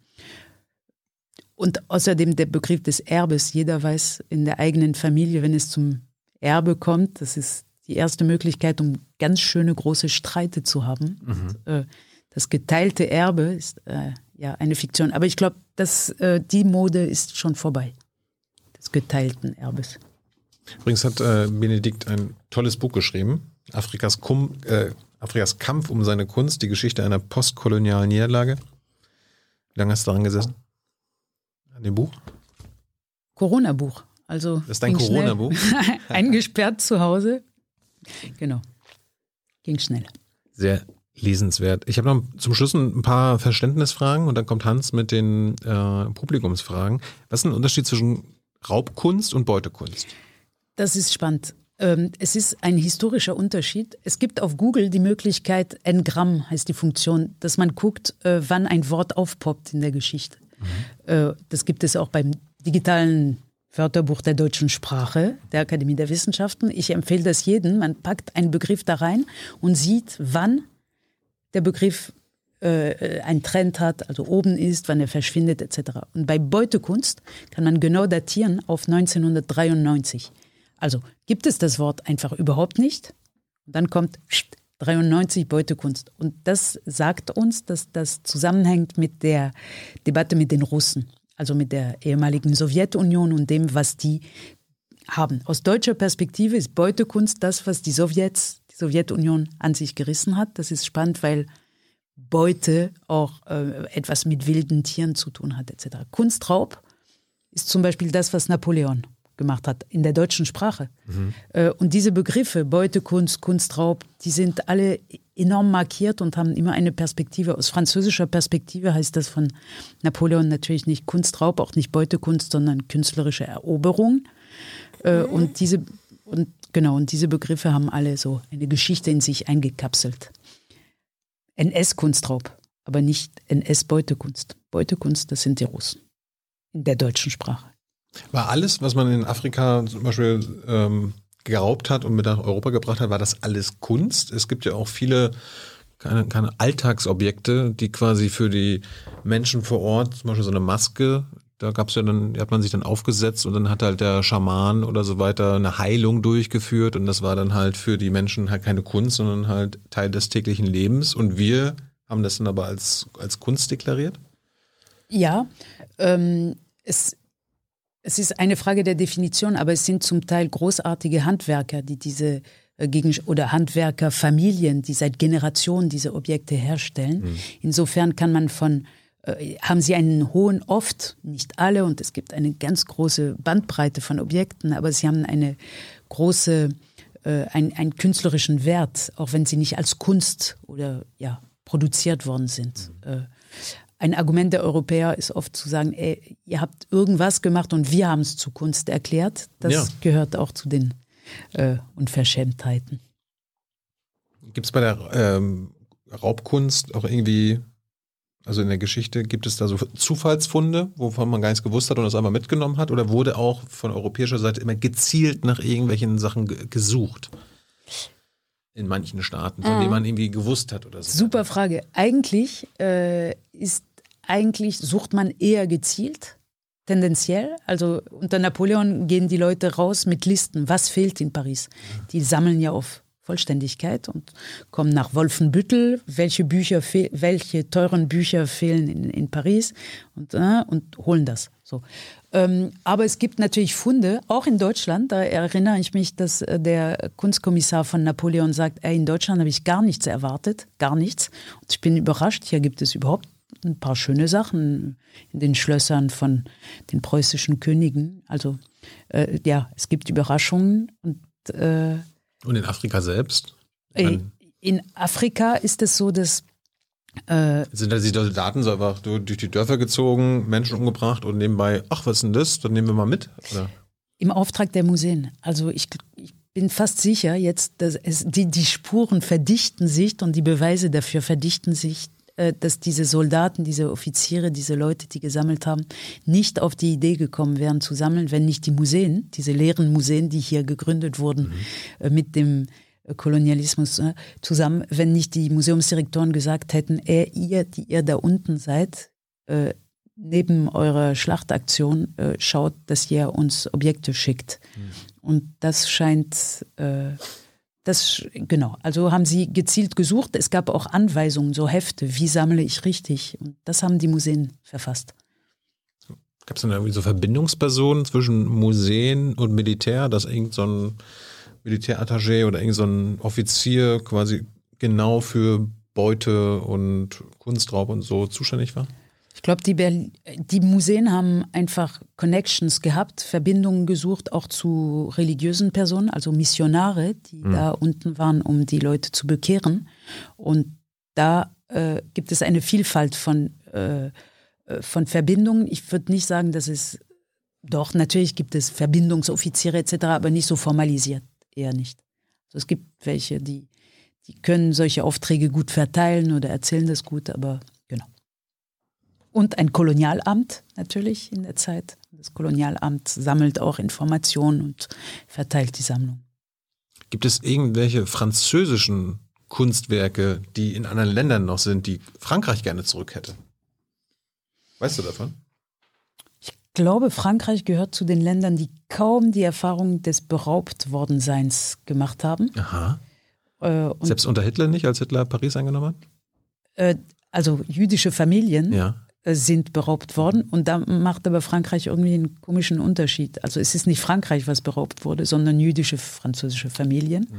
außerdem der Begriff des Erbes. Jeder weiß in der eigenen Familie, wenn es zum Erbe kommt, das ist die erste Möglichkeit, um ganz schöne große Streite zu haben. Und, das geteilte Erbe ist eine Fiktion. Aber ich glaube, die Mode ist schon vorbei, des geteilten Erbes. Übrigens hat Benedikt ein tolles Buch geschrieben, Afrikas Kampf um seine Kunst, die Geschichte einer postkolonialen Niederlage. Wie lange hast du daran gesessen? An dem Buch? Corona-Buch. Also das ist dein Corona-Buch? Eingesperrt zu Hause. Genau. Ging schnell. Sehr lesenswert. Ich habe noch zum Schluss ein paar Verständnisfragen und dann kommt Hans mit den Publikumsfragen. Was ist ein Unterschied zwischen Raubkunst und Beutekunst? Das ist spannend. Es ist ein historischer Unterschied. Es gibt auf Google die Möglichkeit, Ngramm heißt die Funktion, dass man guckt, wann ein Wort aufpoppt in der Geschichte. Das gibt es auch beim digitalen Wörterbuch der deutschen Sprache, der Akademie der Wissenschaften. Ich empfehle das jedem. Man packt einen Begriff da rein und sieht, wann der Begriff einen Trend hat, also oben ist, wann er verschwindet etc. Und bei Beutekunst kann man genau datieren auf 1993. Also gibt es das Wort einfach überhaupt nicht. Und dann kommt 93 Beutekunst. Und das sagt uns, dass das zusammenhängt mit der Debatte mit den Russen, also mit der ehemaligen Sowjetunion und dem, was die haben. Aus deutscher Perspektive ist Beutekunst das, was die Sowjetunion an sich gerissen hat. Das ist spannend, weil Beute auch etwas mit wilden Tieren zu tun hat etc. Kunstraub ist zum Beispiel das, was Napoleon gemacht hat in der deutschen Sprache. Und diese Begriffe, Beutekunst, Kunstraub, die sind alle enorm markiert und haben immer eine Perspektive. Aus französischer Perspektive heißt das von Napoleon natürlich nicht Kunstraub, auch nicht Beutekunst, sondern künstlerische Eroberung. Und diese Begriffe haben alle so eine Geschichte in sich eingekapselt. NS-Kunstraub, aber nicht NS-Beutekunst. Beutekunst, das sind die Russen in der deutschen Sprache. War alles, was man in Afrika zum Beispiel geraubt hat und mit nach Europa gebracht hat, war das alles Kunst? Es gibt ja auch viele keine Alltagsobjekte, die quasi für die Menschen vor Ort, zum Beispiel so eine Maske, da gab's ja dann, die hat man sich dann aufgesetzt und dann hat halt der Schaman oder so weiter eine Heilung durchgeführt und das war dann halt für die Menschen halt keine Kunst, sondern halt Teil des täglichen Lebens und wir haben das dann aber als Kunst deklariert? Ja, es ist eine Frage der Definition, aber es sind zum Teil großartige Handwerker, die diese oder Handwerkerfamilien, die seit Generationen diese Objekte herstellen. Insofern kann man haben sie einen hohen, oft, nicht alle, und es gibt eine ganz große Bandbreite von Objekten, aber sie haben einen künstlerischen Wert, auch wenn sie nicht als Kunst oder produziert worden sind. Ein Argument der Europäer ist oft zu sagen, ihr habt irgendwas gemacht und wir haben es zu Kunst erklärt. Das gehört auch zu den Unverschämtheiten. Gibt es bei der Raubkunst auch irgendwie, also in der Geschichte, gibt es da so Zufallsfunde, wovon man gar nichts gewusst hat und das einfach mitgenommen hat? Oder wurde auch von europäischer Seite immer gezielt nach irgendwelchen Sachen gesucht? In manchen Staaten, von denen man irgendwie gewusst hat oder so. Super Frage. Eigentlich sucht man eher gezielt, tendenziell. Also unter Napoleon gehen die Leute raus mit Listen, was fehlt in Paris. Die sammeln ja auf Vollständigkeit und kommen nach Wolfenbüttel, welche teuren Bücher fehlen in Paris und holen das. So. Aber es gibt natürlich Funde, auch in Deutschland. Da erinnere ich mich, dass der Kunstkommissar von Napoleon sagt, in Deutschland habe ich gar nichts erwartet, gar nichts. Und ich bin überrascht, hier gibt es überhaupt ein paar schöne Sachen in den Schlössern von den preußischen Königen. Also es gibt Überraschungen und in Afrika selbst? In Afrika ist es so, dass sind da die Soldaten so einfach durch die Dörfer gezogen, Menschen umgebracht und nebenbei, ach, was ist denn das? Dann nehmen wir mal mit? Oder? Im Auftrag der Museen. Also ich bin fast sicher jetzt, dass die Spuren verdichten sich und die Beweise dafür verdichten sich, dass diese Soldaten, diese Offiziere, diese Leute, die gesammelt haben, nicht auf die Idee gekommen wären zu sammeln, wenn nicht die Museen, diese leeren Museen, die hier gegründet wurden mit dem Kolonialismus zusammen, wenn nicht die Museumsdirektoren gesagt hätten, ihr, die ihr da unten seid, neben eurer Schlachtaktion schaut, dass ihr uns Objekte schickt. Und das scheint... Genau, also haben sie gezielt gesucht. Es gab auch Anweisungen, so Hefte, wie sammle ich richtig. Und das haben die Museen verfasst. Gab es dann irgendwie so Verbindungspersonen zwischen Museen und Militär, dass irgend so ein Militärattaché oder irgend so ein Offizier quasi genau für Beute und Kunstraub und so zuständig war? Ich glaube, die Museen haben einfach Connections gehabt, Verbindungen gesucht, auch zu religiösen Personen, also Missionare, die da unten waren, um die Leute zu bekehren. Und da gibt es eine Vielfalt von Verbindungen. Ich würde nicht sagen, dass es, doch, natürlich gibt es Verbindungsoffiziere etc., aber nicht so formalisiert, eher nicht. Also es gibt welche, die können solche Aufträge gut verteilen oder erzählen das gut, aber genau. Und ein Kolonialamt natürlich in der Zeit. Das Kolonialamt sammelt auch Informationen und verteilt die Sammlung. Gibt es irgendwelche französischen Kunstwerke, die in anderen Ländern noch sind, die Frankreich gerne zurück hätte? Weißt du davon? Ich glaube, Frankreich gehört zu den Ländern, die kaum die Erfahrung des Beraubtwordenseins gemacht haben. Aha. Selbst unter Hitler nicht, als Hitler Paris eingenommen hat? Also jüdische Familien. Ja. Sind beraubt worden und da macht aber Frankreich irgendwie einen komischen Unterschied. Also es ist nicht Frankreich, was beraubt wurde, sondern jüdische, französische Familien.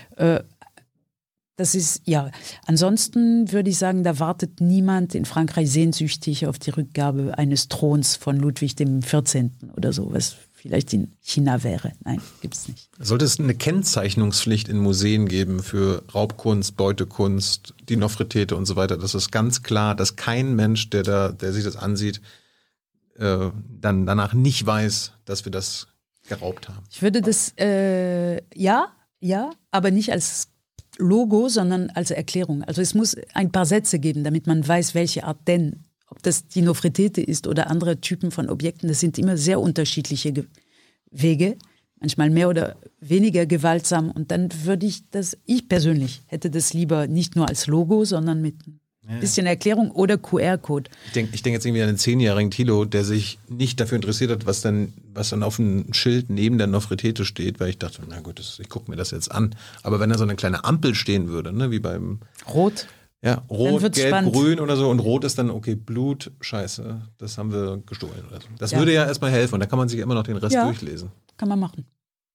Das ist, ja, ansonsten würde ich sagen, da wartet niemand in Frankreich sehnsüchtig auf die Rückgabe eines Throns von Ludwig dem 14. oder so, was vielleicht in China wäre. Nein, gibt es nicht. Sollte es eine Kennzeichnungspflicht in Museen geben für Raubkunst, Beutekunst, die Nofretete und so weiter? Das ist ganz klar, dass kein Mensch, der sich das ansieht, dann danach nicht weiß, dass wir das geraubt haben. Ich würde das, ja, aber nicht als Logo, sondern als Erklärung. Also es muss ein paar Sätze geben, damit man weiß, welche Art denn. Ob das die Nofretete ist oder andere Typen von Objekten, das sind immer sehr unterschiedliche Wege, manchmal mehr oder weniger gewaltsam. Und dann ich persönlich hätte das lieber nicht nur als Logo, sondern mit ein bisschen Erklärung oder QR-Code. Ich denk jetzt irgendwie an den 10-jährigen Thilo, der sich nicht dafür interessiert hat, was dann auf dem Schild neben der Nofretete steht, weil ich dachte, na gut, ich gucke mir das jetzt an. Aber wenn da so eine kleine Ampel stehen würde, ne, wie beim Rot. Ja, rot, gelb, spannend. Grün oder so. Und rot ist dann, okay, Blut, scheiße, das haben wir gestohlen oder so. Das würde ja erstmal helfen und da kann man sich immer noch den Rest durchlesen. Kann man machen.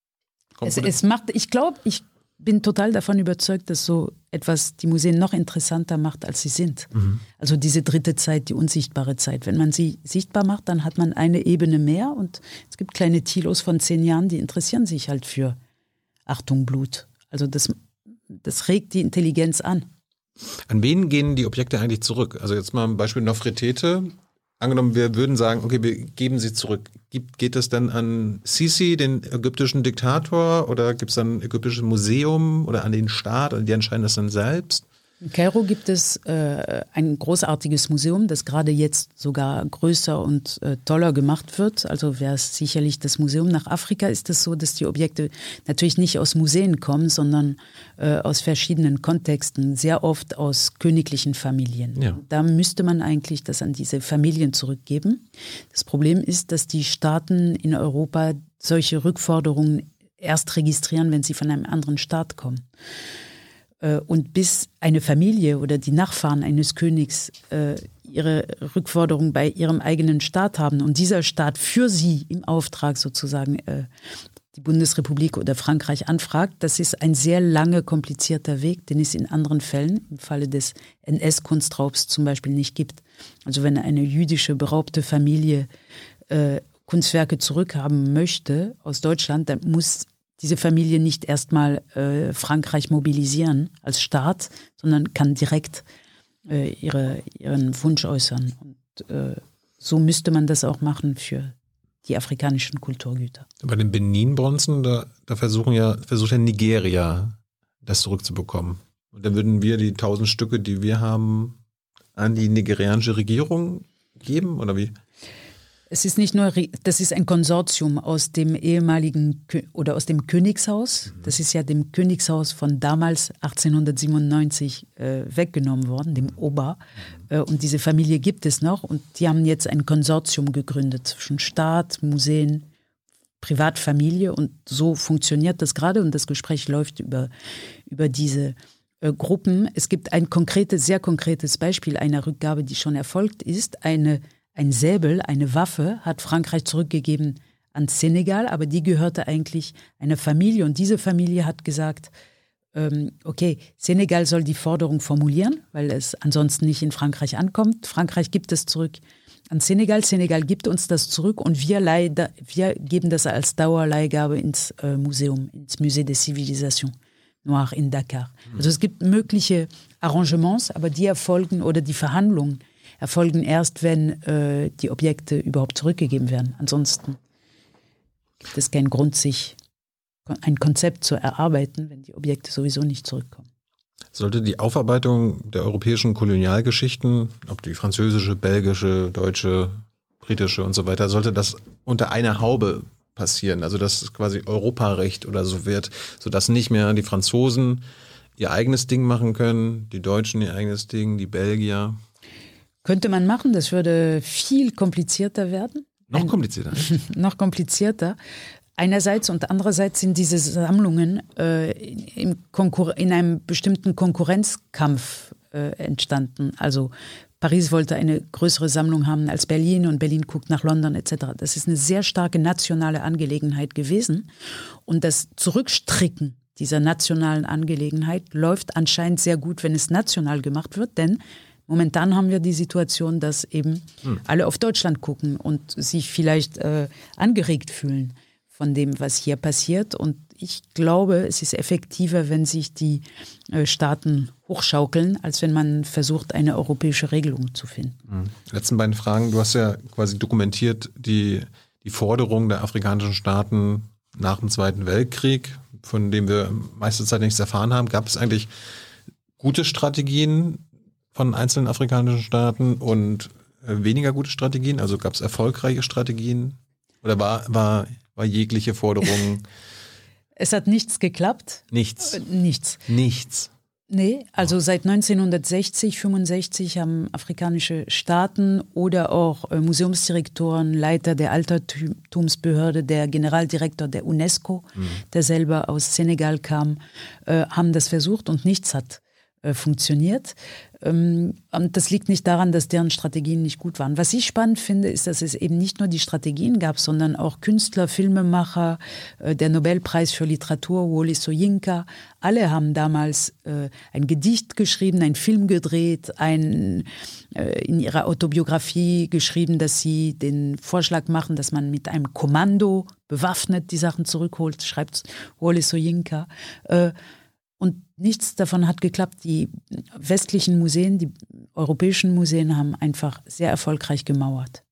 Ich bin total davon überzeugt, dass so etwas die Museen noch interessanter macht, als sie sind. Also diese dritte Zeit, die unsichtbare Zeit. Wenn man sie sichtbar macht, dann hat man eine Ebene mehr und es gibt kleine Tilos von 10 Jahren, die interessieren sich halt für Achtung, Blut. Also das regt die Intelligenz an. An wen gehen die Objekte eigentlich zurück? Also jetzt mal ein Beispiel Nofretete. Angenommen, wir würden sagen, okay, wir geben sie zurück. Geht das dann an Sisi, den ägyptischen Diktator, oder gibt es dann ein ägyptisches Museum oder an den Staat und die entscheiden das dann selbst? In Kairo gibt es ein großartiges Museum, das gerade jetzt sogar größer und toller gemacht wird. Also wäre es sicherlich das Museum nach Afrika, ist es so, dass die Objekte natürlich nicht aus Museen kommen, sondern aus verschiedenen Kontexten, sehr oft aus königlichen Familien. Ja. Da müsste man eigentlich das an diese Familien zurückgeben. Das Problem ist, dass die Staaten in Europa solche Rückforderungen erst registrieren, wenn sie von einem anderen Staat kommen. Und bis eine Familie oder die Nachfahren eines Königs ihre Rückforderung bei ihrem eigenen Staat haben und dieser Staat für sie im Auftrag sozusagen die Bundesrepublik oder Frankreich anfragt, das ist ein sehr lange, komplizierter Weg, den es in anderen Fällen, im Falle des NS-Kunstraubs zum Beispiel, nicht gibt. Also wenn eine jüdische beraubte Familie Kunstwerke zurückhaben möchte aus Deutschland, dann muss diese Familie nicht erstmal Frankreich mobilisieren als Staat, sondern kann direkt ihren Wunsch äußern. Und so müsste man das auch machen für die afrikanischen Kulturgüter. Bei den Benin-Bronzen, da versucht ja Nigeria das zurückzubekommen. Und dann würden wir die 1000 Stücke, die wir haben, an die nigerianische Regierung geben, oder wie? Es ist nicht nur, das ist ein Konsortium aus dem ehemaligen oder aus dem Königshaus. Das ist ja dem Königshaus von damals 1897 weggenommen worden, dem Oba. Und diese Familie gibt es noch und die haben jetzt ein Konsortium gegründet zwischen Staat, Museen, Privatfamilie und so funktioniert das gerade und das Gespräch läuft über diese Gruppen. Es gibt ein sehr konkretes Beispiel einer Rückgabe, die schon erfolgt ist. Ein Säbel, eine Waffe, hat Frankreich zurückgegeben an Senegal, aber die gehörte eigentlich einer Familie. Und diese Familie hat gesagt, okay, Senegal soll die Forderung formulieren, weil es ansonsten nicht in Frankreich ankommt. Frankreich gibt es zurück an Senegal. Senegal gibt uns das zurück und wir geben das als Dauerleihgabe ins Museum, ins Musée des Civilisations Noires in Dakar. Also es gibt mögliche Arrangements, aber die erfolgen oder die Verhandlungen erfolgen erst, wenn die Objekte überhaupt zurückgegeben werden. Ansonsten gibt es keinen Grund, sich ein Konzept zu erarbeiten, wenn die Objekte sowieso nicht zurückkommen. Sollte die Aufarbeitung der europäischen Kolonialgeschichten, ob die französische, belgische, deutsche, britische und so weiter, sollte das unter einer Haube passieren? Also dass es quasi Europarecht oder so wird, sodass nicht mehr die Franzosen ihr eigenes Ding machen können, die Deutschen ihr eigenes Ding, die Belgier. Könnte man machen, das würde viel komplizierter werden. Noch komplizierter? Noch komplizierter. Einerseits und andererseits sind diese Sammlungen in einem bestimmten Konkurrenzkampf entstanden. Also Paris wollte eine größere Sammlung haben als Berlin und Berlin guckt nach London etc. Das ist eine sehr starke nationale Angelegenheit gewesen. Und das Zurückstricken dieser nationalen Angelegenheit läuft anscheinend sehr gut, wenn es national gemacht wird, denn momentan haben wir die Situation, dass eben alle auf Deutschland gucken und sich vielleicht angeregt fühlen von dem, was hier passiert. Und ich glaube, es ist effektiver, wenn sich die Staaten hochschaukeln, als wenn man versucht, eine europäische Regelung zu finden. Letzten beiden Fragen. Du hast ja quasi dokumentiert die Forderung der afrikanischen Staaten nach dem Zweiten Weltkrieg, von dem wir meiste Zeit nichts erfahren haben. Gab es eigentlich gute Strategien von einzelnen afrikanischen Staaten und weniger gute Strategien? Also gab es erfolgreiche Strategien? Oder war jegliche Forderung? Es hat nichts geklappt. Nichts? Nichts. Nee, also seit 1960, 65 haben afrikanische Staaten oder auch Museumsdirektoren, Leiter der Altertumsbehörde, der Generaldirektor der UNESCO, der selber aus Senegal kam, haben das versucht und nichts hat funktioniert. Und das liegt nicht daran, dass deren Strategien nicht gut waren. Was ich spannend finde, ist, dass es eben nicht nur die Strategien gab, sondern auch Künstler, Filmemacher, der Nobelpreis für Literatur, Wole Soyinka. Alle haben damals ein Gedicht geschrieben, einen Film gedreht, in ihrer Autobiografie geschrieben, dass sie den Vorschlag machen, dass man mit einem Kommando bewaffnet die Sachen zurückholt, schreibt Wole Soyinka. Und nichts davon hat geklappt. Die westlichen Museen, die europäischen Museen haben einfach sehr erfolgreich gemauert.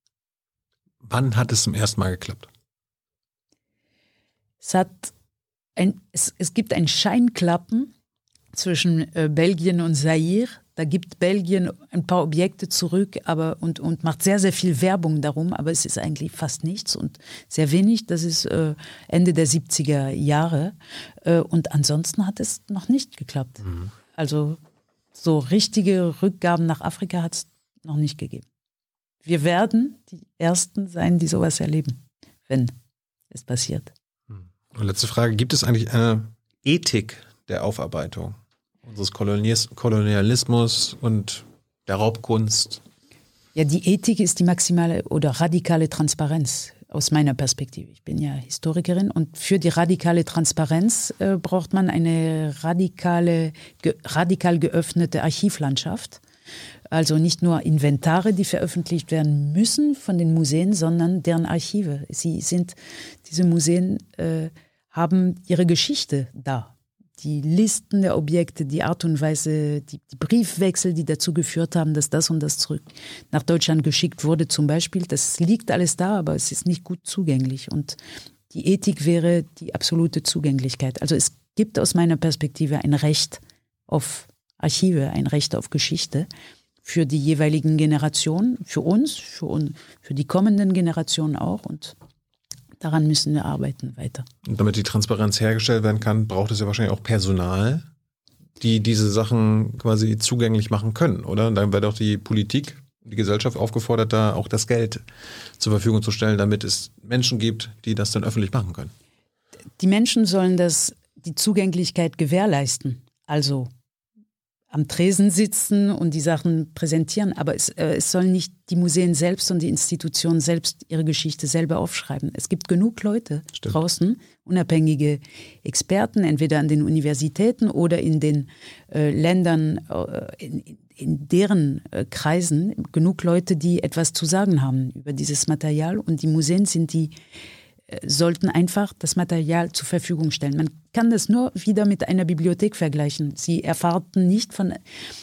Wann hat es zum ersten Mal geklappt? Es gibt ein Scheinklappen zwischen Belgien und Zaire. Da gibt Belgien ein paar Objekte zurück, und macht sehr, sehr viel Werbung darum, aber es ist eigentlich fast nichts und sehr wenig. Das ist Ende der 70er Jahre. Und ansonsten hat es noch nicht geklappt. Mhm. Also so richtige Rückgaben nach Afrika hat es noch nicht gegeben. Wir werden die Ersten sein, die sowas erleben, wenn es passiert. Und letzte Frage, gibt es eigentlich eine Ethik der Aufarbeitung unseres Kolonialismus und der Raubkunst? Ja, die Ethik ist die maximale oder radikale Transparenz aus meiner Perspektive. Ich bin ja Historikerin und für die radikale Transparenz braucht man eine radikal geöffnete Archivlandschaft. Also nicht nur Inventare, die veröffentlicht werden müssen von den Museen, sondern deren Archive. Diese Museen haben ihre Geschichte da. Die Listen der Objekte, die Art und Weise, die Briefwechsel, die dazu geführt haben, dass das und das zurück nach Deutschland geschickt wurde zum Beispiel, das liegt alles da, aber es ist nicht gut zugänglich. Und die Ethik wäre die absolute Zugänglichkeit. Also es gibt aus meiner Perspektive ein Recht auf Archive, ein Recht auf Geschichte für die jeweiligen Generationen, für uns, für die kommenden Generationen auch, und daran müssen wir arbeiten weiter. Und damit die Transparenz hergestellt werden kann, braucht es ja wahrscheinlich auch Personal, die diese Sachen quasi zugänglich machen können, oder? Und dann wird auch die Politik, die Gesellschaft aufgefordert, da auch das Geld zur Verfügung zu stellen, damit es Menschen gibt, die das dann öffentlich machen können. Die Menschen sollen die Zugänglichkeit gewährleisten. Also am Tresen sitzen und die Sachen präsentieren. Aber es sollen nicht die Museen selbst und die Institutionen selbst ihre Geschichte selber aufschreiben. Es gibt genug Leute draußen, unabhängige Experten, entweder an den Universitäten oder in den Ländern, in deren Kreisen, genug Leute, die etwas zu sagen haben über dieses Material. Und die Museen sollten einfach das Material zur Verfügung stellen. Man kann das nur wieder mit einer Bibliothek vergleichen. Ich erwarte nicht von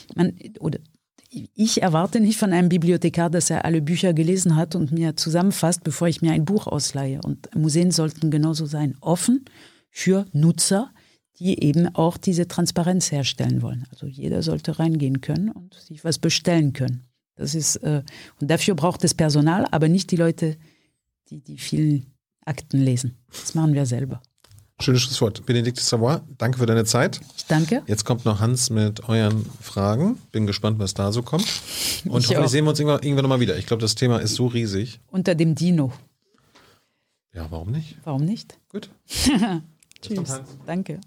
einem Bibliothekar, dass er alle Bücher gelesen hat und mir zusammenfasst, bevor ich mir ein Buch ausleihe. Und Museen sollten genauso sein, offen für Nutzer, die eben auch diese Transparenz herstellen wollen. Also jeder sollte reingehen können und sich was bestellen können. Das ist, und dafür braucht es Personal, aber nicht die Leute, die vielen Akten lesen. Das machen wir selber. Schönes Schlusswort. Bénédicte Savoy, danke für deine Zeit. Ich danke. Jetzt kommt noch Hans mit euren Fragen. Bin gespannt, was da so kommt. Und hoffentlich sehen wir uns irgendwann nochmal wieder. Ich glaube, das Thema ist so riesig. Unter dem Dino. Ja, warum nicht? Warum nicht? Gut. Tschüss. Danke.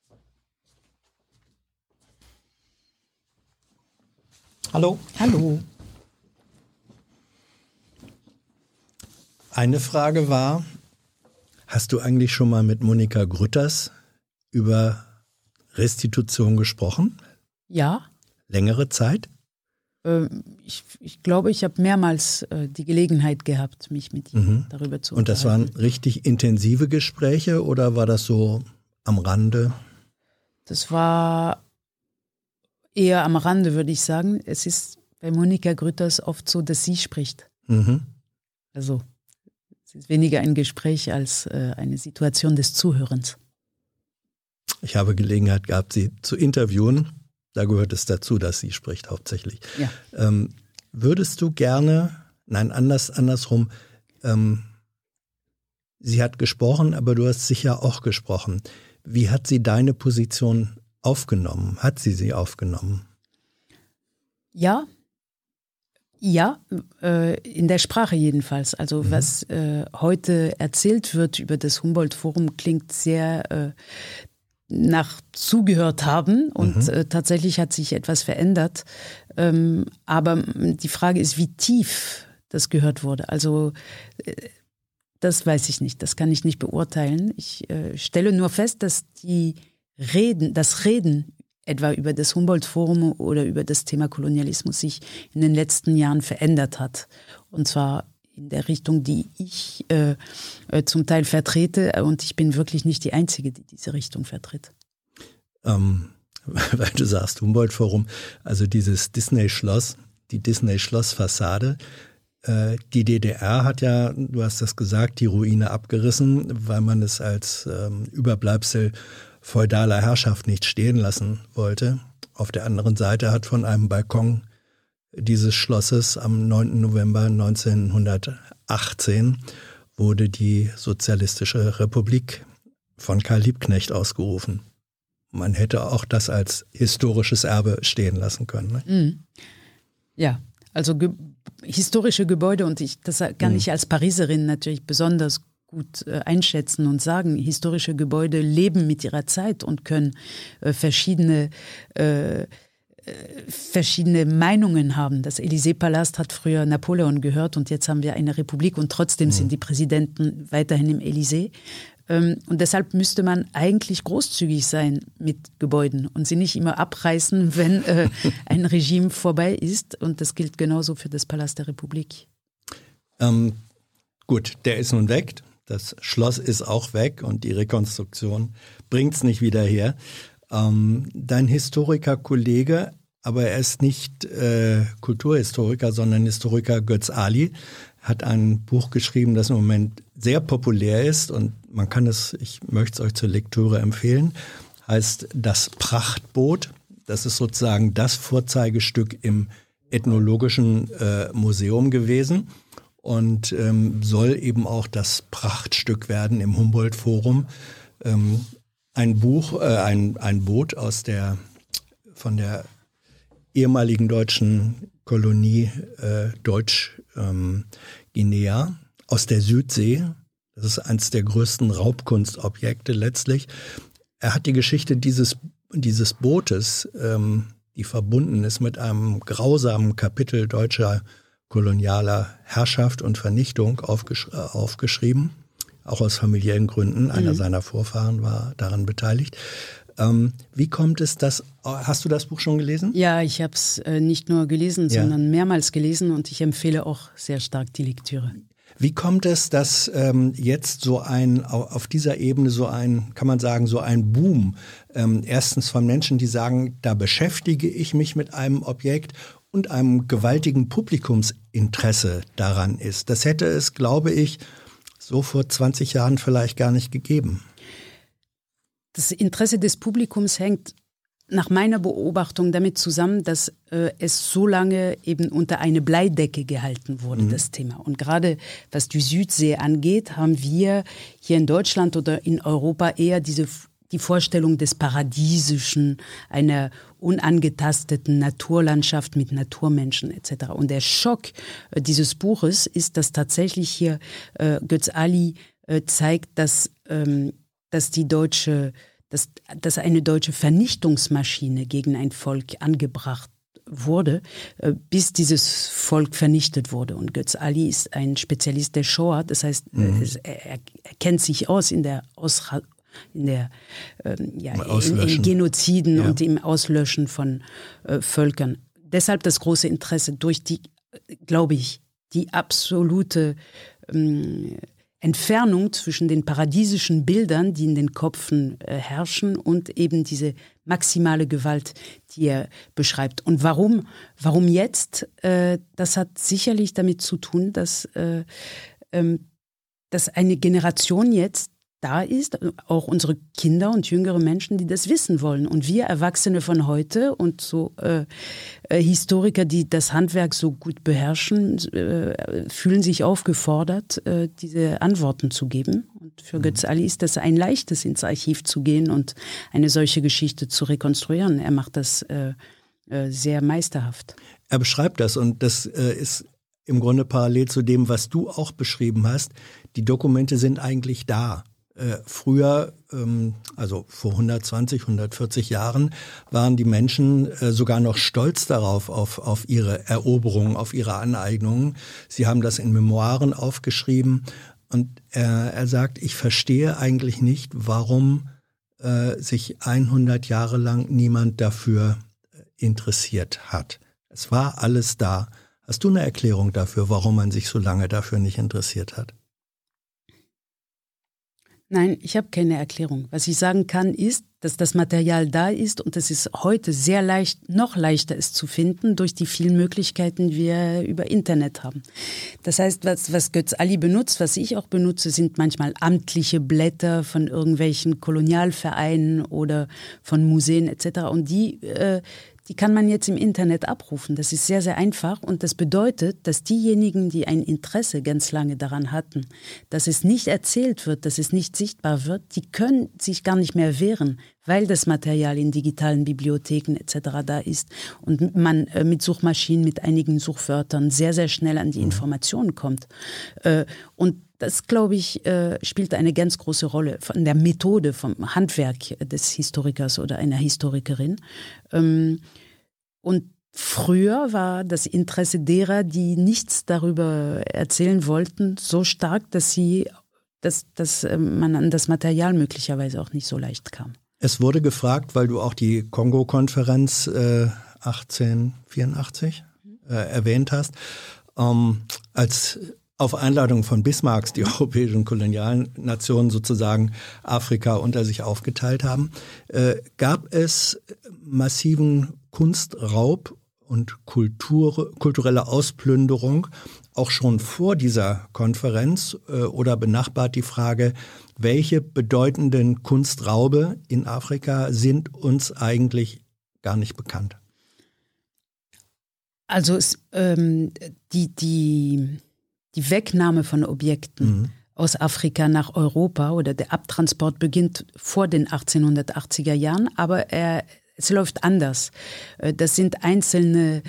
Hallo. Hallo. Eine Frage war, hast du eigentlich schon mal mit Monika Grütters über Restitution gesprochen? Ja. Längere Zeit? Ich glaube, ich habe mehrmals die Gelegenheit gehabt, mich mit ihm darüber zu unterhalten. Und das waren richtig intensive Gespräche oder war das so am Rande? Das war eher am Rande, würde ich sagen. Es ist bei Monika Grütters oft so, dass sie spricht. Also es ist weniger ein Gespräch als eine Situation des Zuhörens. Ich habe Gelegenheit gehabt, sie zu interviewen. Da gehört es dazu, dass sie spricht hauptsächlich. Ja. Würdest du gerne, andersrum, sie hat gesprochen, aber du hast sicher auch gesprochen. Wie hat sie deine Position aufgenommen? Hat sie aufgenommen? Ja, in der Sprache jedenfalls. Also was heute erzählt wird über das Humboldt-Forum klingt sehr nach zugehört haben und tatsächlich hat sich etwas verändert. Aber die Frage ist, wie tief das gehört wurde. Also das weiß ich nicht, das kann ich nicht beurteilen. Ich stelle nur fest, dass das Reden etwa über das Humboldt-Forum oder über das Thema Kolonialismus sich in den letzten Jahren verändert hat. Und zwar in der Richtung, die ich zum Teil vertrete. Und ich bin wirklich nicht die Einzige, die diese Richtung vertritt. Weil du sagst Humboldt-Forum, also dieses Disney-Schloss, die Disney-Schloss-Fassade, die DDR hat ja, du hast das gesagt, die Ruine abgerissen, weil man es als Überbleibsel feudaler Herrschaft nicht stehen lassen wollte. Auf der anderen Seite hat von einem Balkon dieses Schlosses am 9. November 1918 wurde die Sozialistische Republik von Karl Liebknecht ausgerufen. Man hätte auch das als historisches Erbe stehen lassen können. Ne? Ja, also historische Gebäude, und das kann ich als Pariserin natürlich besonders gut einschätzen und sagen, historische Gebäude leben mit ihrer Zeit und können verschiedene Meinungen haben. Das Élysée-Palast hat früher Napoleon gehört und jetzt haben wir eine Republik und trotzdem sind die Präsidenten weiterhin im Élysée. Und deshalb müsste man eigentlich großzügig sein mit Gebäuden und sie nicht immer abreißen, wenn ein Regime vorbei ist. Und das gilt genauso für das Palast der Republik. Gut, der ist nun weg. Das Schloss ist auch weg und die Rekonstruktion bringt es nicht wieder her. Dein Historiker-Kollege, aber er ist nicht Kulturhistoriker, sondern Historiker Götz Ali, hat ein Buch geschrieben, das im Moment sehr populär ist und man kann es, ich möchte es euch zur Lektüre empfehlen, heißt Das Prachtboot. Das ist sozusagen das Vorzeigestück im Ethnologischen Museum gewesen und soll eben auch das Prachtstück werden im Humboldt-Forum. Ein Boot von der ehemaligen deutschen Kolonie Deutsch-Guinea aus der Südsee. Das ist eines der größten Raubkunstobjekte letztlich. Er hat die Geschichte dieses Bootes, die verbunden ist mit einem grausamen Kapitel deutscher kolonialer Herrschaft und Vernichtung, aufgeschrieben. Auch aus familiären Gründen. Einer seiner Vorfahren war daran beteiligt. Wie kommt es, hast du das Buch schon gelesen? Ja, ich habe es nicht nur gelesen, sondern mehrmals gelesen und ich empfehle auch sehr stark die Lektüre. Wie kommt es, dass jetzt auf dieser Ebene kann man sagen, so ein Boom, erstens von Menschen, die sagen, da beschäftige ich mich mit einem Objekt und einem gewaltigen Publikumsinteresse daran ist. Das hätte es, glaube ich, so vor 20 Jahren vielleicht gar nicht gegeben. Das Interesse des Publikums hängt nach meiner Beobachtung damit zusammen, dass es so lange eben unter eine Bleidecke gehalten wurde, das Thema. Und gerade was die Südsee angeht, haben wir hier in Deutschland oder in Europa eher die Vorstellung des Paradiesischen, einer unangetasteten Naturlandschaft mit Naturmenschen etc. Und der Schock dieses Buches ist, dass tatsächlich hier Götz Ali zeigt, dass eine deutsche Vernichtungsmaschine gegen ein Volk angebracht wurde, bis dieses Volk vernichtet wurde. Und Götz Ali ist ein Spezialist der Shoah, das heißt, er kennt sich aus in Genoziden und im Auslöschen von Völkern. Deshalb das große Interesse durch glaube ich, die absolute Entfernung zwischen den paradiesischen Bildern, die in den Köpfen herrschen, und eben diese maximale Gewalt, die er beschreibt. Und warum jetzt? Das hat sicherlich damit zu tun, dass eine Generation jetzt da ist, auch unsere Kinder und jüngere Menschen, die das wissen wollen. Und wir Erwachsene von heute und so Historiker, die das Handwerk so gut beherrschen, fühlen sich aufgefordert, diese Antworten zu geben. Und für Götz Ali ist das ein leichtes, ins Archiv zu gehen und eine solche Geschichte zu rekonstruieren. Er macht das sehr meisterhaft. Er beschreibt das und das ist im Grunde parallel zu dem, was du auch beschrieben hast. Die Dokumente sind eigentlich da. Früher, also vor 120, 140 Jahren, waren die Menschen sogar noch stolz darauf, auf ihre Eroberungen, auf ihre Aneignungen. Sie haben das in Memoiren aufgeschrieben und er sagt, ich verstehe eigentlich nicht, warum sich 100 Jahre lang niemand dafür interessiert hat. Es war alles da. Hast du eine Erklärung dafür, warum man sich so lange dafür nicht interessiert hat? Nein, ich habe keine Erklärung. Was ich sagen kann, ist, dass das Material da ist und es ist heute sehr leicht, noch leichter es zu finden durch die vielen Möglichkeiten, die wir über Internet haben. Das heißt, was Götz Ali benutzt, was ich auch benutze, sind manchmal amtliche Blätter von irgendwelchen Kolonialvereinen oder von Museen etc. Und die kann man jetzt im Internet abrufen. Das ist sehr, sehr einfach und das bedeutet, dass diejenigen, die ein Interesse ganz lange daran hatten, dass es nicht erzählt wird, dass es nicht sichtbar wird, die können sich gar nicht mehr wehren, weil das Material in digitalen Bibliotheken etc. da ist und man mit Suchmaschinen, mit einigen Suchwörtern sehr, sehr schnell an die Informationen kommt. Und das, glaube ich, spielt eine ganz große Rolle von der Methode, vom Handwerk des Historikers oder einer Historikerin. Und früher war das Interesse derer, die nichts darüber erzählen wollten, so stark, dass man an das Material möglicherweise auch nicht so leicht kam. Es wurde gefragt, weil du auch die Kongo-Konferenz 1884 erwähnt hast, als auf Einladung von Bismarcks die europäischen Kolonialnationen sozusagen Afrika unter sich aufgeteilt haben, gab es massiven Kunstraub und kulturelle Ausplünderung auch schon vor dieser Konferenz oder benachbart die Frage, welche bedeutenden Kunstraube in Afrika sind uns eigentlich gar nicht bekannt? Also die Wegnahme von Objekten aus Afrika nach Europa oder der Abtransport beginnt vor den 1880er Jahren, aber es läuft anders. Das sind einzelne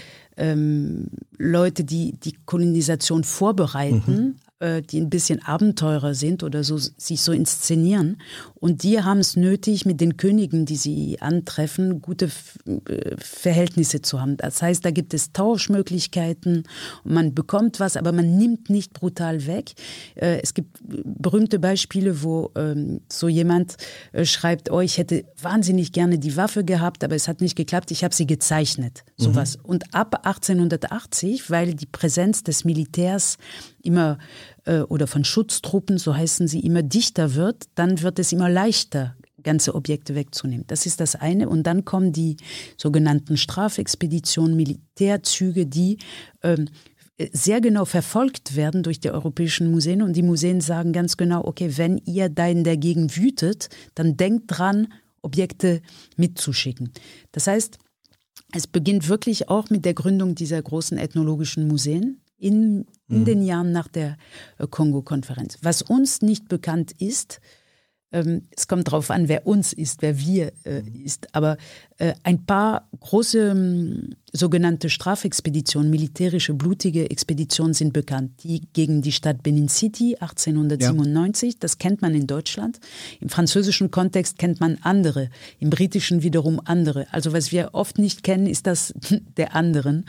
Leute, die die Kolonisation vorbereiten, die ein bisschen Abenteurer sind oder so, sich so inszenieren. Und die haben es nötig, mit den Königen, die sie antreffen, gute Verhältnisse zu haben. Das heißt, da gibt es Tauschmöglichkeiten und man bekommt was, aber man nimmt nicht brutal weg. Es gibt berühmte Beispiele, wo so jemand schreibt, ich hätte wahnsinnig gerne die Waffe gehabt, aber es hat nicht geklappt, ich habe sie gezeichnet. Sowas. Und ab 1880, weil die Präsenz des Militärs immer oder von Schutztruppen, so heißen sie, immer dichter wird, dann wird es immer leichter, ganze Objekte wegzunehmen. Das ist das eine. Und dann kommen die sogenannten Strafexpeditionen, Militärzüge, die sehr genau verfolgt werden durch die europäischen Museen. Und die Museen sagen ganz genau, okay, wenn ihr dagegen wütet, dann denkt dran, Objekte mitzuschicken. Das heißt, es beginnt wirklich auch mit der Gründung dieser großen ethnologischen Museen in den Jahren nach der Kongo-Konferenz. Was uns nicht bekannt ist, es kommt darauf an, wer uns ist, wer wir ist, aber ein paar große sogenannte Strafexpeditionen, militärische, blutige Expeditionen sind bekannt. Die gegen die Stadt Benin City 1897, das kennt man in Deutschland. Im französischen Kontext kennt man andere, im britischen wiederum andere. Also was wir oft nicht kennen, ist das der anderen.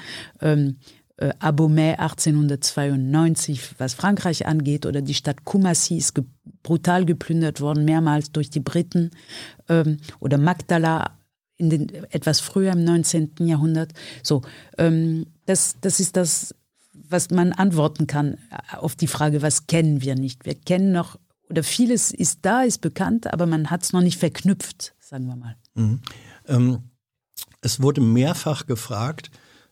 Abomey 1892, was Frankreich angeht, oder die Stadt Kumasi ist brutal geplündert worden, mehrmals durch die Briten, oder Magdala etwas früher im 19. Jahrhundert. So, das ist das, was man antworten kann auf die Frage, was kennen wir nicht. Wir kennen noch, oder vieles ist da, ist bekannt, aber man hat es noch nicht verknüpft, sagen wir mal. Es wurde mehrfach gefragt,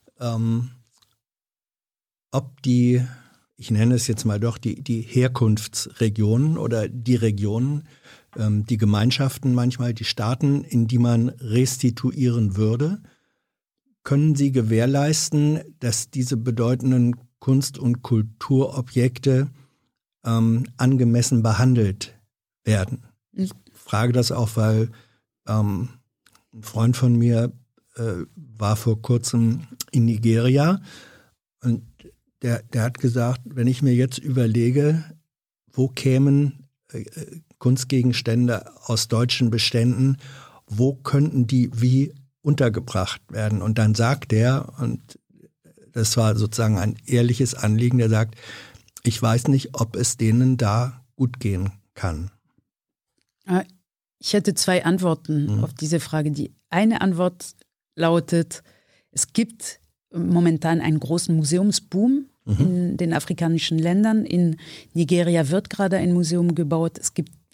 ob die, ich nenne es jetzt mal doch, die Herkunftsregionen oder die Regionen, die Gemeinschaften manchmal, die Staaten, in die man restituieren würde, können sie gewährleisten, dass diese bedeutenden Kunst- und Kulturobjekte angemessen behandelt werden? Ich frage das auch, weil ein Freund von mir war vor kurzem in Nigeria und der hat gesagt, wenn ich mir jetzt überlege, wo kämen Kunstgegenstände aus deutschen Beständen, wo könnten die wie untergebracht werden? Und dann sagt er, und das war sozusagen ein ehrliches Anliegen, der sagt, ich weiß nicht, ob es denen da gut gehen kann. Ich hätte zwei Antworten auf diese Frage. Die eine Antwort lautet, es gibt momentan einen großen Museumsboom in den afrikanischen Ländern. In Nigeria wird gerade ein Museum gebaut. Es gibt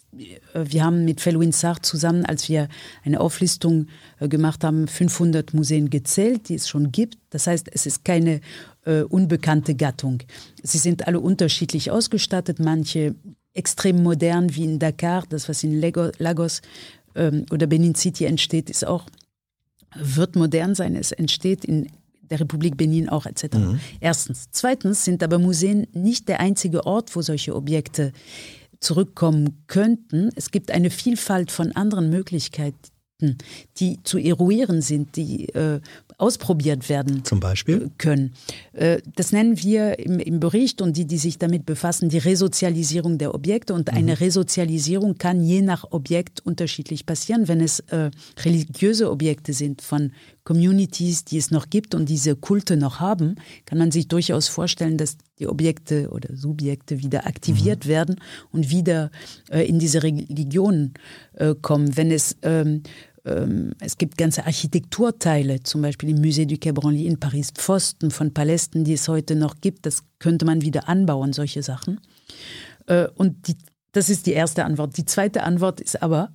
wir haben mit Felwine Sarr zusammen, als wir eine Auflistung gemacht haben, 500 Museen gezählt, die es schon gibt. Das heißt, es ist keine unbekannte Gattung. Sie sind alle unterschiedlich ausgestattet, manche extrem modern, wie in Dakar, das was in Lagos oder Benin City entsteht, wird modern sein, es entsteht in der Republik Benin auch etc. Erstens. Zweitens sind aber Museen nicht der einzige Ort, wo solche Objekte zurückkommen könnten. Es gibt eine Vielfalt von anderen Möglichkeiten, die zu eruieren sind, die ausprobiert werden Zum Beispiel? Können. Das nennen wir im Bericht und die sich damit befassen, die Resozialisierung der Objekte. Und eine Resozialisierung kann je nach Objekt unterschiedlich passieren. Wenn es religiöse Objekte sind von Communities, die es noch gibt und diese Kulte noch haben, kann man sich durchaus vorstellen, dass die Objekte oder Subjekte wieder aktiviert werden und wieder in diese Religionen kommen. Wenn es gibt ganze Architekturteile, zum Beispiel im Musée du Quai Branly in Paris, Pfosten von Palästen, die es heute noch gibt, das könnte man wieder anbauen, solche Sachen. Das ist die erste Antwort. Die zweite Antwort ist aber,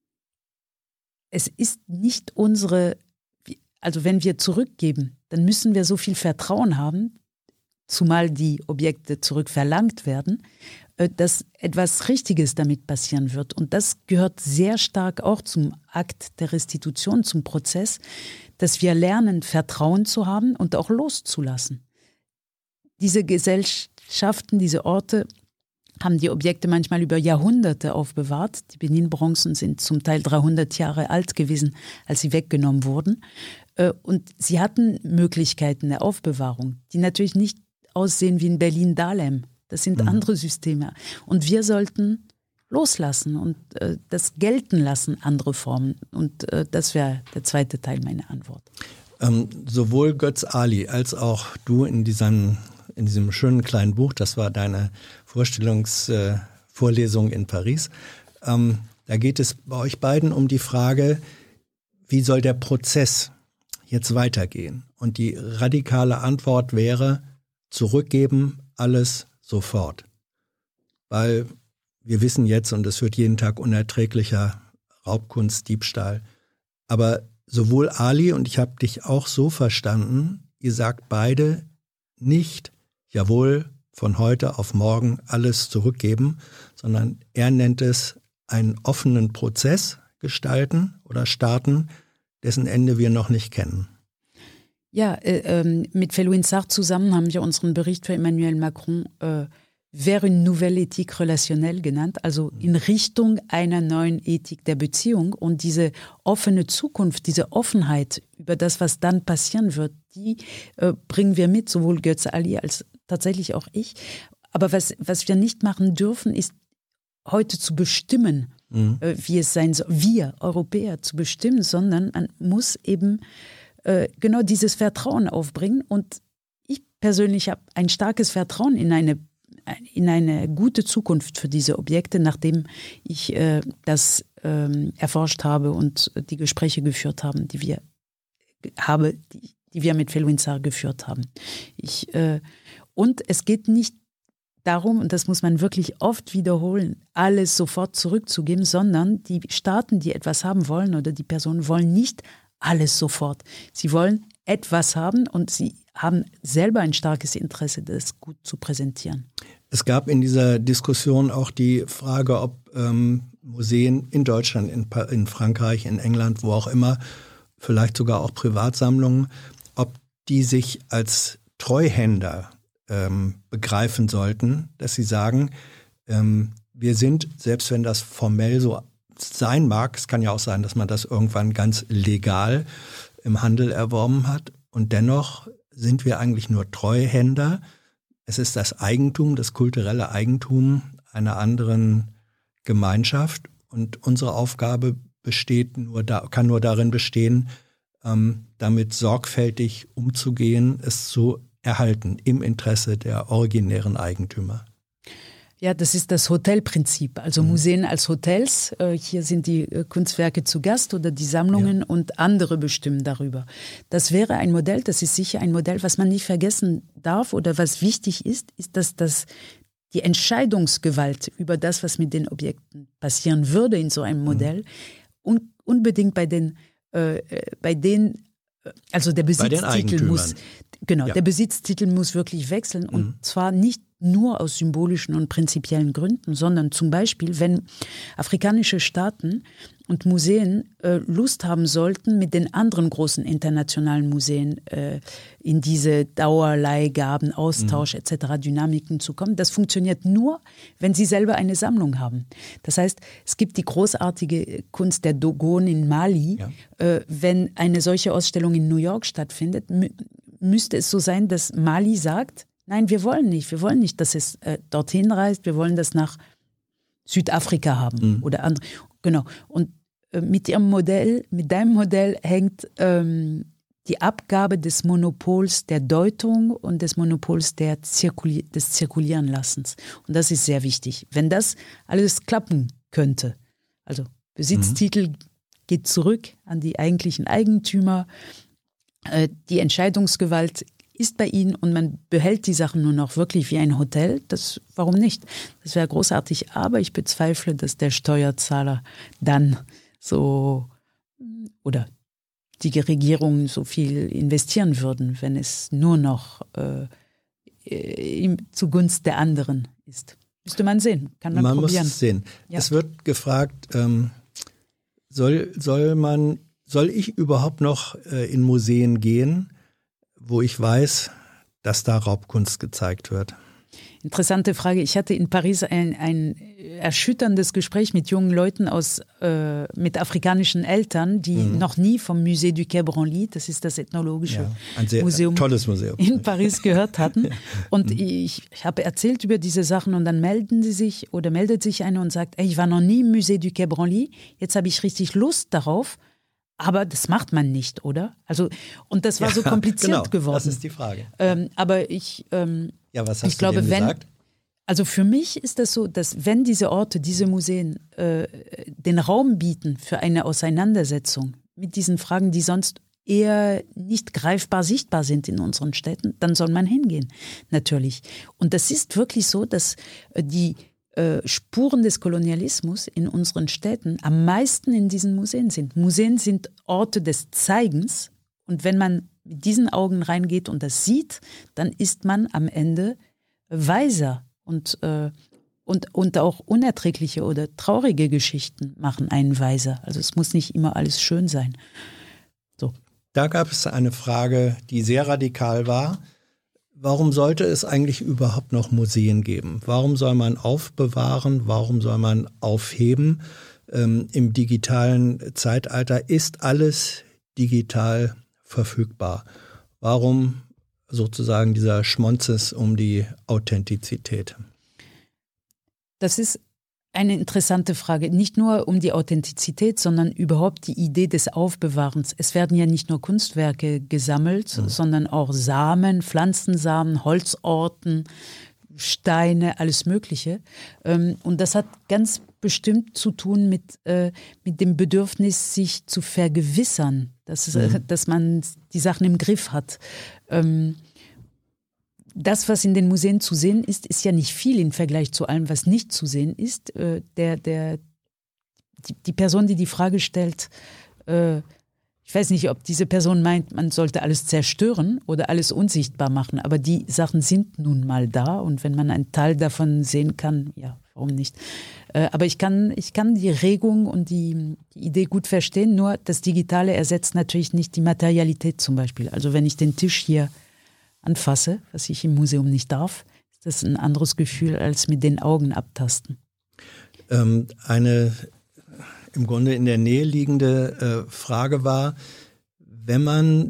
es ist nicht also wenn wir zurückgeben, dann müssen wir so viel Vertrauen haben, zumal die Objekte zurückverlangt werden, dass etwas Richtiges damit passieren wird. Und das gehört sehr stark auch zum Akt der Restitution, zum Prozess, dass wir lernen, Vertrauen zu haben und auch loszulassen. Diese Gesellschaften, diese Orte haben die Objekte manchmal über Jahrhunderte aufbewahrt. Die Benin-Bronzen sind zum Teil 300 Jahre alt gewesen, als sie weggenommen wurden. Und sie hatten Möglichkeiten der Aufbewahrung, die natürlich nicht aussehen wie in Berlin-Dahlem. Das sind andere Systeme. Und wir sollten loslassen und das gelten lassen, andere Formen. Und das wäre der zweite Teil meiner Antwort. Sowohl Götz Ali als auch du in diesem schönen kleinen Buch, das war deine Vorlesung in Paris, da geht es bei euch beiden um die Frage, wie soll der Prozess jetzt weitergehen? Und die radikale Antwort wäre, zurückgeben, alles sofort. Weil wir wissen jetzt, und es wird jeden Tag unerträglicher, Raubkunst, Diebstahl. Aber sowohl Ali und ich habe dich auch so verstanden, ihr sagt beide nicht, jawohl, von heute auf morgen alles zurückgeben, sondern er nennt es einen offenen Prozess gestalten oder starten, dessen Ende wir noch nicht kennen. Ja, mit Felwine Sarr zusammen haben wir unseren Bericht für Emmanuel Macron vers une nouvelle éthique relationnelle genannt, also in Richtung einer neuen Ethik der Beziehung. Und diese offene Zukunft, diese Offenheit über das, was dann passieren wird, die bringen wir mit, sowohl Götz Ali als tatsächlich auch ich. Aber was wir nicht machen dürfen, ist heute zu bestimmen, wie es sein soll, wir Europäer zu bestimmen, sondern man muss eben genau dieses Vertrauen aufbringen. Und ich persönlich habe ein starkes Vertrauen in eine gute Zukunft für diese Objekte, nachdem ich das erforscht habe und die Gespräche geführt haben, die wir mit Felwine Sarr geführt haben. Und es geht nicht darum, und das muss man wirklich oft wiederholen, alles sofort zurückzugeben, sondern die Staaten, die etwas haben wollen oder die Personen wollen nicht alles sofort. Sie wollen etwas haben und sie haben selber ein starkes Interesse, das gut zu präsentieren. Es gab in dieser Diskussion auch die Frage, ob Museen in Deutschland, in Frankreich, in England, wo auch immer, vielleicht sogar auch Privatsammlungen, ob die sich als Treuhänder begreifen sollten, dass sie sagen, wir sind, selbst wenn das formell so sein mag, es kann ja auch sein, dass man das irgendwann ganz legal im Handel erworben hat und dennoch sind wir eigentlich nur Treuhänder. Es ist das Eigentum, das kulturelle Eigentum einer anderen Gemeinschaft und unsere Aufgabe kann nur darin bestehen, damit sorgfältig umzugehen, es zu erhalten im Interesse der originären Eigentümer. Ja, das ist das Hotelprinzip. Also Museen als Hotels. Hier sind die Kunstwerke zu Gast oder die Sammlungen und andere bestimmen darüber. Das wäre ein Modell, das ist sicher ein Modell, was man nicht vergessen darf oder was wichtig ist, dass die Entscheidungsgewalt über das, was mit den Objekten passieren würde in so einem Modell, unbedingt also der Besitztitel muss, der Besitztitel muss wirklich wechseln und zwar nicht nur aus symbolischen und prinzipiellen Gründen, sondern zum Beispiel, wenn afrikanische Staaten und Museen Lust haben sollten, mit den anderen großen internationalen Museen in diese Dauerleihgaben, Austausch etc. Dynamiken zu kommen. Das funktioniert nur, wenn sie selber eine Sammlung haben. Das heißt, es gibt die großartige Kunst der Dogon in Mali. Ja. Wenn eine solche Ausstellung in New York stattfindet, müsste es so sein, dass Mali sagt, nein, wir wollen nicht, dass es dorthin reist, wir wollen das nach Südafrika haben oder andere. Genau. Und mit deinem Modell hängt die Abgabe des Monopols der Deutung und des Monopols des Zirkulierenlassens. Und das ist sehr wichtig. Wenn das alles klappen könnte, also Besitztitel geht zurück an die eigentlichen Eigentümer, die Entscheidungsgewalt ist bei ihnen und man behält die Sachen nur noch wirklich wie ein Hotel, warum nicht? Das wäre großartig, aber ich bezweifle, dass der Steuerzahler dann oder die Regierungen so viel investieren würden, wenn es nur noch zugunsten der anderen ist. Müsste man sehen, kann man probieren. Man muss es sehen. Ja. Es wird gefragt, soll ich überhaupt noch in Museen gehen, wo ich weiß, dass da Raubkunst gezeigt wird? Interessante Frage. Ich hatte in Paris ein erschütterndes Gespräch mit jungen Leuten mit afrikanischen Eltern, die noch nie vom Musée du Quai Branly, das ist das ethnologische Museum, tolles Museum in Paris gehört hatten. Und ich habe erzählt über diese Sachen und dann meldet sich einer und sagt, ich war noch nie im Musée du Quai Branly, jetzt habe ich richtig Lust darauf. Aber das macht man nicht, oder? Also, und das war so kompliziert geworden. Das ist die Frage. Aber was hast ich glaube, du gesagt? Also für mich ist das so, dass wenn diese Orte, diese Museen den Raum bieten für eine Auseinandersetzung mit diesen Fragen, die sonst eher nicht greifbar sichtbar sind in unseren Städten, dann soll man hingehen, natürlich. Und das ist wirklich so, dass die Spuren des Kolonialismus in unseren Städten am meisten in diesen Museen sind. Museen sind Orte des Zeigens und wenn man mit diesen Augen reingeht und das sieht, dann ist man am Ende weiser und auch unerträgliche oder traurige Geschichten machen einen weiser. Also es muss nicht immer alles schön sein. So. Da gab es eine Frage, die sehr radikal war. Warum sollte es eigentlich überhaupt noch Museen geben? Warum soll man aufbewahren? Warum soll man aufheben? Im digitalen Zeitalter ist alles digital verfügbar. Warum sozusagen dieser Schmonzes um die Authentizität? Das ist eine interessante Frage. Nicht nur um die Authentizität, sondern überhaupt die Idee des Aufbewahrens. Es werden ja nicht nur Kunstwerke gesammelt, sondern auch Samen, Pflanzensamen, Holzorten, Steine, alles Mögliche. Und das hat ganz bestimmt zu tun mit dem Bedürfnis, sich zu vergewissern, dass man die Sachen im Griff hat. Das, was in den Museen zu sehen ist ja nicht viel im Vergleich zu allem, was nicht zu sehen ist. Die Person, die die Frage stellt, ich weiß nicht, ob diese Person meint, man sollte alles zerstören oder alles unsichtbar machen, aber die Sachen sind nun mal da und wenn man einen Teil davon sehen kann, ja, warum nicht? Aber ich kann die Regung und die Idee gut verstehen, nur das Digitale ersetzt natürlich nicht die Materialität zum Beispiel. Also wenn ich den Tisch hier anfasse, was ich im Museum nicht darf, ist das ein anderes Gefühl als mit den Augen abtasten. Eine im Grunde in der Nähe liegende Frage war, wenn man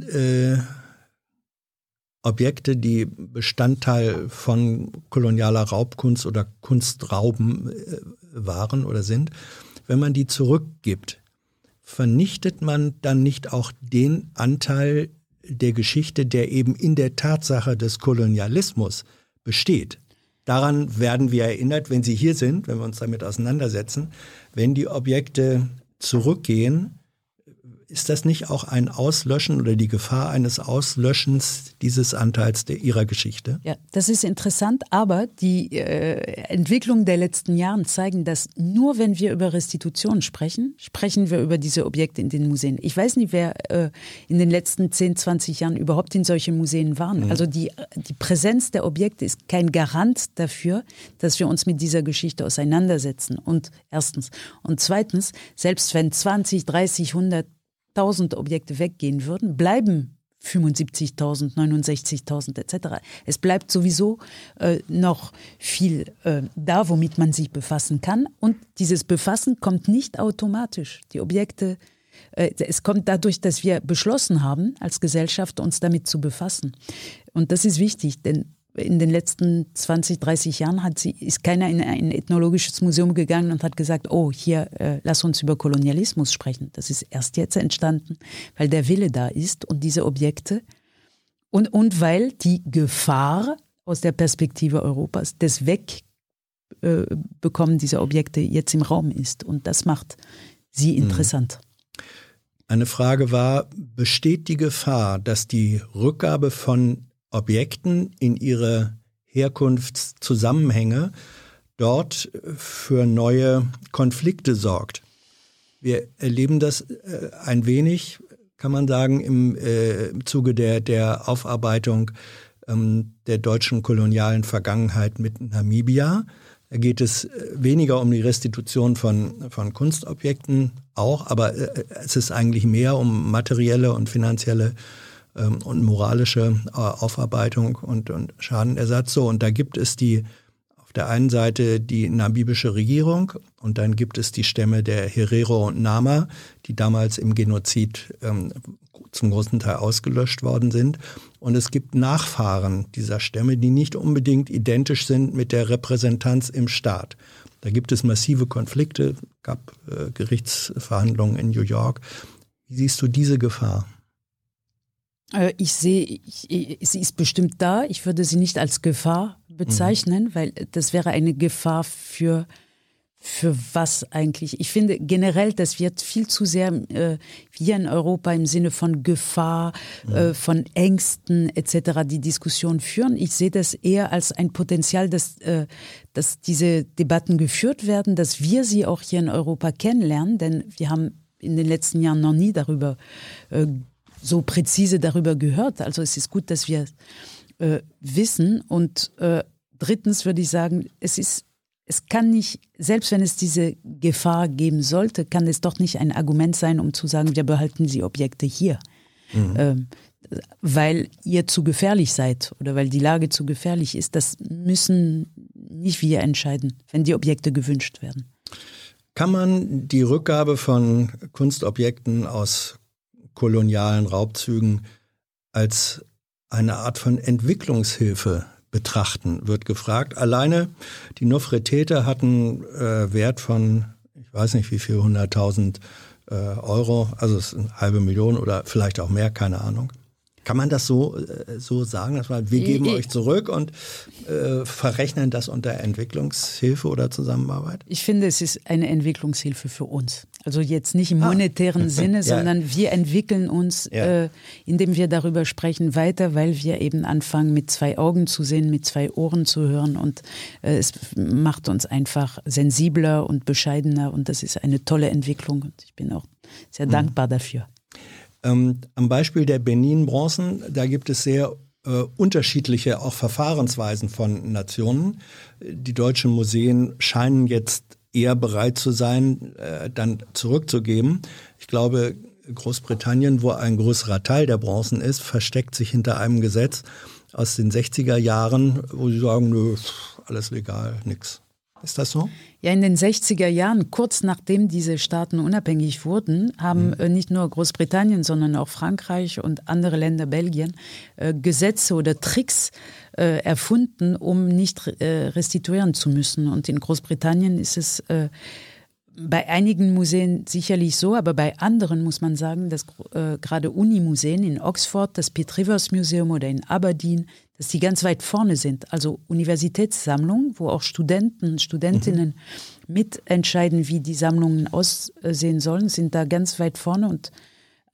Objekte, die Bestandteil von kolonialer Raubkunst oder Kunstrauben waren oder sind, wenn man die zurückgibt, vernichtet man dann nicht auch den Anteil der Geschichte, der eben in der Tatsache des Kolonialismus besteht? Daran werden wir erinnert, wenn sie hier sind, wenn wir uns damit auseinandersetzen. Wenn die Objekte zurückgehen, ist das nicht auch ein Auslöschen oder die Gefahr eines Auslöschens dieses Anteils ihrer Geschichte? Ja, das ist interessant, aber die Entwicklung der letzten Jahre zeigen, dass nur wenn wir über Restitution sprechen, sprechen wir über diese Objekte in den Museen. Ich weiß nicht, wer in den letzten 10, 20 Jahren überhaupt in solchen Museen waren. Also die Präsenz der Objekte ist kein Garant dafür, dass wir uns mit dieser Geschichte auseinandersetzen. Und erstens. Und zweitens, selbst wenn 20, 30, 100.000 Objekte weggehen würden, bleiben 75.000, 69.000 etc. Es bleibt sowieso noch viel da, womit man sich befassen kann. Und dieses Befassen kommt nicht automatisch. Die Objekte, es kommt dadurch, dass wir beschlossen haben, als Gesellschaft uns damit zu befassen. Und das ist wichtig, denn in den letzten 20, 30 Jahren ist keiner in ein ethnologisches Museum gegangen und hat gesagt, oh, hier, lass uns über Kolonialismus sprechen. Das ist erst jetzt entstanden, weil der Wille da ist und diese Objekte und weil die Gefahr aus der Perspektive Europas des Wegbekommen dieser Objekte jetzt im Raum ist. Und das macht sie interessant. Eine Frage war, besteht die Gefahr, dass die Rückgabe von Objekten in ihre Herkunftszusammenhänge dort für neue Konflikte sorgt? Wir erleben das ein wenig, kann man sagen, im Zuge der Aufarbeitung der deutschen kolonialen Vergangenheit mit Namibia. Da geht es weniger um die Restitution von Kunstobjekten auch, aber es ist eigentlich mehr um materielle und finanzielle und moralische Aufarbeitung und Schadenersatz. So, und da gibt es auf der einen Seite die namibische Regierung und dann gibt es die Stämme der Herero und Nama, die damals im Genozid zum großen Teil ausgelöscht worden sind. Und es gibt Nachfahren dieser Stämme, die nicht unbedingt identisch sind mit der Repräsentanz im Staat. Da gibt es massive Konflikte, gab Gerichtsverhandlungen in New York. Wie siehst du diese Gefahr? Ich sehe, sie ist bestimmt da. Ich würde sie nicht als Gefahr bezeichnen, weil das wäre eine Gefahr für was eigentlich? Ich finde generell, das wird viel zu sehr wir in Europa im Sinne von Gefahr, von Ängsten etc. die Diskussion führen. Ich sehe das eher als ein Potenzial, dass diese Debatten geführt werden, dass wir sie auch hier in Europa kennenlernen, denn wir haben in den letzten Jahren noch nie so präzise darüber gehört. Also es ist gut, dass wir wissen. Und drittens würde ich sagen, es kann nicht, selbst wenn es diese Gefahr geben sollte, kann es doch nicht ein Argument sein, um zu sagen, wir behalten die Objekte hier. Weil ihr zu gefährlich seid oder weil die Lage zu gefährlich ist. Das müssen nicht wir entscheiden, wenn die Objekte gewünscht werden. Kann man die Rückgabe von Kunstobjekten aus kolonialen Raubzügen als eine Art von Entwicklungshilfe betrachten, wird gefragt. Alleine die Nofretete hatten Wert von, ich weiß nicht wie viel, 100.000 Euro, also es ist eine halbe Million oder vielleicht auch mehr, keine Ahnung. Kann man das so sagen, dass wir geben euch zurück und verrechnen das unter Entwicklungshilfe oder Zusammenarbeit? Ich finde, es ist eine Entwicklungshilfe für uns. Also jetzt nicht im monetären Sinne, sondern wir entwickeln uns, indem wir darüber sprechen, weiter, weil wir eben anfangen, mit 2 Augen zu sehen, mit 2 Ohren zu hören und es macht uns einfach sensibler und bescheidener und das ist eine tolle Entwicklung und ich bin auch sehr dankbar dafür. Am Beispiel der Benin-Bronzen, da gibt es sehr unterschiedliche auch Verfahrensweisen von Nationen. Die deutschen Museen scheinen jetzt eher bereit zu sein, dann zurückzugeben. Ich glaube, Großbritannien, wo ein größerer Teil der Bronzen ist, versteckt sich hinter einem Gesetz aus den 60er Jahren, wo sie sagen, nö, alles legal, nix. Ist das so? Ja, in den 60er Jahren, kurz nachdem diese Staaten unabhängig wurden, haben nicht nur Großbritannien, sondern auch Frankreich und andere Länder, Belgien, Gesetze oder Tricks erfunden, um nicht restituieren zu müssen. Und in Großbritannien ist es bei einigen Museen sicherlich so, aber bei anderen muss man sagen, dass gerade Unimuseen in Oxford, das Pitt Rivers Museum oder in Aberdeen, dass die ganz weit vorne sind. Also Universitätssammlungen, wo auch Studenten, Studentinnen mitentscheiden, wie die Sammlungen aussehen sollen, sind da ganz weit vorne und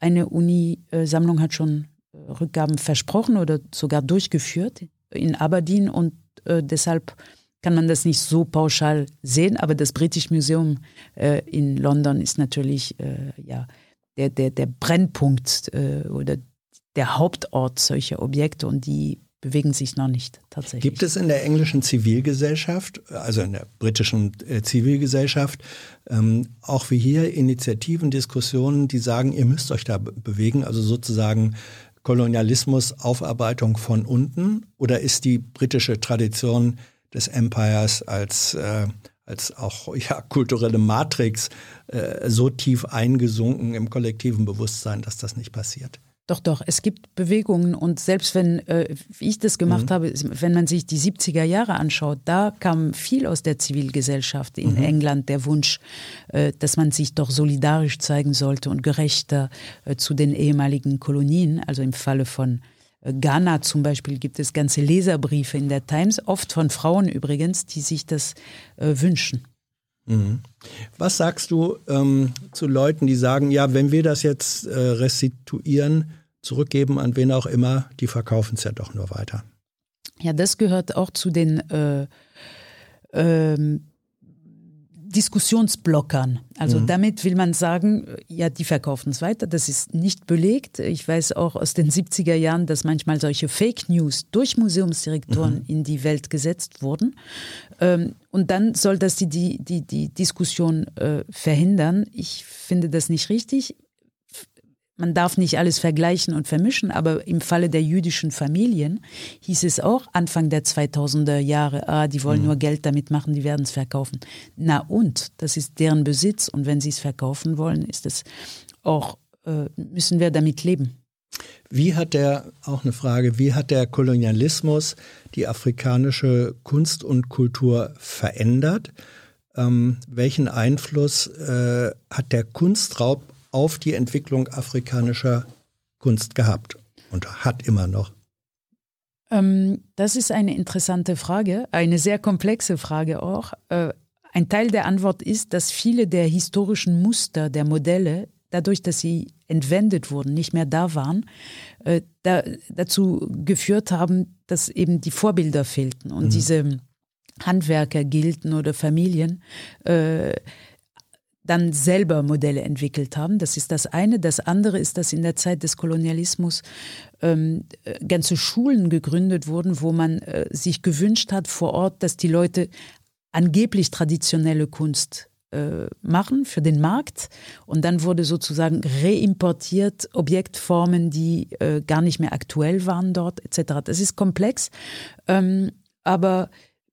eine Uni-Sammlung hat schon Rückgaben versprochen oder sogar durchgeführt in Aberdeen und deshalb kann man das nicht so pauschal sehen, aber das British Museum in London ist natürlich der Brennpunkt oder der Hauptort solcher Objekte und die bewegen sich noch nicht tatsächlich. Gibt es in der englischen Zivilgesellschaft, also in der britischen Zivilgesellschaft, auch wie hier Initiativen, Diskussionen, die sagen, ihr müsst euch da bewegen, also sozusagen Kolonialismus, Aufarbeitung von unten? Oder ist die britische Tradition des Empires als auch kulturelle Matrix so tief eingesunken im kollektiven Bewusstsein, dass das nicht passiert? Doch, es gibt Bewegungen und selbst wenn, wie ich das gemacht habe, wenn man sich die 70er Jahre anschaut, da kam viel aus der Zivilgesellschaft in England, der Wunsch, dass man sich doch solidarisch zeigen sollte und gerechter zu den ehemaligen Kolonien. Also im Falle von Ghana zum Beispiel gibt es ganze Leserbriefe in der Times, oft von Frauen übrigens, die sich das wünschen. Was sagst du zu Leuten, die sagen, ja, wenn wir das jetzt restituieren, zurückgeben an wen auch immer, die verkaufen es ja doch nur weiter? Ja, das gehört auch zu den Diskussionsblockern. Also damit will man sagen, ja, die verkaufen es weiter. Das ist nicht belegt. Ich weiß auch aus den 70er Jahren, dass manchmal solche Fake News durch Museumsdirektoren in die Welt gesetzt wurden. Und dann soll das die Diskussion verhindern. Ich finde das nicht richtig. Man darf nicht alles vergleichen und vermischen, aber im Falle der jüdischen Familien hieß es auch Anfang der 2000er Jahre, die wollen nur Geld damit machen, die werden es verkaufen. Na und, das ist deren Besitz und wenn sie es verkaufen wollen, ist es auch, müssen wir damit leben. Wie hat der Kolonialismus die afrikanische Kunst und Kultur verändert? Welchen Einfluss hat der Kunstraub auf die Entwicklung afrikanischer Kunst gehabt und hat immer noch? Das ist eine interessante Frage, eine sehr komplexe Frage auch. Ein Teil der Antwort ist, dass viele der historischen Muster, der Modelle, dadurch, dass sie entwendet wurden, nicht mehr da waren, dazu geführt haben, dass eben die Vorbilder fehlten und diese Handwerkergilden oder Familien dann selber Modelle entwickelt haben. Das ist das eine. Das andere ist, dass in der Zeit des Kolonialismus ganze Schulen gegründet wurden, wo man sich gewünscht hat vor Ort, dass die Leute angeblich traditionelle Kunst machen für den Markt. Und dann wurde sozusagen reimportiert Objektformen, die gar nicht mehr aktuell waren dort, etc. Das ist komplex. Aber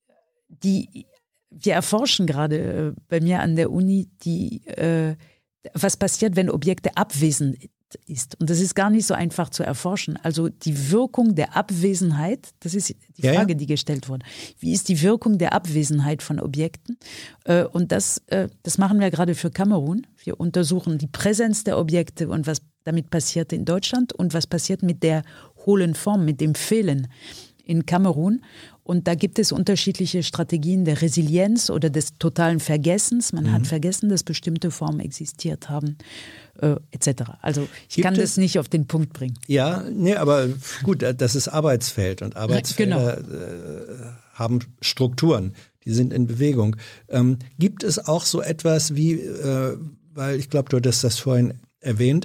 wir erforschen gerade bei mir an der Uni, was passiert, wenn Objekte abwesend ist. Und das ist gar nicht so einfach zu erforschen. Also die Wirkung der Abwesenheit, das ist die Frage, die gestellt wurde. Wie ist die Wirkung der Abwesenheit von Objekten? Und das machen wir gerade für Kamerun. Wir untersuchen die Präsenz der Objekte und was damit passiert in Deutschland und was passiert mit der hohlen Form, mit dem Fehlen in Kamerun. Und da gibt es unterschiedliche Strategien der Resilienz oder des totalen Vergessens. Man hat vergessen, dass bestimmte Formen existiert haben, etc. Also ich kann das nicht auf den Punkt bringen. Ja, nee, aber gut, das ist Arbeitsfeld und Arbeitsfelder haben Strukturen, die sind in Bewegung. Gibt es auch so etwas wie, weil ich glaube, du hattest das vorhin erwähnt,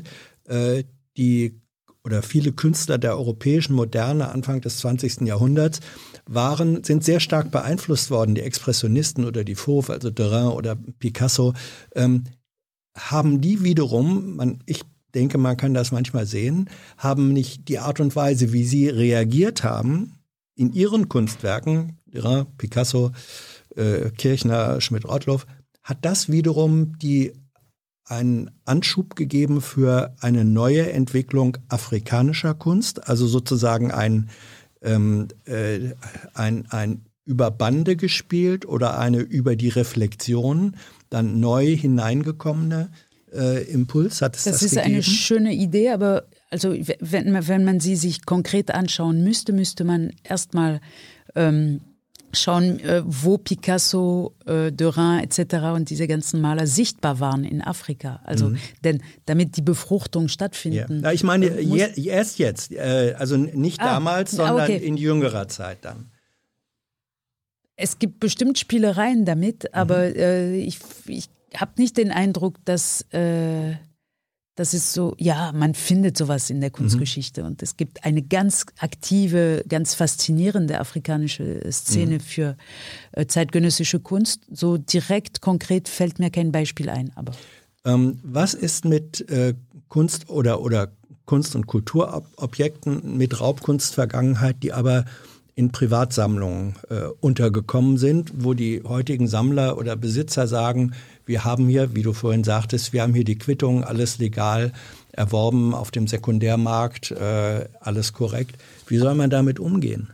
viele Künstler der europäischen Moderne Anfang des 20. Jahrhunderts sind sehr stark beeinflusst worden. Die Expressionisten oder die Fauve, also Derain oder Picasso, haben die wiederum, ich denke, man kann das manchmal sehen, haben nicht die Art und Weise, wie sie reagiert haben in ihren Kunstwerken, Derain, Picasso, Kirchner, Schmidt-Rottluff, hat das wiederum einen Anschub gegeben für eine neue Entwicklung afrikanischer Kunst, also sozusagen ein über Bande gespielt oder eine über die Reflexion dann neu hineingekommene Impuls? Hat es das gegeben? Das ist eine schöne Idee, aber also wenn man sie sich konkret anschauen müsste man erstmal schauen, wo Picasso, Derain etc. und diese ganzen Maler sichtbar waren in Afrika. Also, denn damit die Befruchtung stattfinden. Ja, ich meine, erst jetzt, also nicht damals, sondern in jüngerer Zeit dann. Es gibt bestimmt Spielereien damit, aber ich habe nicht den Eindruck, dass das ist so, ja, man findet sowas in der Kunstgeschichte und es gibt eine ganz aktive, ganz faszinierende afrikanische Szene für zeitgenössische Kunst. So direkt, konkret fällt mir kein Beispiel ein. Aber was ist mit Kunst oder Kunst- und Kulturobjekten mit Raubkunstvergangenheit, die aber in Privatsammlungen untergekommen sind, wo die heutigen Sammler oder Besitzer sagen, wir haben hier, wie du vorhin sagtest, wir haben hier die Quittung, alles legal erworben auf dem Sekundärmarkt, alles korrekt. Wie soll man damit umgehen?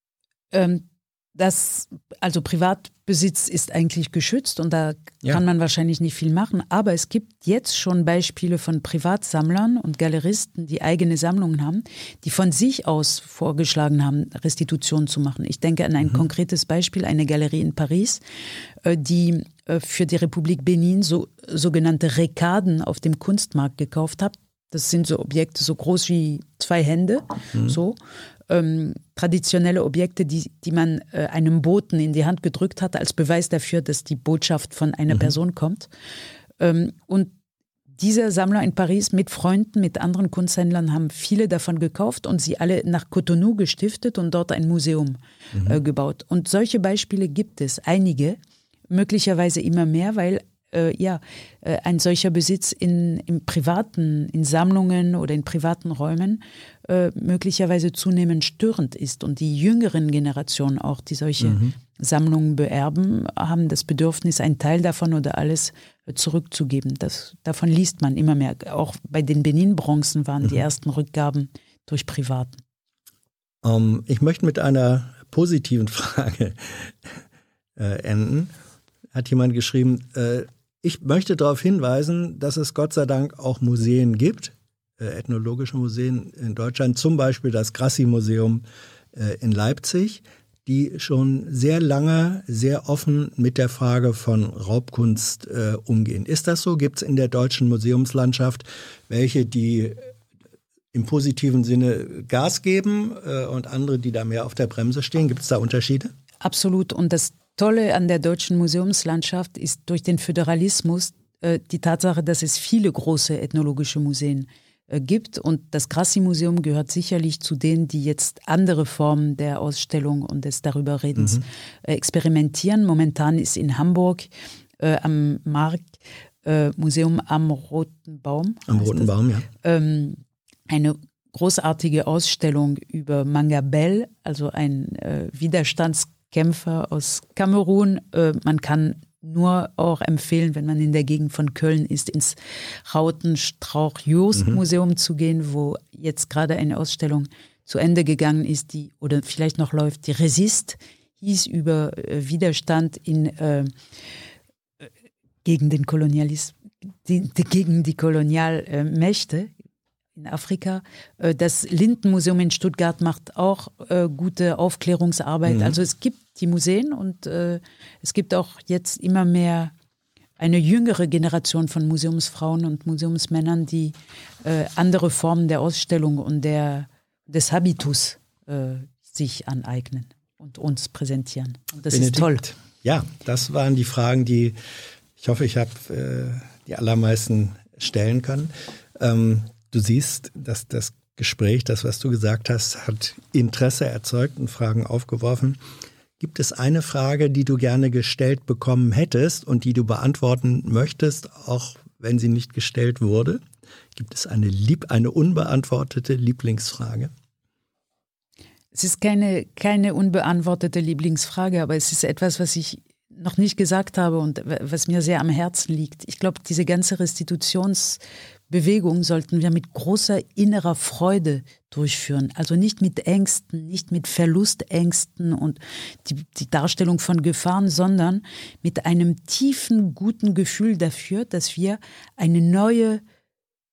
Also Privatbesitz ist eigentlich geschützt und da kann man wahrscheinlich nicht viel machen. Aber es gibt jetzt schon Beispiele von Privatsammlern und Galeristen, die eigene Sammlungen haben, die von sich aus vorgeschlagen haben, Restitution zu machen. Ich denke an ein konkretes Beispiel, eine Galerie in Paris, die für die Republik Benin sogenannte Rekaden auf dem Kunstmarkt gekauft hat. Das sind so Objekte so groß wie 2 Hände, so. Traditionelle Objekte, die man einem Boten in die Hand gedrückt hat, als Beweis dafür, dass die Botschaft von einer Person kommt. Und dieser Sammler in Paris mit Freunden, mit anderen Kunsthändlern haben viele davon gekauft und sie alle nach Cotonou gestiftet und dort ein Museum gebaut. Und solche Beispiele gibt es, einige, möglicherweise immer mehr, weil ein solcher Besitz in Sammlungen oder in privaten Räumen möglicherweise zunehmend störend ist. Und die jüngeren Generationen auch, die solche Sammlungen beerben, haben das Bedürfnis, einen Teil davon oder alles zurückzugeben. Davon liest man immer mehr. Auch bei den Benin-Bronzen waren die ersten Rückgaben durch Privaten. Ich möchte mit einer positiven Frage enden. Hat jemand geschrieben, ich möchte darauf hinweisen, dass es Gott sei Dank auch Museen gibt, ethnologische Museen in Deutschland, zum Beispiel das Grassi-Museum in Leipzig, die schon sehr lange, sehr offen mit der Frage von Raubkunst umgehen. Ist das so? Gibt es in der deutschen Museumslandschaft welche, die im positiven Sinne Gas geben und andere, die da mehr auf der Bremse stehen? Gibt es da Unterschiede? Absolut. Und das Tolle an der deutschen Museumslandschaft ist durch den Föderalismus die Tatsache, dass es viele große ethnologische Museen gibt. Und das Grassi-Museum gehört sicherlich zu denen, die jetzt andere Formen der Ausstellung und des Darüberredens experimentieren. Momentan ist in Hamburg am Markt Museum am Roten Baum. Am Roten Baum, ja. Eine großartige Ausstellung über Mangabell, also ein Widerstandskämpfer aus Kamerun. Man kann nur auch empfehlen, wenn man in der Gegend von Köln ist, ins Rautenstrauch-Jost-Museum zu gehen, wo jetzt gerade eine Ausstellung zu Ende gegangen ist, die oder vielleicht noch läuft, die Resist hieß, über Widerstand gegen den gegen die Kolonialmächte in Afrika. Das Lindenmuseum in Stuttgart macht auch gute Aufklärungsarbeit. Also es gibt die Museen und es gibt auch jetzt immer mehr eine jüngere Generation von Museumsfrauen und Museumsmännern, die andere Formen der Ausstellung und des Habitus sich aneignen und uns präsentieren. Und das Benedikt, ist toll. Ja, das waren die Fragen, die ich hoffe, ich habe die allermeisten stellen können. Du siehst, dass das Gespräch, das, was du gesagt hast, hat Interesse erzeugt und Fragen aufgeworfen. Gibt es eine Frage, die du gerne gestellt bekommen hättest und die du beantworten möchtest, auch wenn sie nicht gestellt wurde? Gibt es eine unbeantwortete Lieblingsfrage? Es ist keine unbeantwortete Lieblingsfrage, aber es ist etwas, was ich noch nicht gesagt habe und was mir sehr am Herzen liegt. Ich glaube, diese ganze Restitutionsbewegung sollten wir mit großer innerer Freude durchführen. Also nicht mit Ängsten, nicht mit Verlustängsten und die Darstellung von Gefahren, sondern mit einem tiefen, guten Gefühl dafür, dass wir eine neue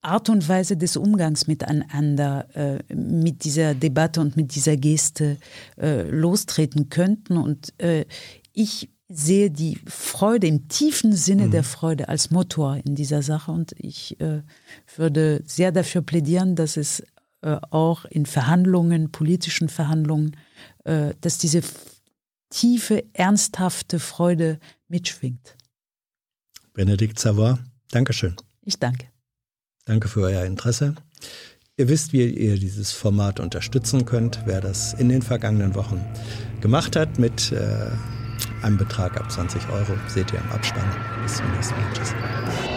Art und Weise des Umgangs miteinander mit dieser Debatte und mit dieser Geste lostreten könnten. Und ich sehe die Freude im tiefen Sinne der Freude als Motor in dieser Sache. Und ich würde sehr dafür plädieren, dass es auch in Verhandlungen, politischen Verhandlungen, dass diese tiefe, ernsthafte Freude mitschwingt. Bénédicte Savoy, Dankeschön. Ich danke. Danke für euer Interesse. Ihr wisst, wie ihr dieses Format unterstützen könnt. Wer das in den vergangenen Wochen gemacht hat mit einem Betrag ab 20 €, seht ihr im Abspann. Bis zum nächsten Mal. Tschüss.